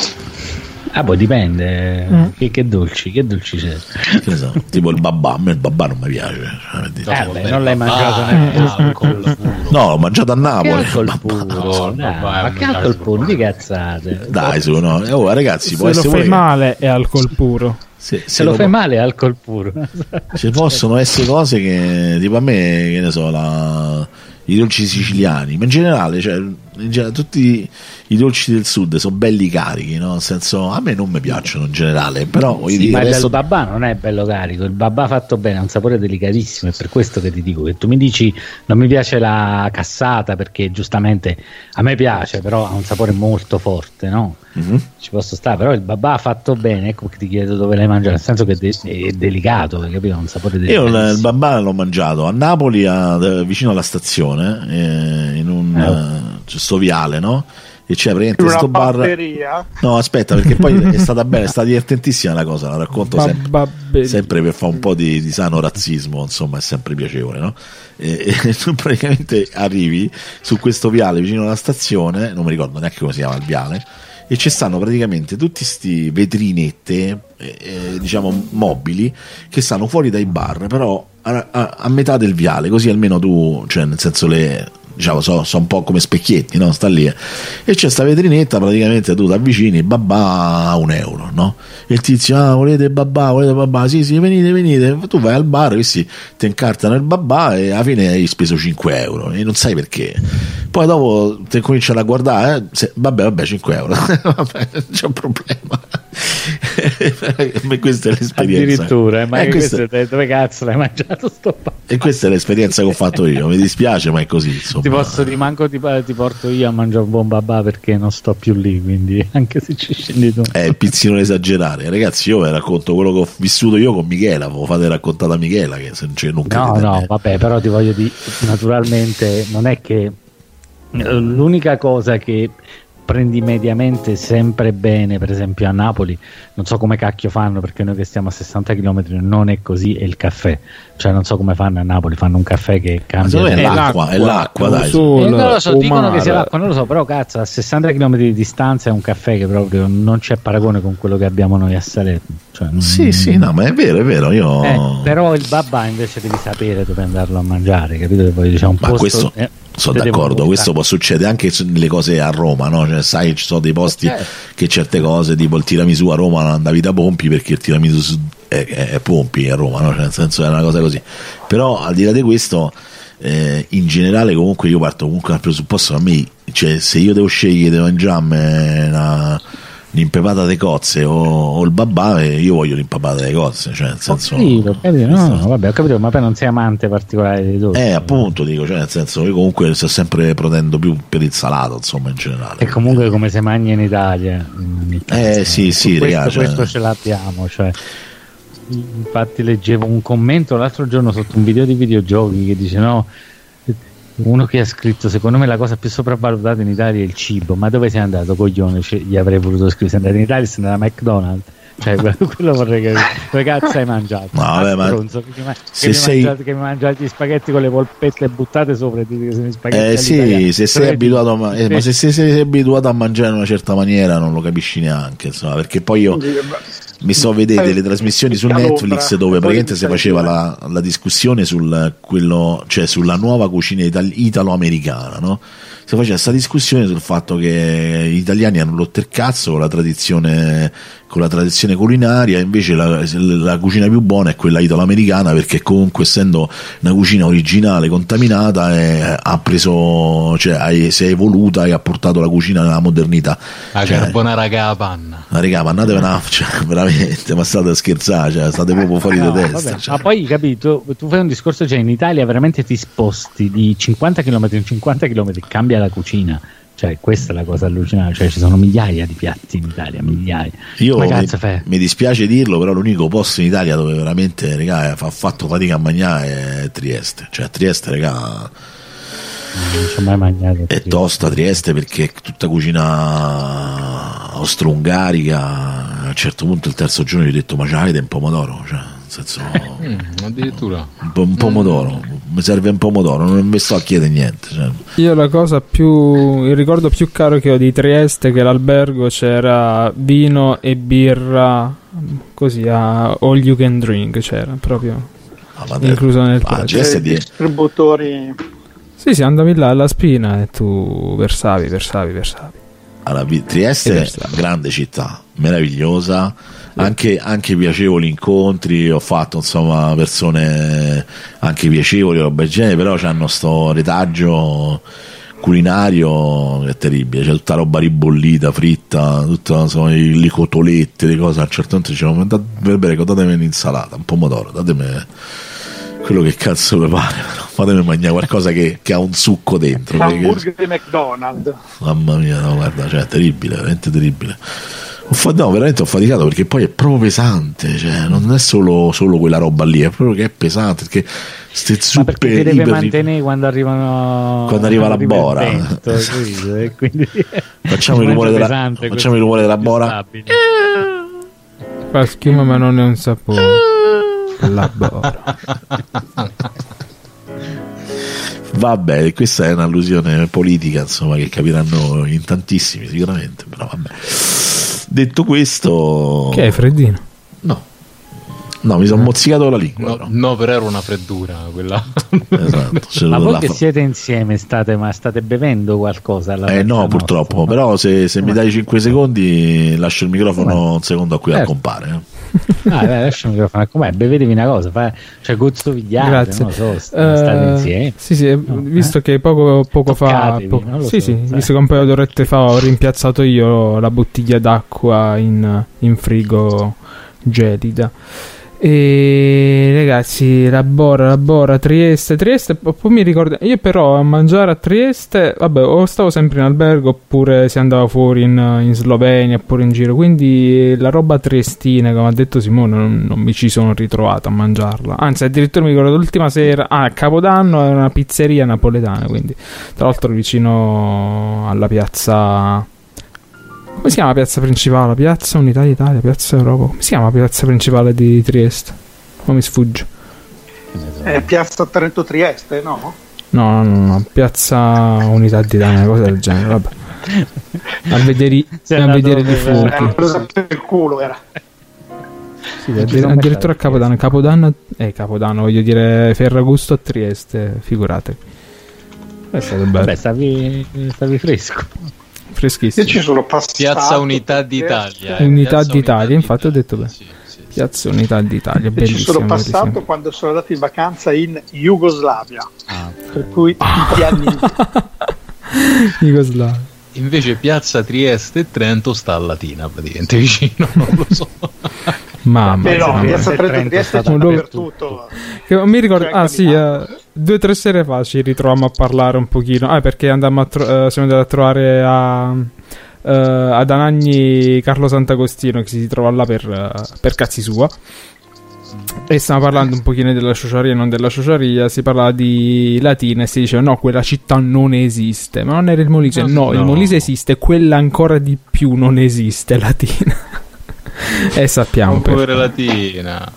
Ah, poi dipende, mm. che, che dolci, che dolci c'è? Che ne so, tipo il babà, a me il babà non mi piace. Cioè, eh, beh, non l'hai mangiato neanche. No, l'ho mangiato a Napoli. Che alcol puro, no, dai, ma che alcol puro, di cazzate. Dai, su, no. Eh, oh, ragazzi, se può lo essere fai che... male è alcol puro. Se, se, se lo, lo fai male è alcol puro. Ci possono essere cose che, tipo a me, che ne so, la... i dolci siciliani, ma in generale, cioè, in generale tutti i dolci del sud sono belli carichi, no? Nel senso, a me non mi piacciono in generale, però sì, dire, ma adesso... il babà non è bello carico, il babà fatto bene ha un sapore delicatissimo, è per questo che ti dico che tu mi dici non mi piace la cassata perché giustamente a me piace, però ha un sapore molto forte, no? Mm-hmm. Ci posso stare, però il babà fatto bene, ecco che ti chiedo dove l'hai mangiato, nel senso che è, de- è delicato, hai capito? Ha un sapore delicato. Io il babà l'ho mangiato a Napoli, a, vicino alla stazione, eh, in un eh. uh, sto viale, no? E c'è praticamente sto bar. No, aspetta, perché poi è stata bella, è stata divertentissima la cosa, la racconto sempre, sempre per fare un po' di, di sano razzismo, insomma, è sempre piacevole, no? E, e tu praticamente arrivi su questo viale vicino alla stazione, non mi ricordo neanche come si chiama il viale, e ci stanno praticamente tutti sti vetrinette eh, eh, diciamo mobili che stanno fuori dai bar, però a, a, a metà del viale, così almeno tu, cioè nel senso le diciamo sono so un po' come specchietti, no? Sta lì eh. E c'è sta vetrinetta, praticamente tu ti avvicini, babà a un euro, no? E il tizio, ah, volete babà, volete babà, sì sì, venite, venite, tu vai al bar, questi ti incartano il babà e alla fine hai speso cinque euro e non sai perché, Poi dopo te cominciano a guardare, eh, se, vabbè, vabbè, cinque euro, vabbè, non c'è un problema. Questa è l'esperienza. Addirittura, eh, ma eh, questa... questo, dove cazzo l'hai mangiato sto pane? E questa è l'esperienza che ho fatto io. Mi dispiace, ma è così. Insomma. Ti posso di manco ti, ti porto io a mangiare un buon babà perché non sto più lì, quindi anche se ci scendi tu. È il pizzino esagerare, ragazzi. Io vi racconto quello che ho vissuto io con Michela. Avevo fate raccontare a Michela che se non, non no, no, vabbè, però ti voglio dire, naturalmente non è che l'unica cosa che prendi mediamente sempre bene, per esempio a Napoli, non so come cacchio fanno perché noi che stiamo a sessanta chilometri non è così, è il caffè, cioè non so come fanno a Napoli, fanno un caffè che cambia. È l'acqua, è l'acqua, dai. Eh, non lo so, dicono che sia l'acqua, non lo so, però cazzo, a sessanta chilometri di distanza è un caffè che proprio non c'è paragone con quello che abbiamo noi a Salerno. Cioè, sì, non... sì, no, ma è vero, è vero. Io... Eh, però il babà invece devi sapere dove andarlo a mangiare, capito? Che poi diciamo un ma posto. Questo... Eh, sono d'accordo, questo può succedere anche nelle cose a Roma, no? Cioè, sai, ci sono dei posti certo. che certe cose, tipo il tiramisù a Roma non andavi da Pompi perché il tiramisù è, è, è Pompi a Roma, no? Cioè, nel senso è una cosa così. Però al di là di questo, eh, in generale comunque io parto comunque dal presupposto che a me, cioè, se io devo scegliere di mangiarmi una l'impepata delle cozze o, o il babà, io voglio l'impepata delle cozze, cioè nel senso, ho capito, ho capito, no, no, vabbè, ho capito, ma poi non sei amante particolare dei dolci. Eh, appunto, dico, cioè nel senso, io comunque sto sempre protendo più per il salato, insomma, in generale. E comunque come si mangia in Italia. Eh, sì, sì, questo, ragazzi. Questo cioè... ce l'abbiamo, cioè. Infatti leggevo un commento l'altro giorno sotto un video di videogiochi che dice no, uno che ha scritto secondo me la cosa più sopravvalutata in Italia è il cibo, ma dove sei andato coglione? Cioè, gli avrei voluto scrivere, sei andato in Italia, sei andato a McDonald's, cioè quello vorrei capire, dove cazzo hai mangiato? No, vabbè, ma Bronzo, che, mi, se che, sei... mi mangiate, che mi mangiate gli spaghetti con le polpette buttate sopra e dici che sono gli spaghetti eh sì, se sei abituato a ma, eh, ma se sei, sei abituato a mangiare in una certa maniera non lo capisci neanche, insomma, perché poi io mi sto a vedere delle trasmissioni su Netflix dove praticamente si faceva la, la discussione sul quello, cioè sulla nuova cucina itali- italo-americana, no? Si faceva questa discussione sul fatto che gli italiani hanno rotto il cazzo con la tradizione con la tradizione culinaria, invece la, la cucina più buona è quella italo-americana, perché comunque essendo una cucina originale contaminata è, ha preso, cioè ha, si è evoluta e ha portato la cucina alla modernità. La cioè, carbonara che la panna. Ma raga, ma andate una, cioè, veramente, ma state a scherzare, cioè, state proprio fuori no, di testa. Vabbè, cioè. Ma poi capito, tu fai un discorso, cioè in Italia veramente ti sposti di cinquanta chilometri in cinquanta chilometri, cambia la cucina. Cioè questa è la cosa allucinante, cioè ci sono migliaia di piatti in Italia, migliaia. Io ma mi, cazzo fai? mi dispiace dirlo, però l'unico posto in Italia dove veramente regà, ha fatto fatica a mangiare è Trieste. Cioè a Trieste, regà, non ci ho mai mangiato. È tosta Trieste perché è tutta cucina austro-ungarica. A un certo punto il terzo giorno gli ho detto ma c'avete un pomodoro? Cioè, nel senso, mm, addirittura un, po- un pomodoro, mi serve un pomodoro, non mi sto a chiedere niente. Cioè. Io la cosa più, il ricordo più caro che ho di Trieste è che l'albergo c'era vino e birra così a all you can drink, c'era proprio ah, incluso nel ah, prezzo. I distributori. Sì, sì, andavi là alla spina e tu versavi, versavi, versavi. Allora, Trieste è una grande città, meravigliosa, anche, anche piacevoli incontri, ho fatto insomma persone anche piacevoli, roba del genere, però hanno sto retaggio culinario che è terribile, c'è tutta roba ribollita, fritta, tutta insomma, le cotolette, le cose. A un certo punto dicevano per bere, datemi un'insalata, un pomodoro, datemi quello che cazzo vi pare, fatemi mangiare qualcosa che, che ha un succo dentro. Hamburger di McDonald's. Mamma mia, no, guarda, cioè è terribile, veramente terribile. Ho fatto, no, veramente ho faticato perché poi è proprio pesante, cioè non è solo, solo quella roba lì, è proprio che è pesante, perché ste zuppe, ma perché ti deve iper... mantenere quando arrivano quando arriva la arriva bora vento, e quindi facciamo il rumore della, pesante, facciamo il rumore della bora, fa schiuma ma non è un sapore, la bora. vabbè, questa è un'allusione politica insomma che capiranno in tantissimi sicuramente, però vabbè. Detto questo, che è freddino? No, no, mi sono mozzicato la lingua. No, no, però era una freddura quella. Esatto, ma voi che siete insieme state, ma state bevendo qualcosa? Alla eh no, purtroppo, no? Però se, se mi dai cinque secondi lascio il microfono un secondo a cui certo. accompare. Ah, beh, adesso mi devo fare com'è, bevetevi una cosa, fai, cioè gozzo vigliare, Grazie. non lo so, st- Eh, state insieme. Sì, sì, No, visto eh? che poco, poco fa, Toccatevi, po- non lo sì, so, sì, sai. visto che un paio d'orette fa ho rimpiazzato io la bottiglia d'acqua in, in frigo gelida. E ragazzi, la Bora, la Bora, Trieste, Trieste, poi mi ricordo, io però a mangiare a Trieste, vabbè, o stavo sempre in albergo oppure si andava fuori in, in Slovenia oppure in giro, quindi la roba triestina, come ha detto Simone, non, non mi ci sono ritrovato a mangiarla, anzi addirittura mi ricordo l'ultima sera, ah, a Capodanno era una pizzeria napoletana, quindi tra l'altro vicino alla piazza... Come si chiama la piazza principale? Piazza Unità d'Italia, Piazza Europa. Come si chiama la piazza principale di Trieste? Non mi sfugge. È Piazza Trento Trieste, no? No, no, no, no. Piazza Unità d'Italia, una cosa del genere. Vabbè. A vedere, Sei a andato vedere i per- Era fuochi. presa per il culo, era. Sì, ci addir- sono addirittura a mai Capodanno. Capodanno, eh, Capodanno, voglio dire Ferragosto a Trieste, figuratevi. È stato bello, Beh, stavi, stavi fresco. Io freschissimo. ci sono passato. Piazza Unità perché- d'Italia. eh. Unità Piazza d'Italia, infatti ho detto bene. Sì, sì, sì. Piazza Unità d'Italia, Io ci bellissimo. sono passato bellissimo. quando sono andato in vacanza in Jugoslavia. Ah. Per cui tanti anni. Jugoslavia. Invece Piazza Trieste e Trento sta a Latina, praticamente vicino, non lo so. Mamma Però mia. Piazza Trento Trento Trieste è c'è stato dappertutto. Che mi ricordo, Cioè, ah sì, capitato. eh, due o tre sere fa ci ritrovammo a parlare un pochino. Ah, perché andammo a tro- eh, siamo andati a trovare a, eh, ad Anagni Carlo Sant'Agostino, che si trova là per, eh, per cazzi sua. E stiamo parlando un pochino della ciociaria e non della ciociaria. Si parlava di Latina e si diceva no, quella città non esiste. Ma non era il Molise, no, No. il Molise esiste, quella ancora di più non esiste, Latina. E sappiamo Un perché. povera Latina.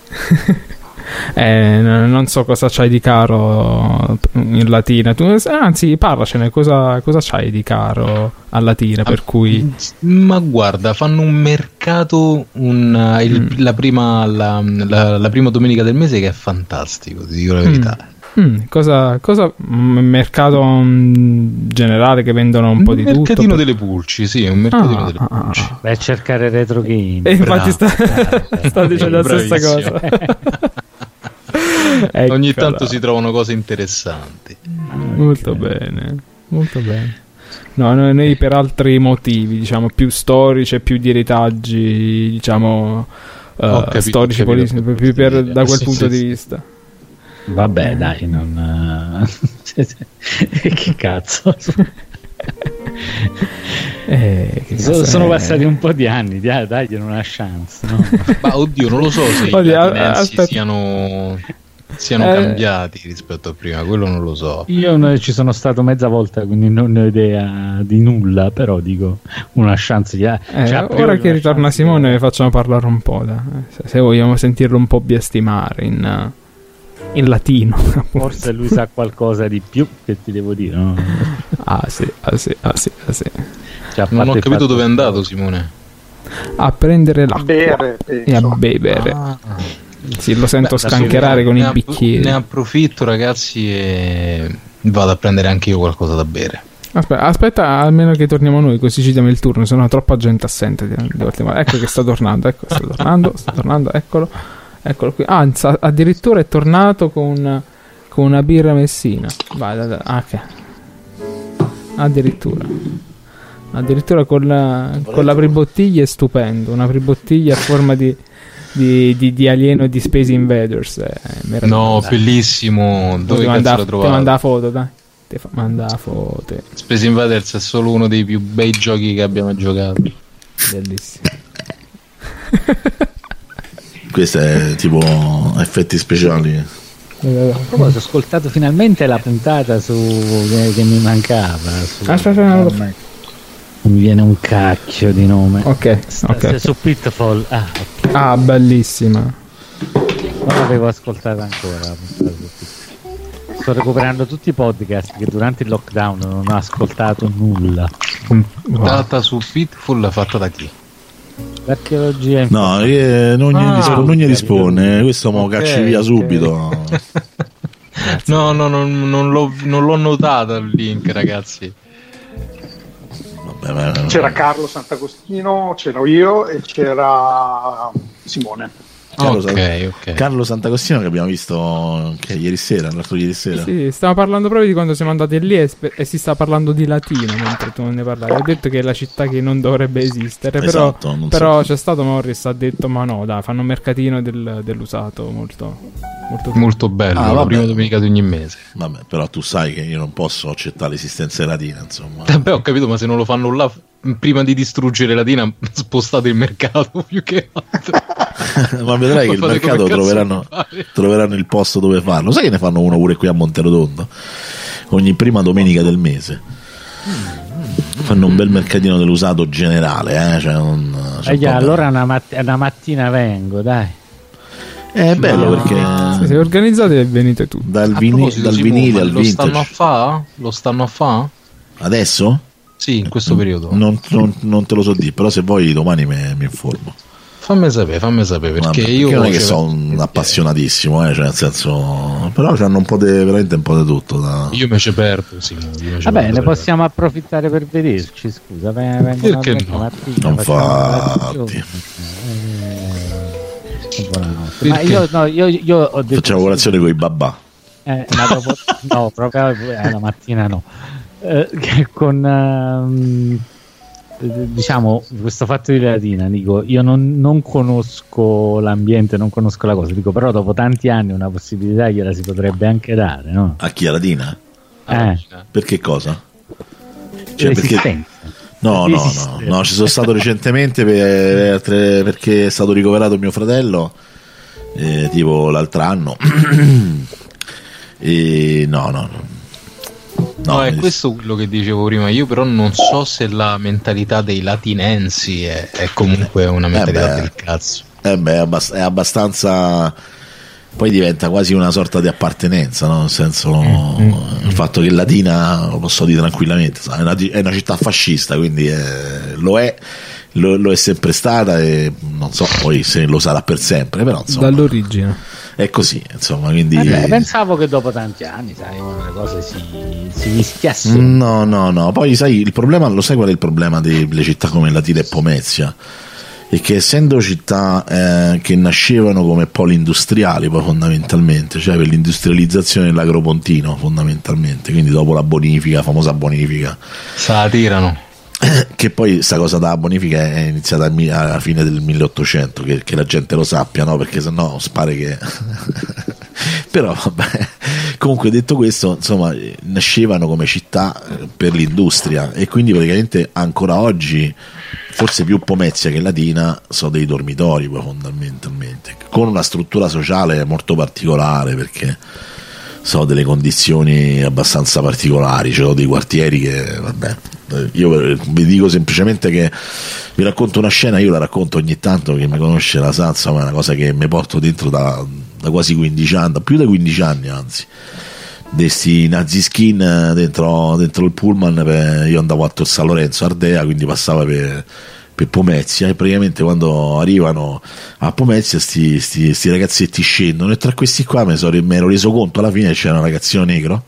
Eh, n- non so cosa c'hai di caro in Latina. Tu, anzi, parlacene. Cosa, cosa c'hai di caro a Latina? Per cui Ma guarda, fanno un mercato un, il- Mm. la, prima, la, la- la prima domenica del mese che è fantastico, ti dico la verità. mm, cosa, cosa un mercato mm, generale che vendono un po' di un tutto. mercatino per- delle pulci, sì, un mercatino Ah, delle ah, ah, pulci. ah. Vai a cercare retro game. E infatti sta, Bravo. sta dicendo la stessa Bravissimo. cosa. Ogni Eccola. tanto si trovano cose interessanti. Molto bene, molto bene. No, noi, noi per altri motivi, diciamo, più storici e più di retaggi, diciamo, eh, Ho capito, storici, ho capito politici, che più per- vuol dire. da quel Sì, punto sì, di sì. vista. Vabbè, dai, non. Che cazzo. Eh, che So- cazzo sono è? passati un po' di anni, dai, dagli una chance. No? Ma oddio, non lo so se Oddio, i a- latinensi aspetta. siano, siano Eh. cambiati rispetto a prima, quello non lo so. Io ne- ci sono stato mezza volta, quindi non ne ho idea di nulla, però dico una chance di. Eh, cioè, a priori ora che una ritorna chance Simone, di- facciamo parlare un po'. da- se, se vogliamo sentirlo un po' biastimare in, eh, in latino. appunto. Forse lui sa qualcosa di più che ti devo dire. No? Ah, sì, ah, sì, ah, sì, ah, sì. Cioè, a Non parte ho il capito fatto dove è che- andato Simone. A prendere A l'acqua bere, e a penso. bevere. Ah. Sì, lo sento Beh, adesso scancherare ne- con ne i app- bicchieri. Ne approfitto, ragazzi, e vado a prendere anche io qualcosa da bere. Aspetta, aspetta, almeno che torniamo noi, così ci diamo il turno. Se no, troppa gente assente. di- di ultima- Ecco che sta tornando. Ecco, sta tornando, sta tornando. Eccolo, eccolo qui. Anzi, addirittura è tornato con, con una birra messina. Vai, dai, dai. Ah, ok. Addirittura, addirittura con la, con l'apribottiglia è stupendo. Una apribottiglia a forma di, di, di, di alieno e di Space Invaders. È meraviglioso. No, bellissimo. Ti Dove manda, cazzo l'ho ti manda trovato? la foto, dai. Ti fa- manda la foto. Space Invaders è solo uno dei più bei giochi che abbiamo giocato. Bellissimo. Questo è tipo effetti speciali. A proposito, ho ascoltato finalmente la puntata su che, che mi mancava. Su, Aspetta, non lo- non mi viene un cacchio di nome. Ok, Sta- ok. Su Pitfall. Ah, ok. Ah, bellissima. Non l'avevo ascoltata ancora. la puntata su Pitfall. Sto recuperando tutti i podcast che durante il lockdown non ho ascoltato nulla. Data su Pitfall fatta da chi? L'archeologia in No, eh, non, gli Ah, rispo- non gli ok, rispone. Questo mo ok, cacci via ok. subito. No, no, non, non l'ho, non l'ho notato il link, ragazzi. Vabbè, ma- C'era Carlo Sant'Agostino, c'ero io e c'era Simone. Carlo, Ok, San- ok. Carlo Sant'Agostino che abbiamo visto che ieri sera, l'altro ieri sera. Sì, stiamo parlando proprio di quando siamo andati lì e, spe- e si sta parlando di Latina mentre tu non ne parlavi. Ho detto che è la città che non dovrebbe esistere, però, Esatto, non però so. c'è stato Morris, ha detto ma no, dai, fanno un mercatino del- dell'usato molto, molto Molto bello, Ah, la vabbè. prima domenica di ogni mese. Vabbè, però tu sai che io non posso accettare l'esistenza di Latina, insomma. Vabbè, ho capito, ma se non lo fanno là, prima di distruggere Latina, spostate il mercato più che altro. Ma vedrai che il Fate come mercato cazzo troveranno, fare. troveranno il posto dove farlo. Sai che ne fanno uno pure qui a Monterotondo? Ogni prima domenica del mese. Fanno un bel mercatino dell'usato generale, eh? Cioè un, cioè Eh un già, po' allora una, matt- una mattina vengo, dai. È bello Ma- perché Sì, se organizzate venite tutti. dal, A vini- proposito, dal Simone, vinile al lo stanno a vintage. fa? Lo stanno a fa? Adesso? Sì, in questo periodo. Non, non- non te lo so dire, però se vuoi domani me- mi informo. Fammi sapere, fammi sapere, perché Vabbè, io non è che cioè, sono un appassionatissimo, eh, cioè nel senso, però hanno un po' di veramente un po' di tutto. Da... Io me ci perdo, Simone. io me ci Vabbè, perdo, ne perdo. possiamo approfittare per vederci, scusa. Ven- vengono Perché a me no? mattina, Non facciamo una fatti. trasmissione. Eh, buonanotte. Ma Perché? io, no, io, io ho detto Facciamo colazione con i babà. Eh, ma dopo, no, proprio eh, la mattina no. Eh, che con ehm, eh, diciamo questo fatto di Latina, dico, io non, non conosco l'ambiente, non conosco la cosa, dico, però dopo tanti anni una possibilità gliela si potrebbe anche dare, no? A chi? A Latina? Eh, Per che cosa? Cioè, perché... l'esistenza. No, no, no, Esiste. no, ci sono stato recentemente per- per- perché è stato ricoverato mio fratello, eh, tipo l'altro anno. E no, no, no. No, No, è mi- questo quello che dicevo prima. Io, però, non so se la mentalità dei latinensi è, è comunque una mentalità beh. del cazzo. Eh beh, è, abbast- è abbastanza. Poi diventa quasi una sorta di appartenenza, no? Nel senso, il fatto che Latina, lo posso dire tranquillamente, sai, è una, è una città fascista, quindi è- lo è, lo, lo è sempre stata e non so poi se lo sarà per sempre, però insomma Dall'origine. è così, insomma, quindi. Eh beh, pensavo che dopo tanti anni, sai, uno le cose si, si mischiassero. No, no, no. Poi sai, il problema, lo sai qual è il problema delle città come Latina e Pomezia? È che essendo città eh, che nascevano come poli industriali poi fondamentalmente, cioè per l'industrializzazione dell'agropontino fondamentalmente, quindi dopo la bonifica, la famosa bonifica, Se la tirano. che poi sta cosa della bonifica è iniziata al mi- alla fine del milleottocento, che, che la gente lo sappia, no? Perché sennò spare che però vabbè, comunque detto questo, insomma, eh, nascevano come città eh, per l'industria e quindi praticamente ancora oggi forse più Pomezia che Latina sono dei dormitori poi fondamentalmente, con una struttura sociale molto particolare, perché sono delle condizioni abbastanza particolari, c'è dei quartieri che vabbè, eh, io vi dico semplicemente che vi racconto una scena, io la racconto ogni tanto, che mi conosce la sa, insomma è una cosa che mi porto dentro da, da quasi quindici anni, da più di quindici anni anzi, desti nazi skin dentro, dentro il pullman, per, io andavo a Tor San Lorenzo Ardea, quindi passava per, per Pomezia e praticamente quando arrivano a Pomezia sti, sti, sti ragazzetti scendono e tra questi qua mi, sono, mi ero reso conto alla fine c'era un ragazzino negro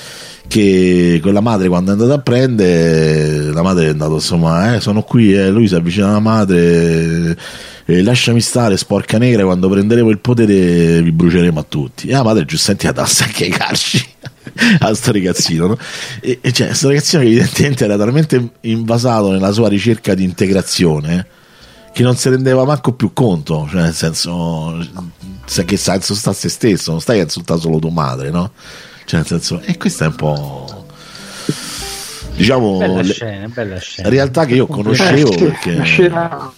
che con la madre quando è andata a prendere, la madre è andata insomma eh, sono qui e eh, lui si avvicina alla madre eh, lasciami stare sporca negra, quando prenderemo il potere vi bruceremo a tutti, e la madre giustamente ha dato anche i calci a sto ragazzino, no? e, e cioè sto ragazzino che evidentemente era talmente invasato nella sua ricerca di integrazione che non si rendeva manco più conto, cioè nel senso sai che senso sta a se stesso, non stai a insultare solo tua madre, no? Cioè nel senso, e questa è un po' diciamo Bella le- scena, bella scena. realtà che io conoscevo Eh, sì, perché la scena-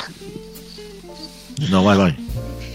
no vai vai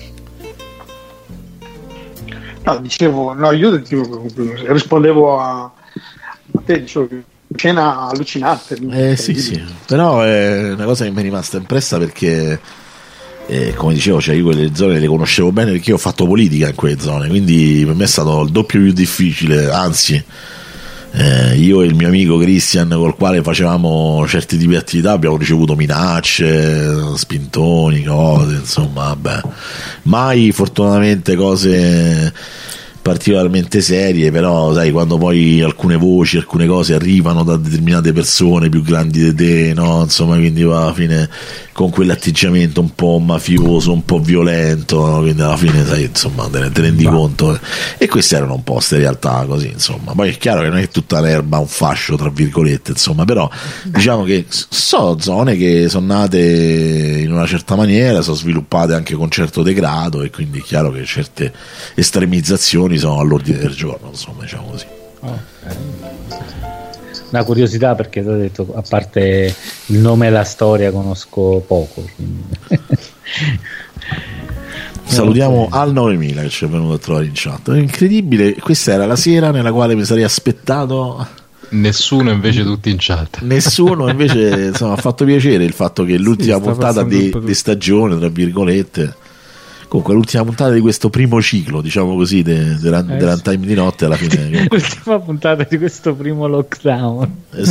No, dicevo, no, io dicevo, rispondevo a, a te, dicevo, scena allucinante. Eh sì, sì, però è una cosa che mi è rimasta impressa perché, eh, come dicevo, cioè io quelle zone le conoscevo bene perché io ho fatto politica in quelle zone, quindi per me è stato il doppio più difficile, anzi, eh, io e il mio amico Christian col quale facevamo certi tipi di attività abbiamo ricevuto minacce, spintoni, cose, insomma, vabbè, mai fortunatamente cose particolarmente serie, però sai, quando poi alcune voci, alcune cose arrivano da determinate persone più grandi di te, no? Insomma, quindi alla fine con quell'atteggiamento un po' mafioso, un po' violento, no? Quindi alla fine sai, insomma, te ne, te ne rendi conto, eh. E queste erano un po' queste realtà così, insomma. Poi è chiaro che non è tutta l'erba un fascio, tra virgolette, insomma, però diciamo che sono zone che sono nate in una certa maniera, sono sviluppate anche con certo degrado, e quindi è chiaro che certe estremizzazioni sono all'ordine del giorno, insomma, diciamo così. Okay. Una curiosità, perché ti ho detto, a parte il nome e la storia conosco poco, quindi. Salutiamo Al novemila che ci è venuto a trovare in chat. È incredibile, questa era la sera nella quale mi sarei aspettato. Nessuno, invece tutti in chat. Nessuno, invece, insomma, ha fatto piacere il fatto che l'ultima sì, puntata di, di stagione, tra virgolette, comunque l'ultima puntata di questo primo ciclo, diciamo così, de, de, de, eh, della time di notte, alla fine comunque... l'ultima puntata di questo primo lockdown.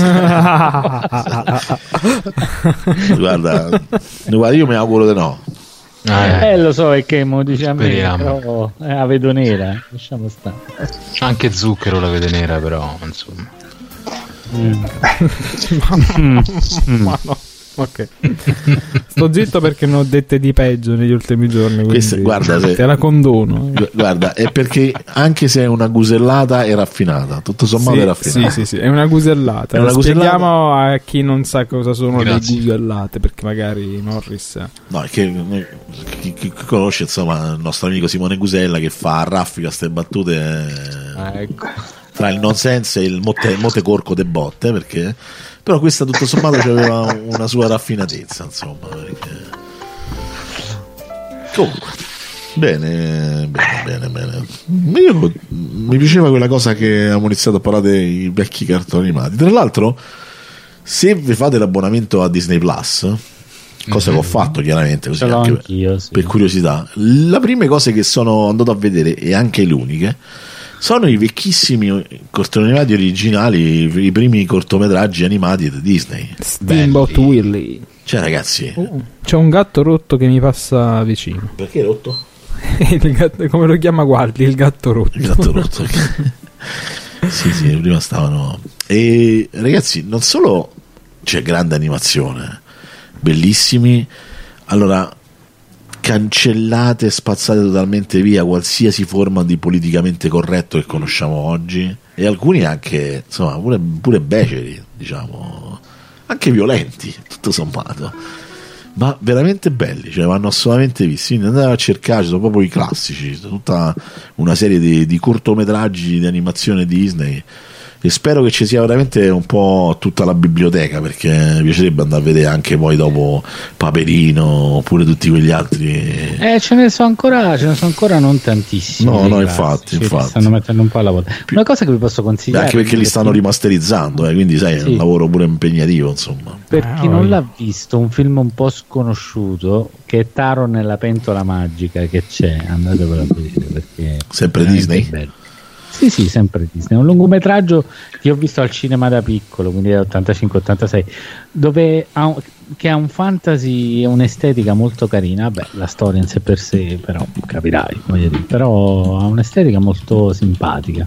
guarda, guarda, io mi auguro di no. Ah, eh. eh lo so, è che mo dice a me, Speriamo. però eh, la vedo nera, lasciamo stare. Anche Zucchero la vede nera, però insomma. Mm. Mm. Ma no. Ok. Sto zitto perché ne ho dette di peggio negli ultimi giorni. Questa, guarda, se, te la condono. Guarda, è perché anche se è una gusellata è raffinata, tutto sommato sì, è raffinata. Sì, sì, sì, è una gusellata. È una Spieghiamo a chi non sa cosa sono Grazie. le gusellate, perché magari Norris. No, è che chi, chi conosce, insomma, il nostro amico Simone Gusella, che fa raffica ste battute eh, Ah, ecco. tra il nonsense e il mote, mote corco de botte, perché però questa tutto sommato aveva una sua raffinatezza, insomma, perché... comunque bene, bene, bene, bene. Io, mi piaceva quella cosa che abbiamo iniziato a parlare dei vecchi cartoni animati. Tra l'altro, se vi fate l'abbonamento a Disney Plus, cosa mm-hmm. che ho fatto chiaramente così, ce l'ho anche anch'io, sì. Per curiosità, le prime cose che sono andato a vedere, e anche le uniche, sono i vecchissimi cartoni animati originali, i primi cortometraggi animati di Disney. Steamboat Willie. Cioè, ragazzi, uh, c'è un gatto rotto che mi passa vicino. perché è rotto? Il gatto, come lo chiama Guardi, il gatto rotto. Il gatto rotto. Sì, sì, prima stavano. E ragazzi, non solo c'è grande animazione, bellissimi. Allora, cancellate, spazzate totalmente via qualsiasi forma di politicamente corretto che conosciamo oggi, e alcuni anche, insomma, pure, pure beceri, diciamo, anche violenti, tutto sommato, ma veramente belli, cioè vanno assolutamente visti. Quindi andate a cercare, sono proprio i classici, tutta una serie di, di cortometraggi di animazione Disney, e spero che ci sia veramente un po' tutta la biblioteca, perché mi piacerebbe andare a vedere anche poi dopo Paperino oppure tutti quegli altri. Eh, ce ne sono ancora, ce ne sono ancora non tantissimi. No, no, classici, infatti, infatti. stanno mettendo un po' alla volta. Una cosa che vi posso consigliare, anche perché li stanno rimasterizzando, eh, quindi sai, sì. è un lavoro pure impegnativo, insomma. Per Ah, chi non voglio. l'ha visto, un film un po' sconosciuto, che è Taro nella pentola magica, che c'è, andatevelo a vedere, perché Sempre è Disney? bello. Sì, sì, sempre Disney. È un lungometraggio che ho visto al cinema da piccolo, quindi ottantacinque ottantasei, dove ha un, che ha un fantasy e un'estetica molto carina. Beh, la storia in sé per sé, però capirai, voglio dire, però ha un'estetica molto simpatica.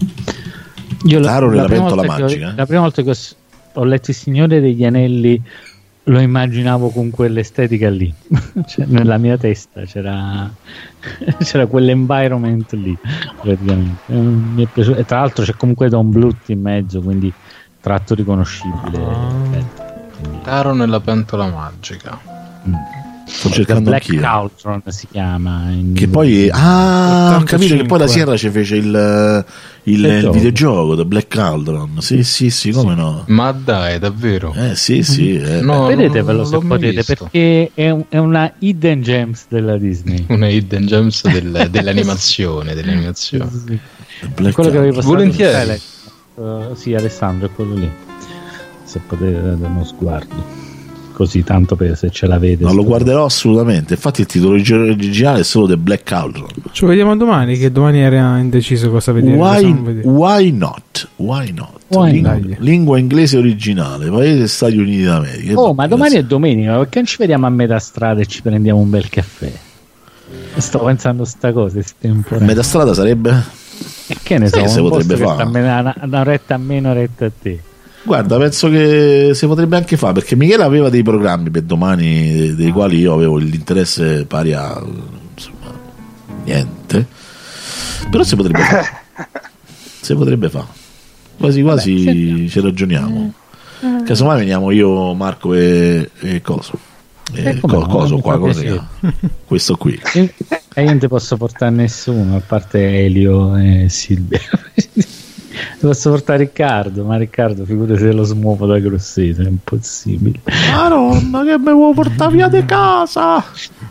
Io Taro la, nella la prima pentola volta che ho- magica? la prima volta che ho, s- ho letto Il Signore degli Anelli, lo immaginavo con quell'estetica lì. Cioè, nella mia testa c'era c'era quell'environment lì, praticamente. Eh, mi è piaciuto. E tra l'altro c'è comunque Don Bluth in mezzo, quindi tratto riconoscibile. Eh, quindi, Taro nella pentola magica. mm. Sto cercando Black anch'io. Cauldron si chiama in- Che poi, ah, ho capito che poi la ottantacinque. Sierra ci fece il, il, il Videogioco. videogioco The Black Cauldron. Sì, sì, sì, come no? Ma dai, davvero? Eh, sì, sì. eh. No, Vedetevelo non se l'ho mai potete, visto. perché è, un- è una hidden gems della Disney. Una hidden gems del- dell'animazione, dell'animazione. The Black Quello che avevi Cauldron. postato Volentieri. in Telegram. Uh, sì, Alessandro, è quello lì. Se potete dare uno sguardo. Così tanto per se ce l'avete. Non lo guarderò assolutamente. Infatti, il titolo origi- originale è solo The Black Cauldron. Ci vediamo domani, che domani era indeciso cosa vedere. cosa Why, non vedere. why not? Why not? Why lingua, not? lingua inglese originale, paese Stati Uniti d'America. Oh, ma domani è domenica, perché non ci vediamo a metà strada e ci prendiamo un bel caffè? Sto pensando a sta cosa estemporanea. Metà strada sarebbe? E che ne Sai so, che si un potrebbe posto che fare? sta una, una oretta a me, un'oretta a te. Guarda, penso che si potrebbe anche fare, perché Michele aveva dei programmi per domani dei quali io avevo l'interesse pari a insomma, niente, però si potrebbe fare, si potrebbe fare, quasi quasi Vabbè, ci ragioniamo. Casomai veniamo io, Marco e, e Coso. E E co- no, coso mi qua, fa cosa piacere. questo qui. E io non ti posso portare nessuno, a parte Elio e Silvia. Ti posso portare Riccardo, ma Riccardo figurati se lo smuovo da Grosseto, è impossibile. Madonna, che mi vuoi portare via di casa?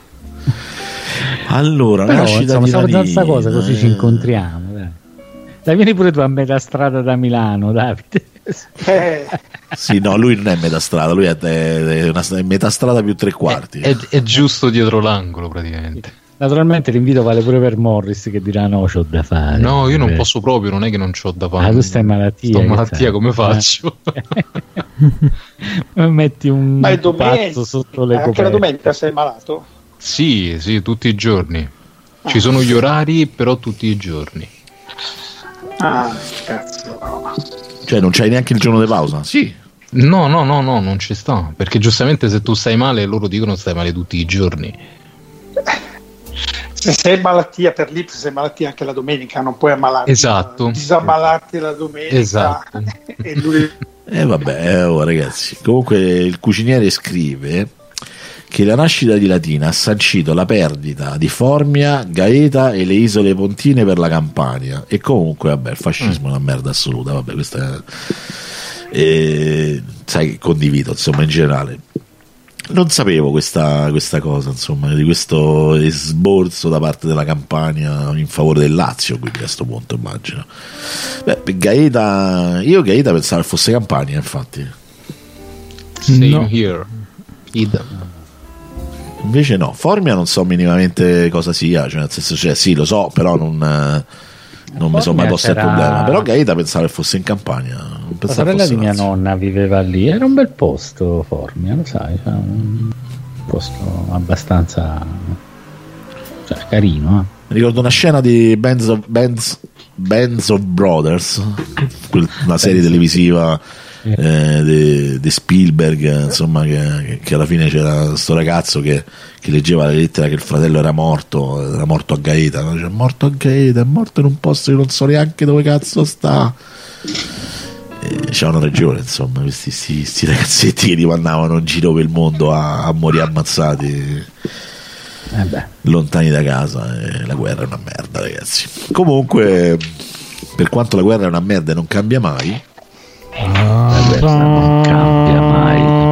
Allora, Però nascita insomma, di stavo da sta Latina, cosa così eh. ci incontriamo, dai. Dai, vieni pure tu a metà strada da Milano, Davide. Eh, Sì, no, lui non è metà strada, lui è, è una è metà strada più tre quarti. È, è giusto dietro l'angolo praticamente. Naturalmente l'invito vale pure per Morris che dirà no, c'ho da fare. No, io non Eh. posso proprio, non è che non c'ho da fare. Ah, tu stai in malattia. Sto in che malattia, sai? come faccio? Metti un ma è pazzo domenica, sotto le anche la coperte. domenica sei malato? Sì, sì, tutti i giorni. Ci sono gli orari, però tutti i giorni. Ah, cazzo. No. Cioè, non c'hai neanche il giorno di pausa? Sì. No, no, no, no, non ci sta. Perché giustamente se tu stai male, loro dicono stai male tutti i giorni. Se sei malattia per l'I P S, sei malattia anche la domenica, non puoi ammalarti. Esatto. Disammalarti la domenica. Esatto. E lui... E eh, vabbè, eh, oh, ragazzi. Comunque il cuciniere scrive che la nascita di Latina ha sancito la perdita di Formia, Gaeta e le isole Pontine per la Campania. E comunque, vabbè, il fascismo è una merda assoluta. Vabbè, questa è... E, sai, condivido, insomma, in generale. Non sapevo questa, questa cosa, insomma, di questo sborso da parte della Campania in favore del Lazio, quindi a questo punto immagino. Beh, per Gaeta, io Gaeta pensavo che fosse Campania, infatti. Same No. here. Idem. Invece no, Formia non so minimamente cosa sia, cioè nel senso, cioè, sì, lo so, però non, non mi sono mai Formia posto il c'era- problema. Però Gaeta pensavo che fosse in Campania. Non La pensavo sorella fosse di mia Lazio. nonna viveva lì, era un bel posto, Formia, lo sai, cioè, un posto abbastanza cioè, carino. Mi ricordo una scena di Bands of, Bands, Bands of Brothers, quel- una serie televisiva eh, di, di Spielberg, insomma, che, che alla fine c'era sto ragazzo che, che leggeva la lettera che il fratello era morto, era morto a Gaeta, no? Cioè, è morto a Gaeta, è morto in un posto che non so neanche dove cazzo sta. E c'avevano ragione, insomma, questi sti, sti ragazzetti che ti mandavano in giro per il mondo a, a morire ammazzati Eh beh. lontani da casa. E la guerra è una merda, ragazzi. Comunque, per quanto la guerra è una merda e non cambia mai, La guerra non cambia mai.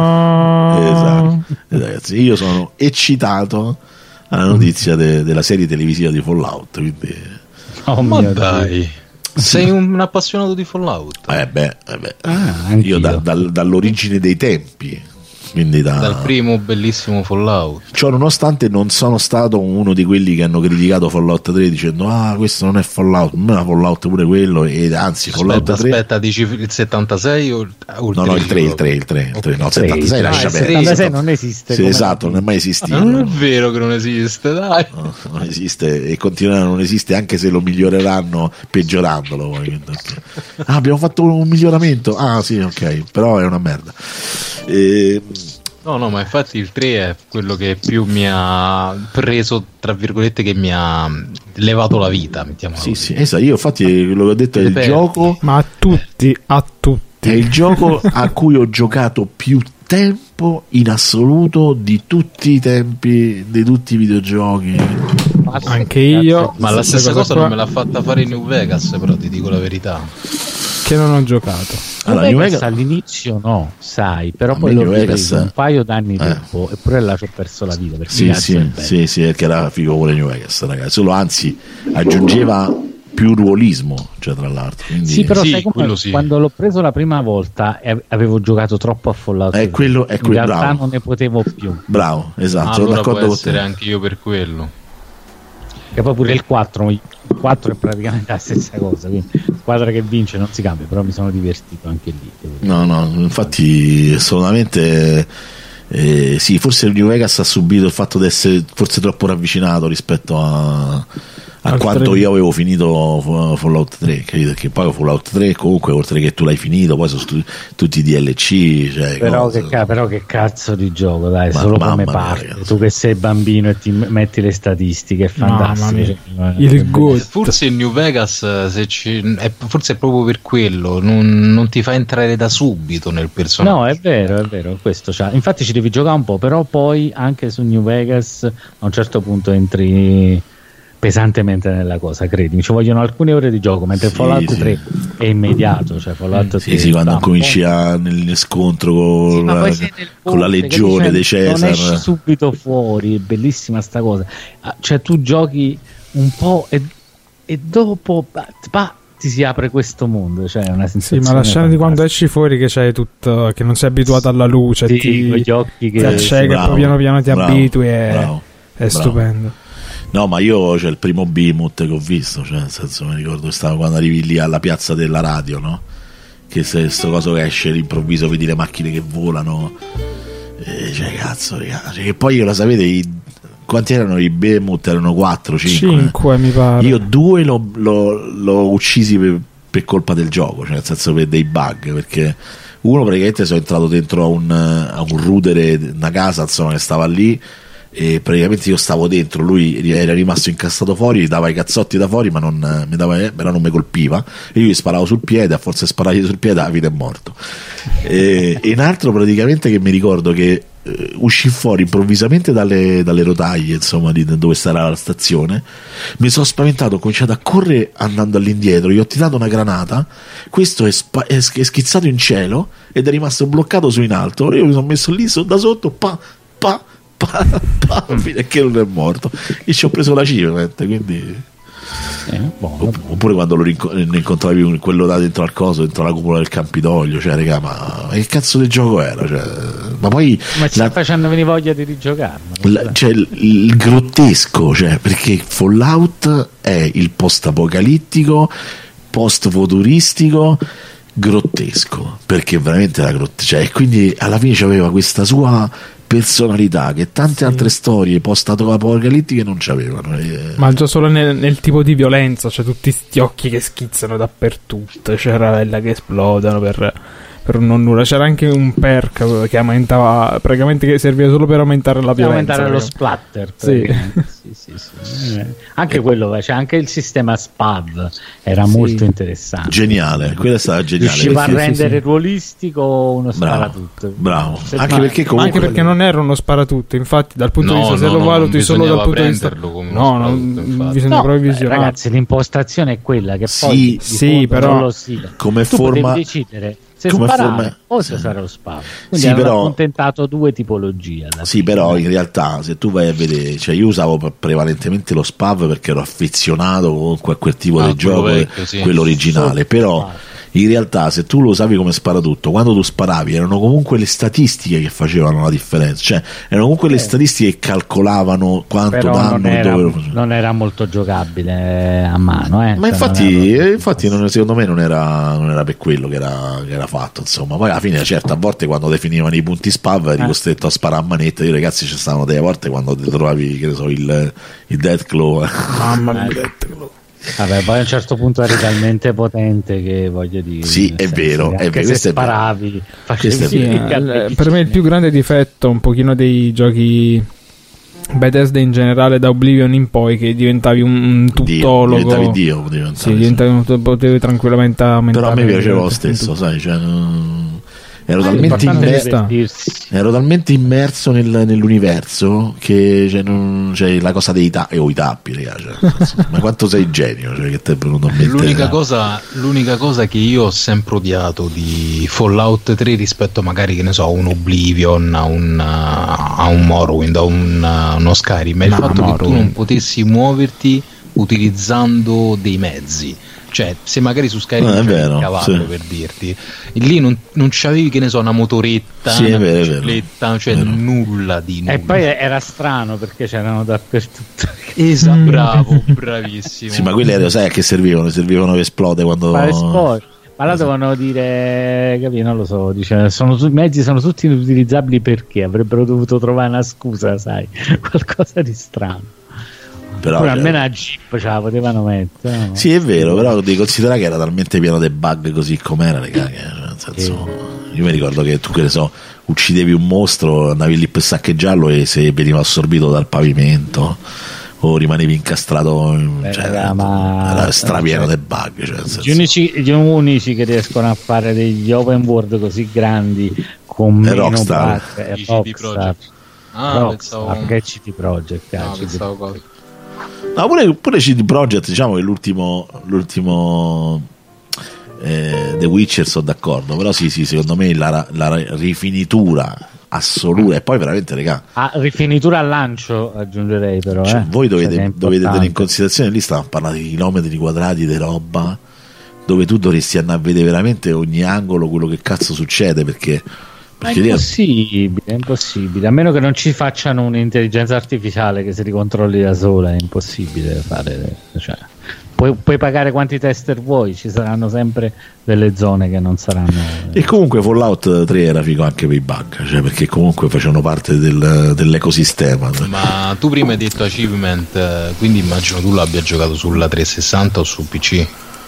esatto, eh, ragazzi, io sono eccitato alla notizia de- della serie televisiva di Fallout, quindi Oh Ma mio Dio. dai, sei un appassionato di Fallout? eh beh, eh beh. Ah, anch'io. io da- dal- dall'origine dei tempi, quindi da, Dal primo bellissimo Fallout. ciò nonostante non sono stato uno di quelli che hanno criticato Fallout tre dicendo ah, questo non è Fallout, non è Fallout pure quello, e anzi Fallout Aspetta, tre aspetta, dici il settantasei o, o il no no il tre il tre? tre il tre, il tre no il Tre, settantasei sì, lascia ah, il perdere. tre. settantasei non esiste. Sì, come esatto, non è mai esistito. Ma non è vero che non esiste, dai. No, non esiste e continuerà a non esiste anche se lo miglioreranno peggiorandolo poi. Quindi, ok. Ah, abbiamo fatto un miglioramento, ah sì, ok, però è una merda. E, No, no, ma infatti il tre è quello che più mi ha preso, tra virgolette, che mi ha levato la vita, mettiamola sì così. sì esatto, io infatti quello che ho detto è il Ripeto. gioco Ma a tutti, a tutti. è il gioco a cui ho giocato più tempo in assoluto di tutti i tempi di tutti i videogiochi. Anche io. Ma la Questa stessa cosa qua non me l'ha fatta fare in New Vegas, però ti dico la verità. che non ho giocato. Allora, New New Vegas Vegas- all'inizio no, sai, però A poi me l'ho New Vegas- ripreso un paio d'anni eh. dopo eppure là ci ho perso la vita perché Sì, cazzo è sì, bello. sì, sì, perché era figo pure New Vegas, ragazzi. Solo anzi aggiungeva più ruolismo, cioè tra l'altro. Quindi, Sì, però Sì, sai come quello sì. quando l'ho preso la prima volta e avevo giocato troppo a Fallout. È quello- è in quel- realtà bravo. non ne potevo più. bravo, esatto, sono allora può d'accordo con essere te. anche io per quello. Che poi pure il quattro, il quattro è praticamente la stessa cosa, quindi squadra che vince non si cambia, però mi sono divertito anche lì. devo dire. No, no, infatti assolutamente Eh, sì, forse il New Vegas ha subito il fatto di essere forse troppo ravvicinato rispetto a, a quanto tre. Io avevo finito Fallout tre, che poi Fallout tre comunque oltre che tu l'hai finito poi sono stu- tutti i D L C, cioè, però, che ca- però che cazzo di gioco, dai, ma, solo come parte mia, tu che sei bambino e ti metti le statistiche, è fantastico. Il good. Forse il New Vegas se ci, è, forse è proprio per quello non, non ti fa entrare da subito nel personaggio. No, è vero, è vero, questo c'ha. Infatti ci devi giocare un po', però poi anche su New Vegas a un certo punto entri pesantemente nella cosa, credimi, ci vogliono alcune ore di gioco, mentre sì, Fallout sì. tre è immediato, cioè Fallout sì, tre sì, quando cominci a, nel scontro con, sì, la, con la legione dei Cesar, non esci subito fuori, è bellissima sta cosa, cioè tu giochi un po' e, e dopo bah, ti si apre questo mondo, cioè una sensazione. Sì, ma la scena di quando esci fuori che c'hai tutto, che non sei abituato alla luce, sì, ti, con gli occhi che ti accega, bravo, poi piano piano ti bravo, abitui e bravo, è bravo. stupendo. No, ma io c'è il primo Behemoth che ho visto, cioè nel senso mi ricordo stavo quando arrivi lì alla piazza della radio, no? Che se sto coso che esce all'improvviso vedi le macchine che volano, e cioè cazzo, ragazzi, che poi io lo sapete i, quanti erano i Behemoth? Erano quattro, cinque. cinque mi pare. Io due l'ho, l'ho, l'ho uccisi per, per colpa del gioco, cioè nel senso per dei bug, perché uno praticamente sono entrato dentro a un, a un rudere, una casa insomma che stava lì, e praticamente io stavo dentro, lui era rimasto incassato fuori, gli dava i cazzotti da fuori ma non mi, dava, però non mi colpiva, e io gli sparavo sul piede, a forza di sparargli sul piede la vita è morto. E, e un altro praticamente che mi ricordo che eh, uscì fuori improvvisamente dalle, dalle rotaie insomma di dove stava la stazione, mi sono spaventato, ho cominciato a correre andando all'indietro, gli ho tirato una granata, questo è, spa- è schizzato in cielo ed è rimasto bloccato su in alto, io mi sono messo lì so, da sotto, pa pa pa, pa, finché non è morto, e ci ho preso la cima, quindi eh, buono, oppure quando lo rinco- ne incontravi quello da dentro al coso, dentro la cupola del Campidoglio, cioè raga, ma che cazzo di gioco era, cioè, ma poi ma ci sta facendo venire voglia di rigiocarlo, la, cioè, il, il grottesco, cioè, perché Fallout è il post apocalittico post futuristico grottesco, perché veramente era grottesco, cioè, e quindi alla fine c'aveva questa sua personalità che tante sì. altre storie post-apocalittiche non c'avevano. Ma già solo nel, nel tipo di violenza, cioè tutti sti occhi che schizzano dappertutto, c'era che esplodono per, per non nulla. C'era anche un perk che aumentava, praticamente che serviva solo per aumentare la violenza, aumentare lo splatter. Sì. Sì, sì, sì. Anche quello, c'è cioè anche il sistema S P A V era sì. molto interessante, geniale, quella è stata geniale, riusciva a rendere sì, sì. ruolistico uno sparatutto, bravo, se anche ma, perché comunque anche perché non era uno sparatutto, infatti dal punto no, di vista se no, lo valuti solo dal punto di vista no, non bisogna no, proprio visionare, ragazzi, l'impostazione è quella che sì, poi sì, però lo sia. Come tu forma potevi decidere se come sparare forma... o se sarà lo sparo, quindi sì, hanno però... accontentato due tipologie sì fine. Però in realtà se tu vai a vedere, cioè io usavo prevalentemente lo S P A V perché ero affezionato comunque a quel tipo ah, di gioco, vecchio, sì. quello originale, sì. Però in realtà se tu lo usavi come sparatutto, quando tu sparavi erano comunque le statistiche che facevano la differenza, cioè erano comunque eh. le statistiche che calcolavano quanto però danno non era, dove... non era molto giocabile a mano, eh. ma cioè infatti, non infatti non, secondo me non era, non era per quello che era, che era fatto, insomma. Poi alla fine certo a volte quando definivano i punti S P A V eri eh. costretto a sparare a manetta. Io ragazzi ci stavano delle volte quando ti trovavi che ne so il, il Deathclaw, mamma mia, Deathclaw. Vabbè, poi a un certo punto eri talmente potente che voglio dire, sì, è vero, anche è vero, se sparavi facevi sì, eh, per me il più grande difetto un pochino dei giochi Bethesda in generale da Oblivion in poi, che diventavi un tuttologo, Dio, diventavi Dio, diventavi, sì, diventavi, sì. Potevi tranquillamente aumentare, però a me piaceva lo stesso, sai, cioè, ero, ah, talmente immer- ero talmente immerso nel, nell'universo che cioè, non, cioè, la cosa dei ta- e o i tappi, cioè, ma quanto sei genio, cioè, che te è venuto a mettere, l'unica, cosa, l'unica cosa che io ho sempre odiato di Fallout tre rispetto magari che ne so a un Oblivion, a un, a un Morrowind, a un, a uno Skyrim è il no, fatto Morrowind. Che tu non potessi muoverti utilizzando dei mezzi. Cioè, se magari su Skyrim no, c'è il cavallo, sì. per dirti, lì non, non c'avevi, che ne so, una motoretta, sì, una vero, bicicletta, cioè vero. nulla di nulla. E poi era strano perché c'erano dappertutto. Esatto, bravo, bravissimo. Sì, ma quelle sai a che servivano? Servivano per esplodere quando. Ma, espor- Ma là dovevano dire, capito? Non lo so, dice, sono, i mezzi sono tutti inutilizzabili perché avrebbero dovuto trovare una scusa, sai, qualcosa di strano. Però Pure cioè, almeno a Jeep ce la potevano mettere. No? sì, è vero, però devi considerare che era talmente pieno di bug così com'era, raga, che, nel senso, io mi ricordo che tu, che ne so, uccidevi un mostro, andavi lì per saccheggiarlo e se veniva assorbito dal pavimento o rimanevi incastrato, Beh, cioè, raga, ma... era strapieno cioè, di bug, cioè, nel senso... gli, unici, gli unici che riescono a fare degli open world così grandi con È meno Rockstar. bug è C D Rockstar. Projekt. Ah, Rockstar, pensavo... che C D Projekt, No, C D pensavo cosa. No, pure, pure C D Projekt, diciamo che l'ultimo l'ultimo eh, The Witcher sono d'accordo, però sì, sì, secondo me la, la rifinitura assoluta e poi veramente, regà, Ah, rifinitura al lancio aggiungerei, però cioè, eh. voi dovete, Cioè, è dovete tenere in importante. considerazione, lì stiamo parlando di chilometri quadrati di roba dove tu dovresti andare a vedere veramente ogni angolo quello che cazzo succede, perché, Ma è perché lì- impossibile, è impossibile, a meno che non ci facciano un'intelligenza artificiale che si ricontrolli da sola, è impossibile fare, cioè, puoi, puoi pagare quanti tester vuoi, ci saranno sempre delle zone che non saranno. e comunque Fallout tre era figo anche per i bug, cioè perché comunque facevano parte del- dell'ecosistema. Ma tu prima hai detto achievement, eh, quindi immagino tu l'abbia giocato sulla trecentosessanta o su P C.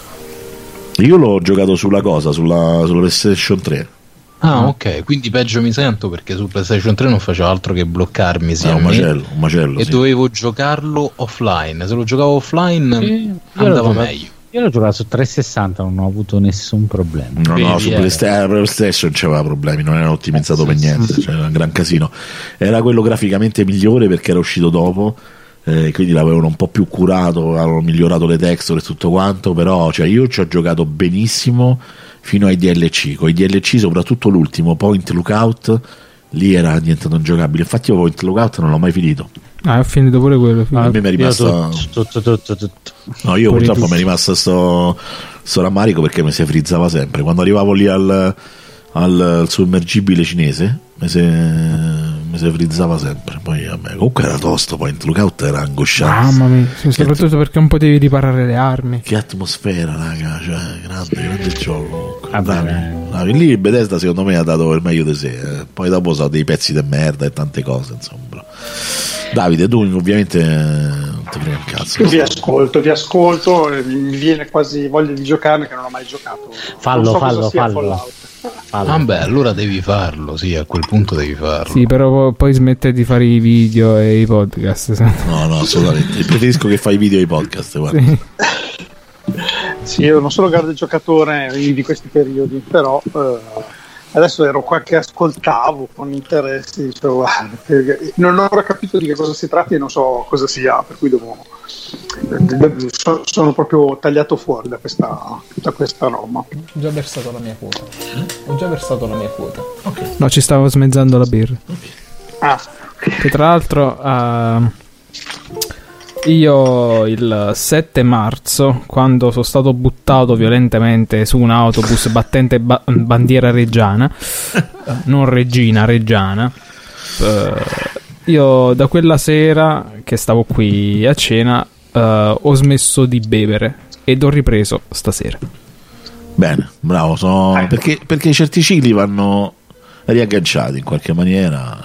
Io l'ho giocato sulla cosa, sulla, sulla PlayStation tre. Ah, ok, quindi peggio mi sento perché su PlayStation tre non facevo altro che bloccarmi sia Ah, a un me, macello, un macello, e sì. dovevo giocarlo offline. Se lo giocavo offline Sì, io l'ho andava giocato- meglio. Io l'ho giocato su trecentosessanta, non ho avuto nessun problema. No, no, Vedi, su eh. Playsta- PlayStation c'aveva problemi, non era ottimizzato per niente, cioè era un gran casino. Era quello graficamente migliore perché era uscito dopo, eh, quindi l'avevano un po' più curato, avevano migliorato le texture e tutto quanto, però cioè, io ci ho giocato benissimo fino ai D L C, con i D L C soprattutto l'ultimo, Point Lookout, lì era diventato ingiocabile, infatti io Point Lookout non l'ho mai finito. Ah, ho finito pure quello. A finito. me mi è Io rimasto... tutto, tutto, tutto, tutto. No, io Pure purtroppo tu. mi è rimasto sto, sto rammarico perché mi si frizzava sempre. Quando arrivavo lì al, al, al sommergibile cinese mi si, mi si frizzava sempre. Poi a me, comunque era tosto, poi in Lookout era angosciante. Mamma mia, sì, soprattutto perché non potevi riparare le armi. Che atmosfera, raga, cioè, grande, grande gioco. Vabbè, Bravi, dai. bravi. Lì Bethesda secondo me ha dato il meglio di sé. eh. Poi dopo sono dei pezzi di merda e tante cose, insomma. Davide, tu ovviamente eh, non ti frega un cazzo. Vi ascolto, vi ascolto e mi viene quasi voglia di giocare che non ho mai giocato. Fallo, Non so cosa fallo, sia fallo. Fallout. Fallo. Ah, beh, allora devi farlo, sì, a quel punto devi farlo. Sì, però po- poi smette di fare i video e i podcast. se- No, no, assolutamente. Preferisco che fai video e i podcast, guarda. Sì. Sì, io non sono grande giocatore di questi periodi, però eh, adesso ero qua che ascoltavo con interesse, dicevo, "Ah, perché non ho ancora capito di che cosa si tratta e non so cosa sia, per cui devo, so- sono proprio tagliato fuori da questa, da questa roba. Ho già versato la mia quota. Ho già versato la mia quota. No, ci stavo smezzando la birra. Ah, Che tra l'altro eh, io il sette marzo, quando sono stato buttato violentemente su un autobus battente ba- bandiera reggiana, eh, non regina, reggiana, eh, io da quella sera che stavo qui a cena eh, ho smesso di bere ed ho ripreso stasera. Bene, bravo, sono... Ecco. perché, perché certi cicli vanno riagganciati in qualche maniera.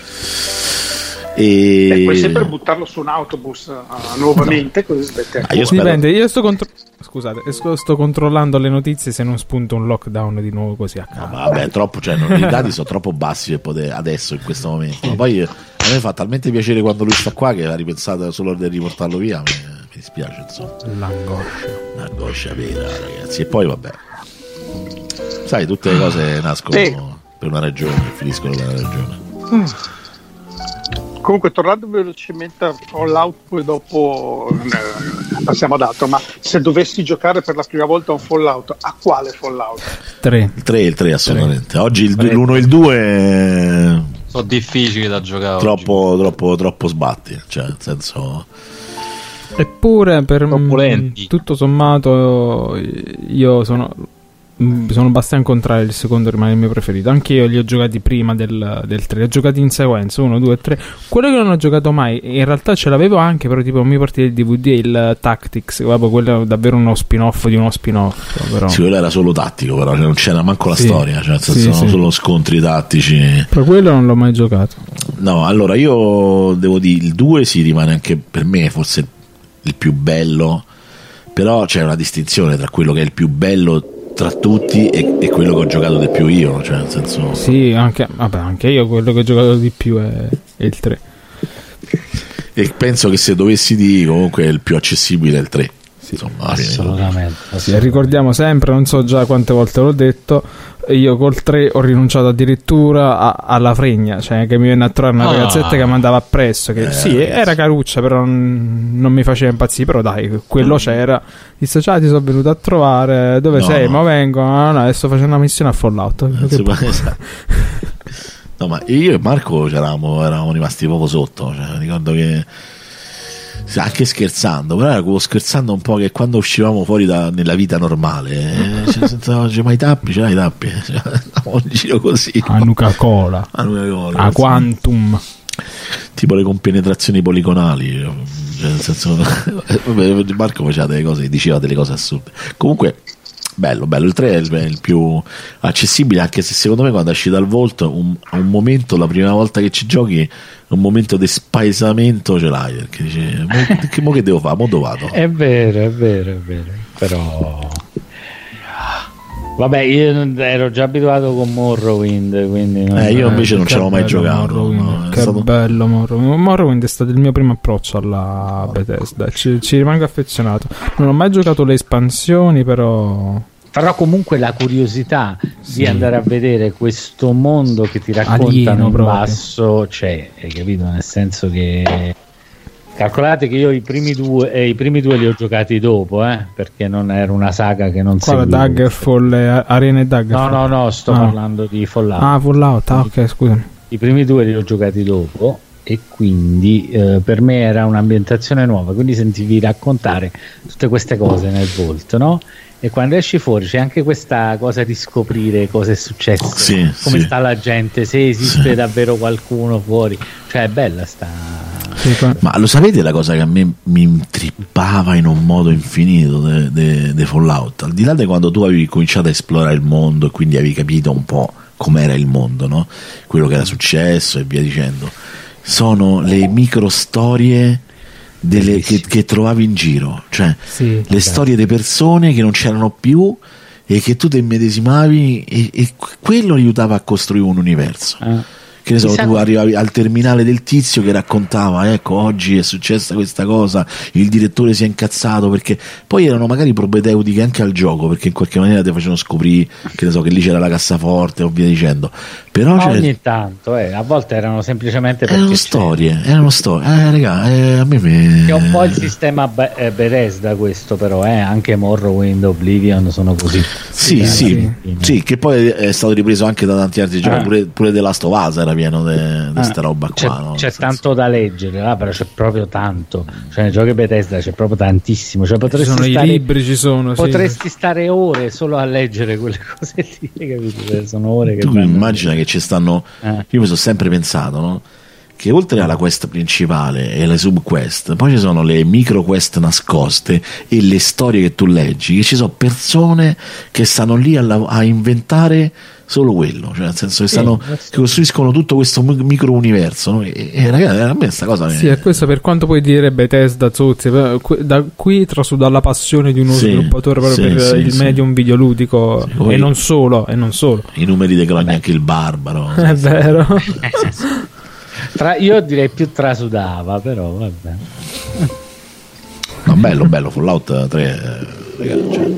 E... e puoi sempre buttarlo su un autobus uh, nuovamente, così smette. Ah, io spero- Dipende, io sto contro- scusate, sto, sto controllando le notizie se non spunta un lockdown di nuovo così a caso. Vabbè, troppo, cioè, non- i dati sono troppo bassi per poter adesso, in questo momento. Ma poi eh, a me fa talmente piacere quando lui sta qua che ha ripensato solo di riportarlo via. Mi, mi dispiace, insomma. L'angoscia. Un'angoscia vera, ragazzi. E poi, vabbè, sai, tutte le cose nascono Sì. per una ragione e finiscono per una ragione. Comunque, tornando velocemente a Fallout, poi dopo eh, passiamo ad altro. Ma se dovessi giocare per la prima volta a un Fallout, a quale Fallout? tre. Il tre, il tre assolutamente. Oggi il due- l'uno e il due Sono difficili da giocare troppo, troppo, troppo sbatti. Cioè, nel senso, Eppure per Troppo mm, lenti. tutto sommato io sono sono abbastanza contrario, il secondo rimane il mio preferito. Anche io li ho giocati prima del, del tre, li ho giocati in sequenza uno, due, tre. Quello che non ho giocato mai, in realtà ce l'avevo anche, però tipo non mi porti il D V D, il Tactics. Vabbè, quello è davvero uno spin-off di uno spin-off, però. Sì, quello era solo tattico, però non c'era manco la sì, storia, cioè nel senso sì, sì. Solo scontri tattici. Per quello non l'ho mai giocato. No, allora io devo dire, il due si rimane anche per me forse il più bello, però c'è una distinzione tra quello che è il più bello tra tutti e, e quello che ho giocato di più io, cioè nel senso. Sì, anche, vabbè, anche io quello che ho giocato di più è, è il tre. E penso che se dovessi dire comunque il più accessibile è il tre. Sì, insomma, assolutamente, sì, ricordiamo sempre, non so già quante volte l'ho detto, io col tre ho rinunciato addirittura a, alla fregna, cioè che mi venne a trovare una ah. ragazzetta che mi andava appresso, che eh, sì, ragazzi. Era caruccia, però non, non mi faceva impazzire, però dai, quello mm. c'era. Disse, ciao, ti sono venuto a trovare, dove no, sei? No. Ma vengo, no, no, adesso facendo una missione a Fallout. No, ma io e Marco eravamo, eravamo rimasti proprio sotto, cioè, ricordo che anche scherzando, però era quello scherzando un po' che quando uscivamo fuori da, nella vita normale, eh, cioè, senza, cioè, ma i tappi, c'era i tappi, cioè, andavamo in giro così, a Nuka-Cola, a, Nuka-Cola, a Quantum, tipo le compenetrazioni poligonali, cioè, nel senso, Marco faceva delle cose, diceva delle cose assurde. Comunque bello, bello, il tre è il, è il più accessibile, anche se secondo me quando esci dal Vault un, un momento, la prima volta che ci giochi, un momento di spaesamento ce l'hai, perché dici mo che, mo che devo fare, mo dove vado? È vero, è vero, è vero, però vabbè, io ero già abituato con Morrowind, quindi non eh, io invece non ce l'ho mai giocato, no, che stato... bello Morrowind. Morrowind è stato il mio primo approccio alla Bethesda, ci, ci rimango affezionato. Non ho mai giocato le espansioni, però però comunque la curiosità sì. di andare a vedere questo mondo che ti raccontano Alieno, in basso c'è, hai capito? Nel senso che calcolate che io i primi due eh, i primi due li ho giocati dopo, eh, perché non era una saga che non seguivo. Quale Daggerfall, eh, Arena e Daggerfall? No, no, no, sto ah. parlando di Fallout. Ah, Fallout, ah, ok, scusami. I primi due li ho giocati dopo e quindi eh, per me era un'ambientazione nuova, quindi sentivi raccontare tutte queste cose nel Vault, no? E quando esci fuori c'è anche questa cosa di scoprire cosa è successo, sì, come sì. sta la gente, se esiste sì. davvero qualcuno fuori, cioè è bella sta. Ma lo sapete la cosa che a me mi intrippava in un modo infinito di Fallout, al di là di quando tu avevi cominciato a esplorare il mondo e quindi avevi capito un po' com'era il mondo, no? Quello che era successo e via dicendo, sono le micro storie delle, che, che trovavi in giro, cioè sì, le storie di persone che non c'erano più e che tu ti immedesimavi e, e quello aiutava a costruire un universo. Ah. Che ne so, tu arrivavi al terminale del tizio che raccontava, ecco, oggi è successa questa cosa, il direttore si è incazzato, perché poi erano magari propedeutiche anche al gioco, perché in qualche maniera ti facevano scoprire, che ne so, che lì c'era la cassaforte o via dicendo. Però ma ogni tanto, eh, a volte erano semplicemente perché erano storie, erano storie, eh raga, eh, a me me... È un po' il sistema Be- eh, Bethesda questo, però, eh, anche Morrowind, Oblivion sono così. Sì, sì, sì, sì, che poi è stato ripreso anche da tanti altri giochi, ah. pure, pure The Last of Us era pieno di questa ah, roba qua, c'è, no? c'è tanto da leggere, ah, però c'è proprio tanto, cioè nei giochi Bethesda c'è proprio tantissimo, cioè potresti ci sono stare, i libri, ci sono potresti sì. stare ore solo a leggere quelle cose lì, capito? Sono ore che tu immagina che ci stanno eh. io mi sono sempre pensato, no? Che oltre alla quest principale e le subquest, poi ci sono le micro quest nascoste e le storie che tu leggi, che ci sono persone che stanno lì a, a inventare solo quello, cioè nel senso che, stanno, sì, che costruiscono tutto questo micro universo, no? e, e ragazzi, a me questa cosa sì, è questo per quanto puoi dire Bethesda, Zozzi, da qui trasuda la passione di uno sì, sviluppatore proprio sì, per sì, il sì. medium videoludico sì, e non solo, e non solo i numeri di Clogna, anche il barbaro è sì, vero Tra, io direi più trasudava, però vabbè. No, bello, bello Fallout tre, ragazzi, cioè.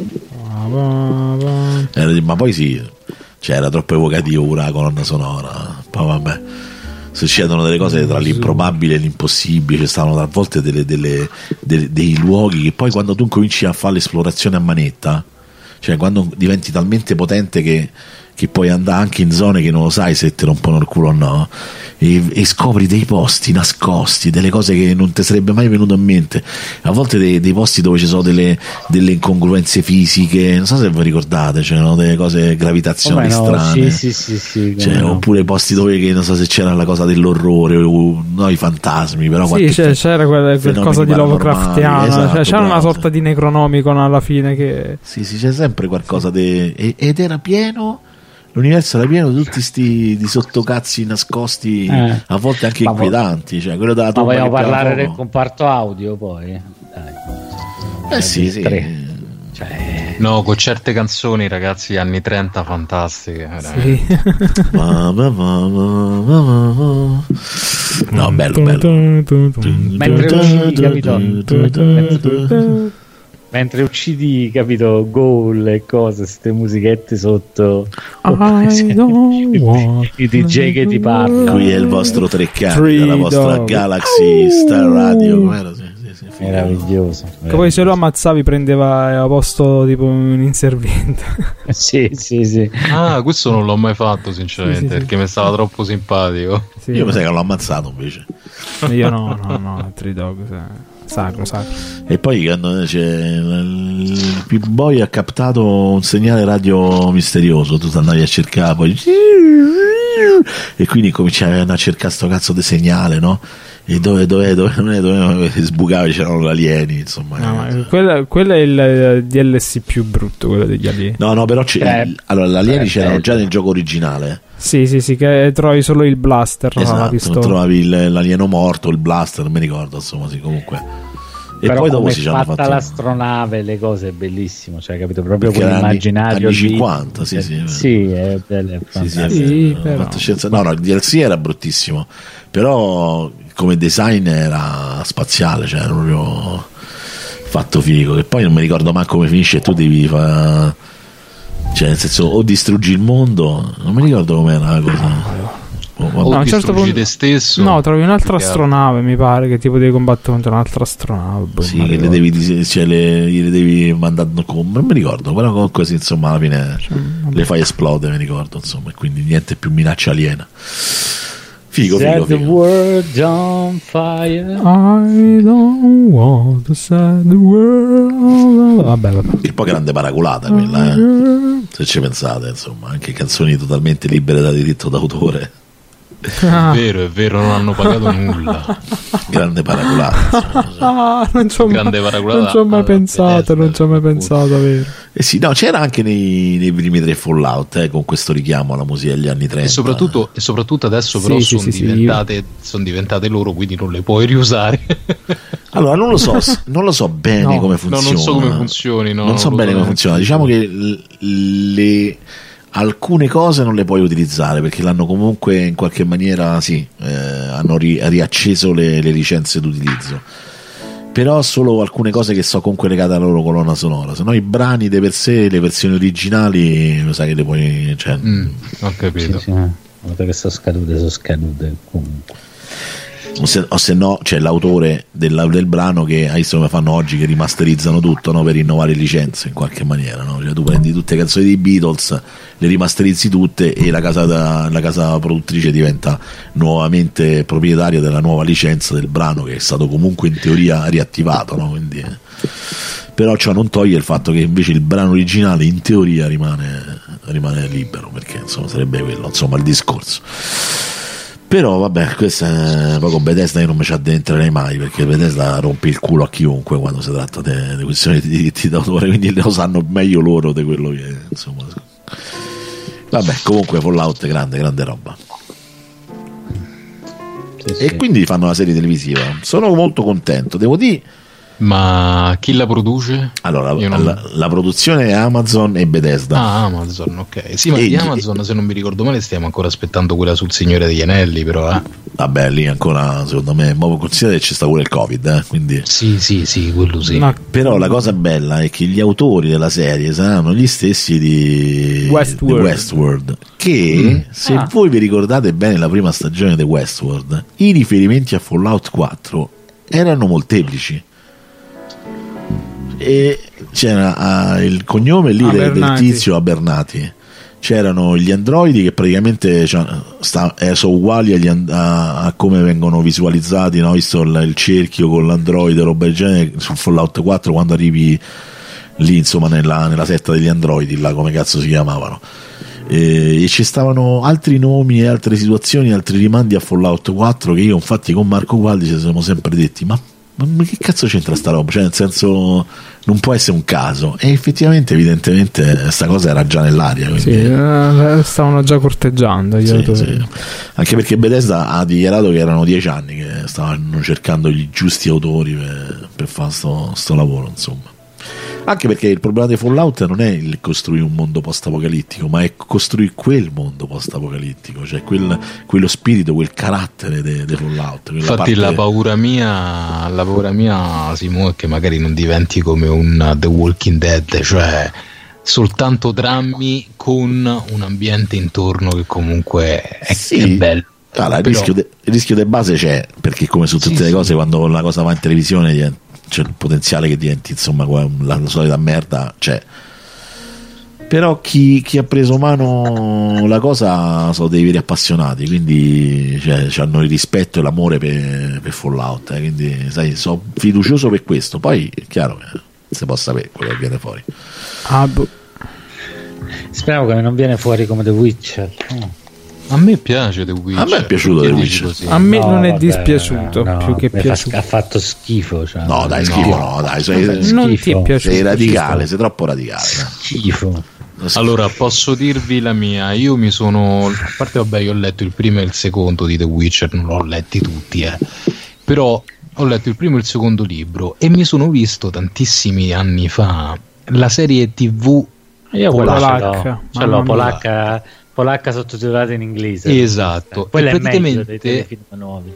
Era, ma poi sì, cioè era troppo evocativo pure la colonna sonora, poi vabbè, succedono delle cose tra l'improbabile e l'impossibile, ci stavano a volte delle, delle, delle, dei luoghi che poi quando tu cominci a fare l'esplorazione a manetta, cioè quando diventi talmente potente che che puoi andare anche in zone che non lo sai se ti rompono il culo o no, e, e scopri dei posti nascosti, delle cose che non ti sarebbe mai venuto in mente, a volte dei, dei posti dove ci sono delle, delle incongruenze fisiche, non so se vi ricordate, c'erano delle cose gravitazionali no, strane, sì, sì, sì, sì, cioè, no. oppure posti dove che non so se c'era la cosa dell'orrore o no, i fantasmi, però sì, c'era, c'era quella, quel cosa di Lovecraftiana, esatto, cioè, c'era bravo, una sorta di Necronomicon alla fine che sì sì c'è sempre qualcosa de... ed era pieno, l'universo era pieno di tutti sti di sottocazzi nascosti, eh. a volte anche ma inquietanti, cioè quello della ma tomba. vogliamo parlare del poco. comparto audio poi? Dai. Eh sì sì Tre. Cioè... No, con certe canzoni, ragazzi, anni trenta fantastiche. sì. Va, va, va, va, va, va. No, bello bello. Mentre uccidi, capito? Mentre, mentre uccidi, capito, goal e cose, queste musichette sotto. I don't want I D J che ti parla. Qui è il vostro Treccani Three della vostra dog. Galaxy Star Radio, com'era? Sì, sì, sì, figo. Meraviglioso. che poi se lo ammazzavi prendeva a posto tipo un inserviente. Sì, sì, sì. Ah, questo non l'ho mai fatto, sinceramente, Sì, sì, sì. perché mi stava troppo simpatico. Sì. Io mi sa che l'ho ammazzato invece. Io no, no, no, Three Dog, cioè, sacro, sacro. E poi quando c'è il Pip-Boy ha captato un segnale radio misterioso, tu andavi a cercare, poi e quindi cominciavi a cercare sto cazzo di segnale, no? E dove, dove, dove, dove, dove sbucavi, c'erano gli alieni, insomma. No, ma quella, quello è il D L C più brutto, quello degli alieni. No, no, però c'è, Eh, allora gli alieni eh, c'erano eh, già nel gioco originale. Sì, sì, sì, che trovi solo il blaster, la Esatto, non pistola. trovavi il- l'alieno morto, il blaster, non mi ricordo, insomma, sì, comunque. E Però poi dopo come si è ci hanno fatta fatto l'astronave, le cose è bellissimo, cioè capito proprio Perché erano anni- quell'immaginario anni lì. cinquanta, sì, sì. Sì, è bello, è Sì, sì, fantastico. è Sì, vero, hanno però. fatto scienza- no, no, il D L C era bruttissimo, però come design era spaziale, cioè era proprio fatto figo. E poi non mi ricordo mai come finisce, tu devi fare, cioè nel senso, o distruggi il mondo, non mi ricordo com'era la cosa. Oh, O vabbè. No, a un certo distruggi punto- te stesso. No, trovi un'altra Più che altro. astronave, mi pare, che tipo devi combattere contro un'altra astronave. boh, Sì, non che le ricordo. devi, dis- cioè le, le devi mandare come, non mi ricordo, però comunque sì, insomma alla fine le fai esplodere, mi ricordo, insomma, e quindi niente più minaccia aliena. Figo, figo, Set the figo. world on fire. I don't want to set the world. Vabbè, vabbè. Che poi grande paraculata quella, eh? Se ci pensate, insomma, anche canzoni totalmente libere da diritto d'autore. Ah, È vero, è vero, non hanno pagato nulla. Grande paraculata, insomma. ah, non ci ho Grande mai, paraculata non ci ho mai alla pensato, Bethesda, non ci ho mai appunto. pensato, vero. Eh sì, no, c'era anche nei, nei primi tre Fallout, eh, con questo richiamo alla musica degli anni trenta. E soprattutto, e soprattutto adesso Sì, però sì, sono sì, sì, diventate, son diventate loro, quindi non le puoi riusare. Allora, non lo so, non lo so bene No, come no, funziona. non so come funzioni, no, non so non lo bene so come neanche funziona. io. Diciamo che l- le alcune cose non le puoi utilizzare perché l'hanno comunque in qualche maniera, sì, eh, hanno ri- riacceso le, le licenze d'utilizzo. Però solo alcune cose che so comunque legate alla loro colonna sonora. Se no i brani di per sé, le versioni originali, lo sai che le puoi, cioè, Mm, ho Sì, capito. sì, guarda che sono scadute, sono scadute comunque. o se, o se no c'è l'autore del, del brano che hai visto come fanno oggi, che rimasterizzano tutto, no, per innovare licenze in qualche maniera, no? Cioè tu prendi tutte le canzoni dei Beatles, le rimasterizzi tutte e la casa, da, la casa produttrice diventa nuovamente proprietaria della nuova licenza del brano che è stato comunque in teoria riattivato, no? Quindi, eh. Però ciò non toglie il fatto che invece il brano originale in teoria rimane, rimane libero, perché insomma sarebbe quello insomma il discorso. Però vabbè, questo è proprio Bethesda, io non mi ci addentrerei mai perché Bethesda rompe il culo a chiunque quando si tratta di questioni di diritti d'autore, quindi lo sanno meglio loro di quello che insomma. Vabbè, comunque Fallout grande, grande roba. Sì, sì. E quindi fanno la serie televisiva. Sono molto contento, devo dire. Ma chi la produce? Allora, Io non- la, la produzione è Amazon e Bethesda. Ah, Amazon, ok. Sì, ma E- di Amazon, se non mi ricordo male, stiamo ancora aspettando quella sul Signore degli Anelli, però, eh. Vabbè, lì ancora secondo me, ma considerate che c'è sta pure il Covid, eh, quindi. Sì, sì, sì, quello sì. Ma Però la cosa bella è che gli autori della serie saranno gli stessi di Westworld. di Westworld, che se Ah. voi vi ricordate bene la prima stagione di Westworld, i riferimenti a Fallout quattro erano molteplici. E c'era ah, il cognome lì del, del Abernathy. tizio Abernathy, c'erano gli androidi che praticamente cioè, sta, eh, sono uguali agli, a, a come vengono visualizzati, no? Visto il, il cerchio con l'androide, roba del genere su Fallout quattro quando arrivi lì, insomma, nella, nella setta degli androidi, là come cazzo si chiamavano. E, e ci stavano altri nomi e altre situazioni, altri rimandi a Fallout quattro che io infatti con Marco Gualdi ci siamo sempre detti ma, ma che cazzo c'entra sta roba, cioè nel senso non può essere un caso, e effettivamente evidentemente sta cosa era già nell'aria, quindi... sì, eh, stavano già corteggiando gli sì, autori. sì. Anche perché Bethesda ha dichiarato che erano dieci anni che stavano cercando gli giusti autori per, per fare sto, sto lavoro, insomma. Anche perché il problema di Fallout non è il costruire un mondo post-apocalittico, ma è costruire quel mondo post-apocalittico, cioè quel, quello spirito, quel carattere di Fallout. Infatti parte... la paura mia, la paura mia, Simo, è che magari non diventi come un The Walking Dead, cioè soltanto drammi con un ambiente intorno che comunque è, sì. è bello. Allora, il, Però... rischio de, il rischio di base c'è, perché come su tutte sì, le cose, sì. Quando la cosa va in televisione diventa, c'è il potenziale che diventi insomma la, la solita merda, c'è. Però chi, chi ha preso mano la cosa sono dei veri appassionati, quindi cioè, hanno il rispetto e l'amore per, per Fallout, eh, quindi sai, sono fiducioso per questo. Poi è chiaro che si può sapere quello che viene fuori. Ah, boh. Speriamo che non viene fuori come The Witcher. Oh. A me piace The Witcher. A me è piaciuto The Witcher. A me no, non è vabbè, dispiaciuto, no, più che piaciuto. Ha fatto schifo. Cioè. No, dai, schifo, no, no dai, sei, schifo. Non ti è piaciuto. Sei radicale, sei troppo radicale. Schifo. Allora, posso dirvi la mia. Io mi sono. A parte, vabbè, io ho letto il primo e il secondo di The Witcher, non l'ho letti tutti, eh. Però ho letto il primo e il secondo libro e mi sono visto tantissimi anni fa la serie tivù io polacca, ce l'ho, polacca, polacca sottotitolata in inglese. Esatto. Quella e praticamente è dei telefilm nuovi.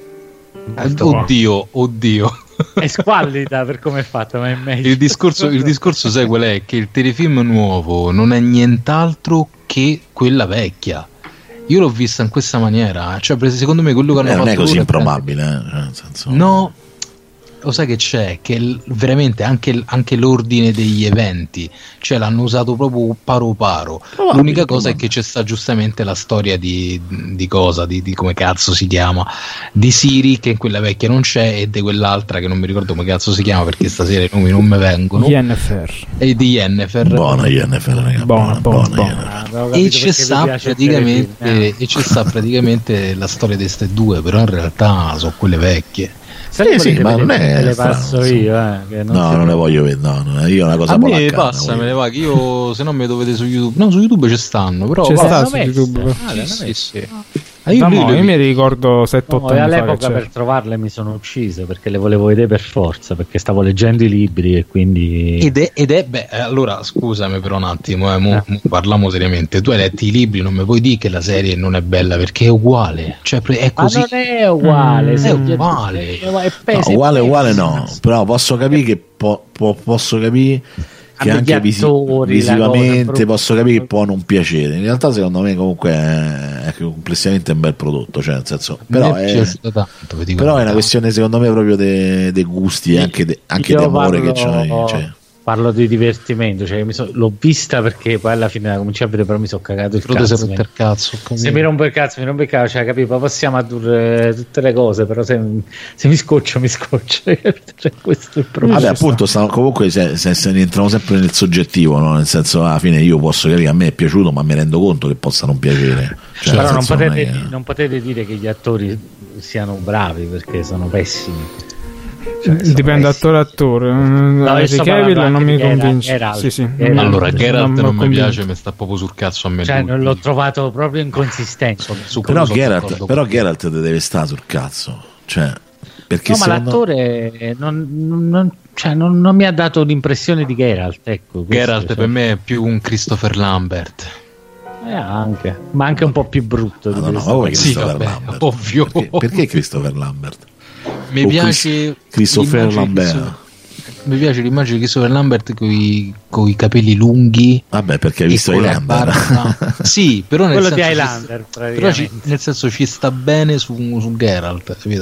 Oddio, oddio. È squallida per come è fatta, ma è meglio. Il discorso, il discorso sai qual è? Che il telefilm nuovo non è nient'altro che quella vecchia. Io l'ho vista in questa maniera, cioè secondo me quello che hanno eh, fatto non è così ora improbabile, eh? Cioè, nel senso... no. Lo sai che c'è? Che l- veramente anche, anche l'ordine degli eventi, cioè l'hanno usato proprio paro paro. Oh, l'unica cosa è che c'è sta giustamente la storia di, di cosa, di, di come cazzo si chiama, di Siri, che in quella vecchia non c'è, e di quell'altra che non mi ricordo come cazzo si chiama perché stasera i nomi non mi vengono. Yennefer. E di Yennefer. Buona Yennefer, raga. Buona, buona, buona, buona. E c'è sta praticamente eh. e c'è sta praticamente la storia di queste due, però in realtà sono quelle vecchie. Sì, sì, ma non è le passo strano, io, eh, che non no, non le voglio vedere. No, no, io una cosa a polacca, me passa, me le va che io se no me dovete su YouTube. No, su YouTube ci stanno, però c'è sta su messo. YouTube. Ah, sì, sì, sì. Ah, io, no, io mi ricordo sette otto no, anni all'epoca fa per trovarle mi sono ucciso perché le volevo vedere per forza, perché stavo leggendo i libri e quindi ed è, ed è beh, allora scusami però un attimo, eh, mo, eh. mo parliamo seriamente. Tu hai letto i libri, non mi puoi dire che la serie non è bella perché è uguale, cioè è così. Ma non è uguale, mm, è uguale. È no, uguale uguale no, però posso capire che po- po- posso capire che anche visi- visivamente cosa, posso capire che può non piacere. In realtà secondo me comunque è, è complessivamente un bel prodotto, cioè nel senso, però è, tanto, però è una questione secondo me proprio dei de gusti, anche di amore che c'hai, cioè. Parlo di divertimento, cioè mi so, l'ho vista perché poi alla fine la cominciai a vedere, però mi sono cagato il cazzo, se il cazzo se mi rompo il cazzo mi rompo il cazzo, cioè capito, possiamo addurre tutte le cose, però se, se mi scoccio mi scoccio, cioè, questo è il problema. Vabbè, appunto stanno, comunque se, se, se entriamo sempre nel soggettivo, no? Nel senso alla fine io posso capire che a me è piaciuto, ma mi rendo conto che possa non piacere, cioè, però non potete, non, che... non potete dire che gli attori siano bravi perché sono pessimi. Cioè, dipende attore attore. No, di Cavill non mi convince. Geralt, sì, sì. Geralt. Allora Geralt non, non mi convince. piace, mi sta proprio sul cazzo a me. Cioè, non l'ho trovato proprio inconsistente. Su però Geralt, però Geralt deve stare sul cazzo. Cioè, perché no, ma secondo... l'attore non, non, cioè, non, non mi ha dato l'impressione di Geralt. Ecco, Geralt cioè. Per me è più un Christopher Lambert. Eh, anche, ma anche un po' più brutto. No, no, no, no, sì, vabbè, Lambert. Ovvio. Perché, perché Christopher Lambert? Mi o piace Christopher Lambert. Mi piace l'immagine di Christopher Lambert con i capelli lunghi. Vabbè, perché hai visto Highlander. Sì, però nel quello senso di Highlander, ci, però ci, nel senso ci sta bene su, su Geralt, capito?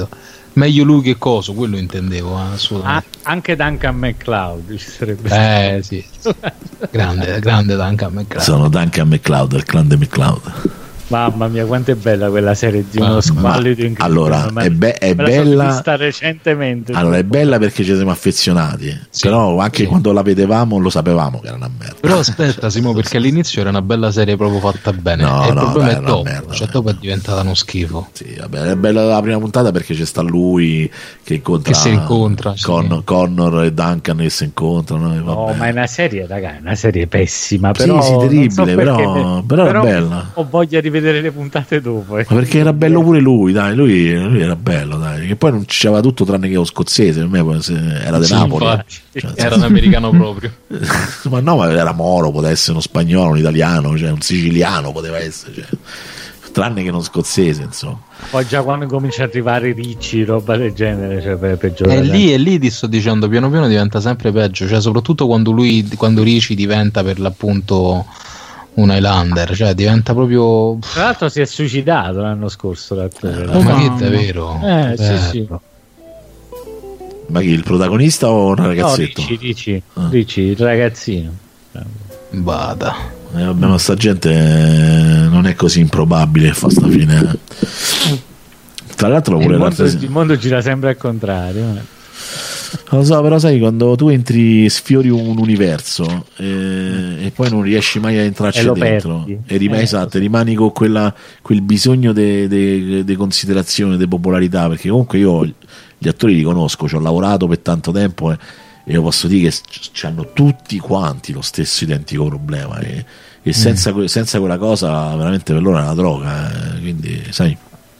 Meglio lui che coso, quello intendevo, eh, assolutamente. Ah, anche Duncan MacLeod ci sarebbe. Eh sì, grande, grande Duncan MacLeod. Sono Duncan MacLeod, il clan di MacLeod. Mamma mia, quanto è bella quella serie di uno squallido incredibile. Allora, ma è, be- è me la bella. sono vista recentemente. Allora, è bella perché ci siamo affezionati. Sì, però anche sì. quando la vedevamo lo sapevamo che era una merda. Però aspetta, Simo, perché all'inizio era una bella serie proprio fatta bene. No, e il no, problema dai, è una dopo, merda, cioè dai. dopo è diventata uno schifo. Sì, vabbè, è bella la prima puntata perché c'è sta lui che incontra Che si incontra, sì. Con, Connor e Duncan che si incontrano. e No, vabbè. ma è una serie, raga, è una serie pessima. Sì, Però sì, non terribile, so però- perché- però era bella. Ho voglia di vedere le puntate dopo. eh. Ma perché era bello pure lui, dai, lui, lui era bello, dai. Che poi non c'era tutto tranne che lo scozzese, per me poi se- era di Sì, Napoli. infatti, Cioè, era un americano proprio. ma no, ma era moro, poteva essere uno spagnolo, un italiano, cioè un siciliano poteva essere, cioè. Tranne che uno scozzese, insomma. Poi già quando comincia a arrivare Ricci, roba del genere, cioè per peggiorare. E lì e lì ti sto dicendo, piano piano diventa sempre peggio, cioè soprattutto quando lui, quando Ricci diventa per l'appunto un Highlander, cioè diventa proprio. Tra l'altro si è suicidato l'anno scorso l'attore. Oh, Ma che mamma. è davvero? Eh, sì, Bello. sì. Ma chi, il protagonista o un No, ragazzetto? Ricci, Ricci, Ah. Ricci, il ragazzino. Bada. Eh, vabbè, ma sta gente eh, non è così improbabile che fa sta fine. eh. Tra l'altro Il pure mondo, l'altra il mondo gira sempre al contrario. eh. Lo so, però sai, quando tu entri, sfiori un universo eh, e poi non riesci mai a entrarci E lo dentro perdi. e rimani, Eh, esatto, rimani con quella, quel bisogno di considerazione, di popolarità, perché comunque io gli attori li conosco, ci ho lavorato per tanto tempo e, e io posso dire che hanno tutti quanti lo stesso identico problema e, e senza, que- senza quella cosa veramente per loro è una droga, eh, quindi sai,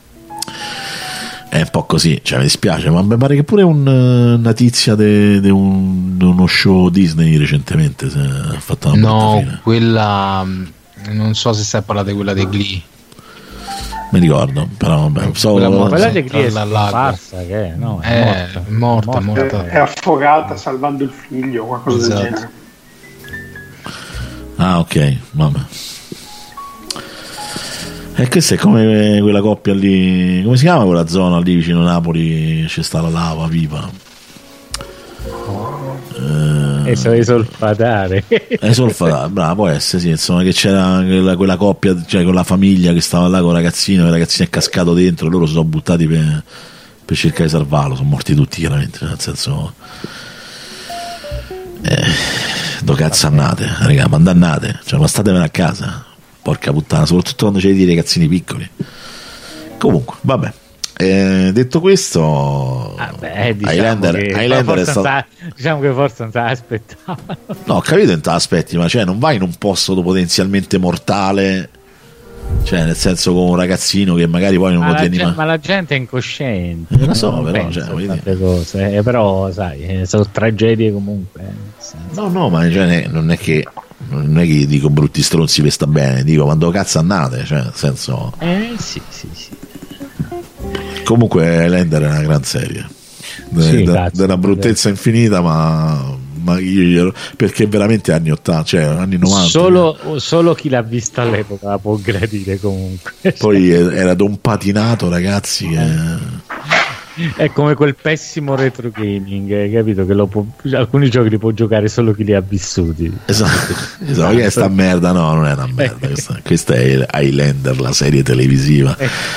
è un po' così, cioè mi dispiace, ma mi pare che pure un, una tizia di un, uno show Disney recentemente si è fatta una brutta No, fine. quella non so se stai parlando di quella di Glee. Mi ricordo, però vabbè, so, Quella mo- Quella sì, di Glee è tra la- scomparsa, che è, no, è Eh, morta. morta, È morta. È affogata salvando il figlio, qualcosa Esatto. del genere. ah ok, vabbè. E questa è come quella coppia lì, come si chiama quella zona lì vicino a Napoli, c'è sta la lava viva. E so esolfatare. Eh, Solfatare, bravo, può essere, sì, insomma, che c'era quella, quella coppia, cioè con la famiglia che stava là con il ragazzino, il ragazzino è cascato dentro, loro si sono buttati per, per cercare di salvarlo, sono morti tutti chiaramente, nel senso, eh, do cazzo annate, raga, ma andannate, cioè ma statevene a casa, porca puttana, soprattutto quando c'è dei ragazzini piccoli. Comunque, vabbè. Eh, detto questo, Ah, beh, diciamo Highlander, che Highlander è forse stato. non sa- diciamo che forse non se l'aspettava. No, ho capito in te aspetti, ma cioè non vai in un posto potenzialmente mortale, cioè nel senso con un ragazzino che magari poi non Ma lo la, tieni gen- ma... ma la gente è incosciente. Eh, lo so, non però, pensa cioè, a voglio tante cose, eh, però sai, eh, sono tragedie comunque. eh, nel senso. No, no, ma cioè, non è che non è che gli dico brutti stronzi per sta bene, dico quando cazzo andate, cioè nel senso. Eh sì, sì, sì. Comunque Highlander è una gran serie. De- Sì, de- cazzo, della bruttezza infinita, ma, ma io glielo- perché veramente anni ottanta, cioè anni novanta. Solo, solo chi l'ha vista all'epoca la può gradire comunque. Poi era da un patinato, ragazzi, che È come quel pessimo retro gaming, eh, capito? Che lo può- alcuni giochi li può giocare solo chi li ha vissuti. esatto, esatto, che è sta merda, no, non è una merda, questa, questa è Highlander, la serie televisiva.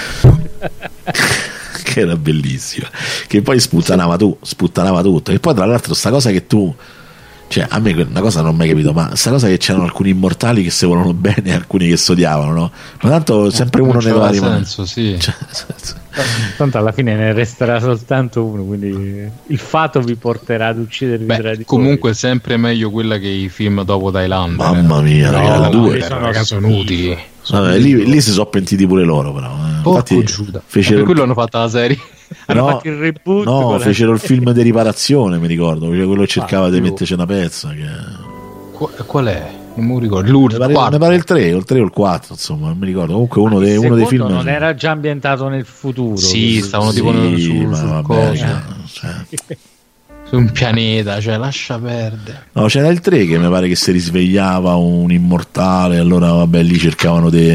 Che era bellissima, che poi sputtanava tu, sputtanava tutto, e poi tra l'altro sta cosa che tu, cioè a me una cosa non ho mai capito, ma sta cosa che c'erano alcuni immortali che si volevano bene e alcuni che si odiavano, no? Ma tanto sempre uno Non ne doveva c'aveva rimanere. senso, sì. Cioè, nel senso- Tanto alla fine ne resterà soltanto uno, quindi il fato vi porterà ad uccidervi tra Beh, di comunque è sempre meglio quella che i film dopo Thailand. Mamma mia, No, raga, ma due. sono sono, sono inutili. Vabbè, lì, lì si sono pentiti pure loro, però. eh. Porco Infatti, Giuda. fecero, Per quello hanno fatto la serie. hanno no, fatto il reboot no, con la- fecero il film di riparazione, mi ricordo, cioè quello che cercava di più. metterci una pezza. Che... Qu- Qual è? Non mi ricordo. L'Ur, Mi pare, quarto. mi pare il tre o il tre o il quattro, insomma, non mi ricordo. Comunque uno, Il dei, uno dei secondo film. non era già ambientato nel futuro. Sì, stavano tipo Sì, sul, ma sul vabbè, coso, cioè, cioè. su un pianeta, cioè lascia perdere. No, c'era il tre che mi pare che si risvegliava un immortale, allora vabbè lì cercavano di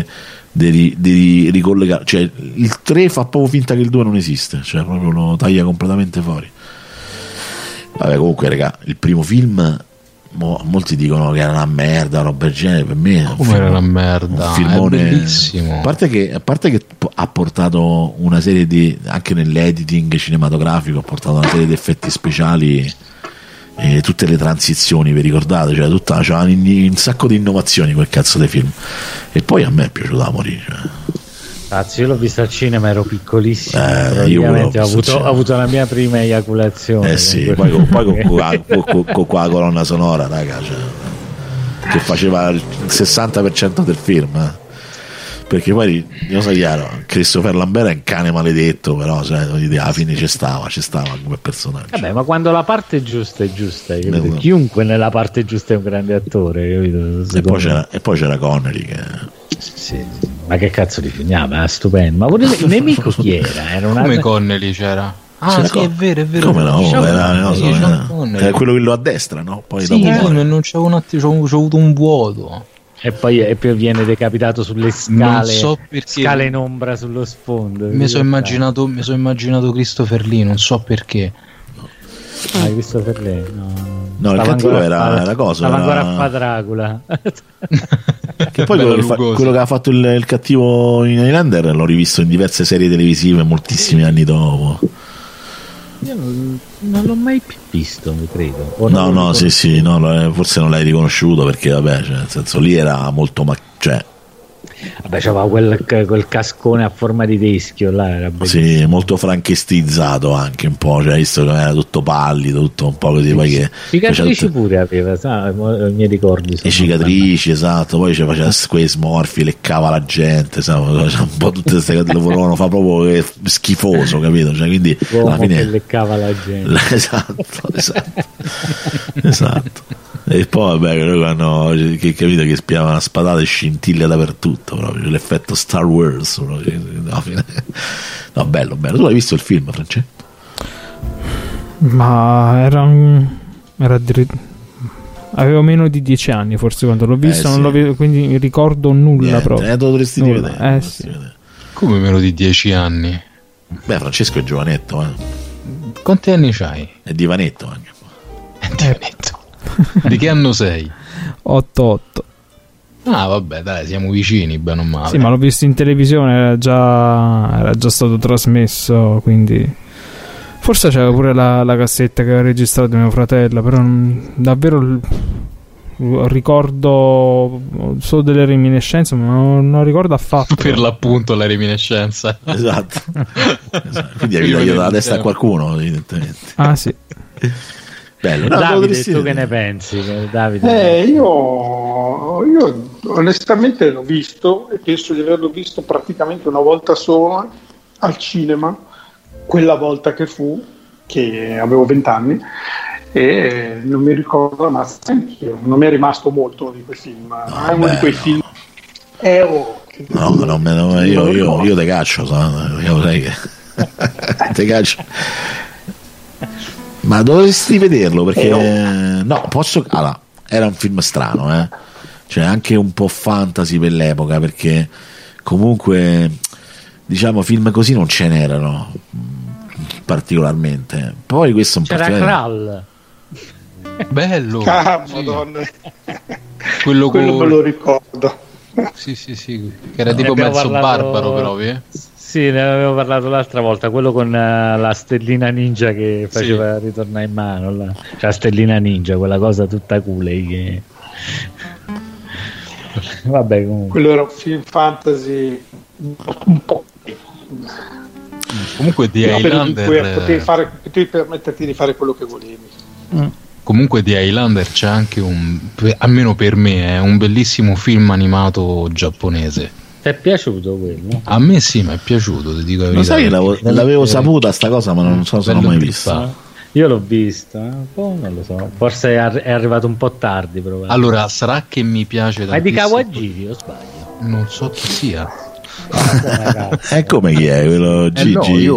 devi, devi ricollegare, cioè il tre fa proprio finta che il due non esiste, cioè proprio lo taglia completamente fuori. Vabbè, comunque raga, il primo film mo, molti dicono che era una merda, roba del genere. Per me come era una merda, un filmone, è bellissimo. A parte che, a parte che ha portato una serie di, anche nell'editing cinematografico ha portato una serie di effetti speciali e tutte le transizioni, vi ricordate? Cioè tutta, c'era un, un sacco di innovazioni quel cazzo di film, e poi a me è piaciuto da morire, cioè. Cazzo, io l'ho visto al cinema, ero piccolissimo, eh, io ho avuto, ho avuto la mia prima eiaculazione. Eh sì, poi, con, poi con, con, con, con, con la colonna sonora, raga, cioè, che faceva il sessanta per cento del film, eh. Perché poi, io so chiaro, Christopher Lambert è un cane maledetto, però cioè, alla fine ci stava, ci stava come personaggio. Vabbè, ma quando la parte giusta è giusta, no. Chiunque nella parte giusta è un grande attore, e poi, c'era, e poi c'era Connery che... Sì, ma che cazzo di film, era stupendo. Ma pure il nemico chi era? Era una... Come Connery c'era? Ah, c'era sì, con... è vero, è vero. Come no? Diciamo, era, no so, era, era quello che lo a destra, no? Poi sì, dopo sì, non c'è un attimo, c'ho, c'ho avuto un vuoto. E poi, e poi viene decapitato sulle scale, so scale in ombra sullo sfondo. Mi sono immaginato, mi sono immaginato Christopher Lee, non so perché. Ah, Christopher Lee? No, no il cattivo era la cosa. Stava era... ancora a fa Dracula. Che poi quello che, fa, quello che ha fatto il, il cattivo in Highlander l'ho rivisto in diverse serie televisive moltissimi anni dopo. Io non, non l'ho mai più visto, mi credo. O no, no, sì, sì, no, forse non l'hai riconosciuto perché, vabbè, cioè, nel senso lì era molto, ma- cioè, vabbè, c'aveva quel, quel cascone a forma di teschio là, era sì, molto franchestizzato anche un po', cioè, visto che era tutto pallido, tutto un po' così, poi che cicatrici tutte... pure aveva, sa, i miei ricordi le cicatrici, esatto, poi cioè, faceva quei smorfi, leccava la gente, sa, un po' tutte queste cose lo volevano fa proprio schifoso, capito? Cioè, quindi l'uomo alla fine che leccava la gente. Esatto, esatto. Esatto. E poi vabbè, hanno, che capito che spiava una spadata e scintille dappertutto, proprio l'effetto Star Wars proprio, no, no, bello, bello. Tu l'hai visto il film, Francesco? Ma era un, era addirittura, avevo meno di dieci anni forse quando l'ho visto, eh, non sì. L'ho visto, quindi ricordo nulla. Niente, proprio eh, dovresti nulla. Vedere, Eh, sì. vedere. Come meno di dieci anni? Beh, Francesco è giovanetto, eh. Quanti anni c'hai? È divanetto anche. È divanetto. Di che anno sei? otto otto. Ah, vabbè, dai, siamo vicini, bene o male. Sì, ma l'ho visto in televisione, era già, era già stato trasmesso, quindi forse c'era pure la, la cassetta che aveva registrato mio fratello, però non, davvero l, ricordo solo delle reminiscenze, ma non, non ricordo affatto. Per l'appunto la reminiscenza. Esatto. Esatto. Quindi hai tagliato la testa a qualcuno, evidentemente. Ah, sì. Bello. No, Davide, tu che ne pensi? Davide? Eh, io, io onestamente l'ho visto e penso di averlo visto praticamente una volta sola al cinema, quella volta che fu, che avevo vent'anni, e non mi ricordo, ma non mi è rimasto molto di quei film. No, è uno beh, di quei no. film. Eh, oh, no, no, no, io, io, io te caccio, io sai che te caccio. Ma dovresti vederlo perché eh, no, posso. Allora, era un film strano, eh? Cioè anche un po' fantasy per l'epoca, perché comunque diciamo film così non ce n'erano particolarmente. Poi questo un c'era Kral. Bello. Ah, sì. Madonna. Quello, Quello con... me lo ricordo. Sì, sì, sì, che era tipo mezzo parlato... barbaro proprio, eh? Sì, ne avevo parlato l'altra volta, quello con uh, la stellina ninja che faceva sì. ritornare in mano, là. Cioè, la stellina ninja, quella cosa tutta cool che... Vabbè, comunque. Quello era un film fantasy un po'. Comunque di Highlander potevi, fare, potevi permetterti di fare quello che volevi. Mm. Comunque di Highlander c'è anche un, almeno per me, è un bellissimo film animato giapponese. Ti è piaciuto quello? A me sì, mi è piaciuto, ti dico la verità. Lo sai che l'avevo, l'avevo saputa sta cosa, ma non so se l'ho mai vista. Io l'ho vista, un po' non lo so. Forse è arrivato un po' tardi. Però. Allora, sarà che mi piace tantissimo. Ma è di Kawajiri, o sbaglio? Non so chi sia. È come chi è quello Gigi? Eh no, io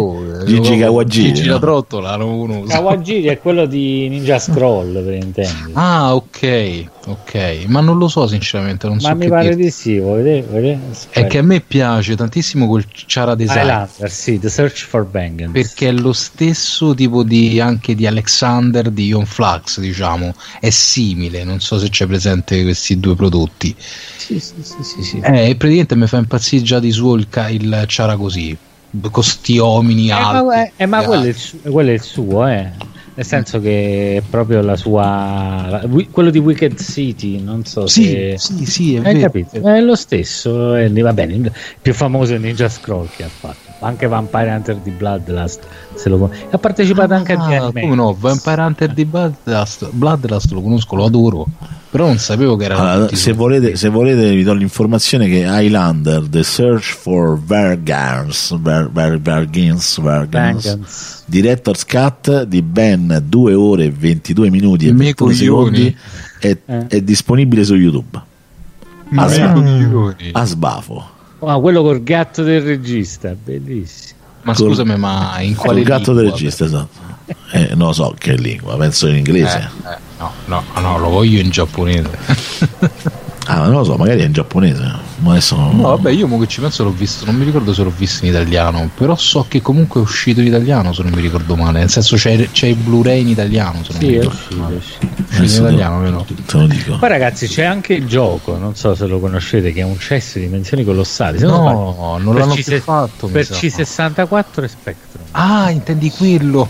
Gigi Kawajiri, Gigi no? la trottola non uno. Kawajiri è quello di Ninja Scroll, per intenderci. Ah, ok, ok, ma non lo so sinceramente, non Ma so mi che pare dirti. di sì, vuoi vedere? Vuoi vedere? È che a me piace tantissimo quel Chara Design, Highlander, sì, The Search for Vengeance. perché è lo stesso tipo di anche di Alexander di Ion Flux, diciamo, è simile, non so se c'è presente questi due prodotti. Sì, sì, sì, sì, sì. Eh, praticamente mi fa impazzire già di suo il, ca- il Chara così, con sti uomini Eh, alti. ma, eh, ma quello, è il alti. su- quello è il suo, eh. Nel senso che è proprio la sua la- wi- quello di Wicked City, non so Sì, se sì, sì, è hai vero. capito? È lo stesso, è, va bene, il più famoso è Ninja Scroll che ha fatto, anche Vampire Hunter di Bloodlust, se lo con- ha partecipato anche a Ah, G N come no, Vampire Hunter di Bloodlust, Bloodlust lo conosco, lo adoro, però non sapevo che era Allora, tutti se, su- volete, se volete vi do l'informazione che Highlander The Search for Vengeance Ver, Ver, Vengeance, Vengeance, Vengeance. Director's Cut di ben due ore e ventidue minuti e I miei ventuno coglioni. secondi è, Eh. è disponibile su YouTube Ma a, che sba- coglioni. a sbafo Ah, quello col gatto del regista, bellissimo. Ma col- scusami, ma in col quale gatto lingua? del regista, esatto. Eh, non lo so che lingua, penso in Eh, inglese. eh, no, no, no, lo voglio in giapponese. Ah, non lo so, magari è in giapponese. Ma adesso non- No, vabbè, io mo che ci penso l'ho visto, non mi ricordo se l'ho visto in italiano, però so che comunque è uscito in italiano, se non mi ricordo male, nel senso c'è, c'è il Blu-ray in italiano, se non mi Sì, è ricordo uscito, male. è uscito. È uscito in adesso italiano, te, vero? te lo dico. Poi ragazzi c'è anche il gioco, non so se lo conoscete, che è un cesso di dimensioni colossali. Se non sbaglio, No, non per l'hanno C- più fatto, mi per sa. C sessantaquattro e Spectrum. Ah, intendi quello?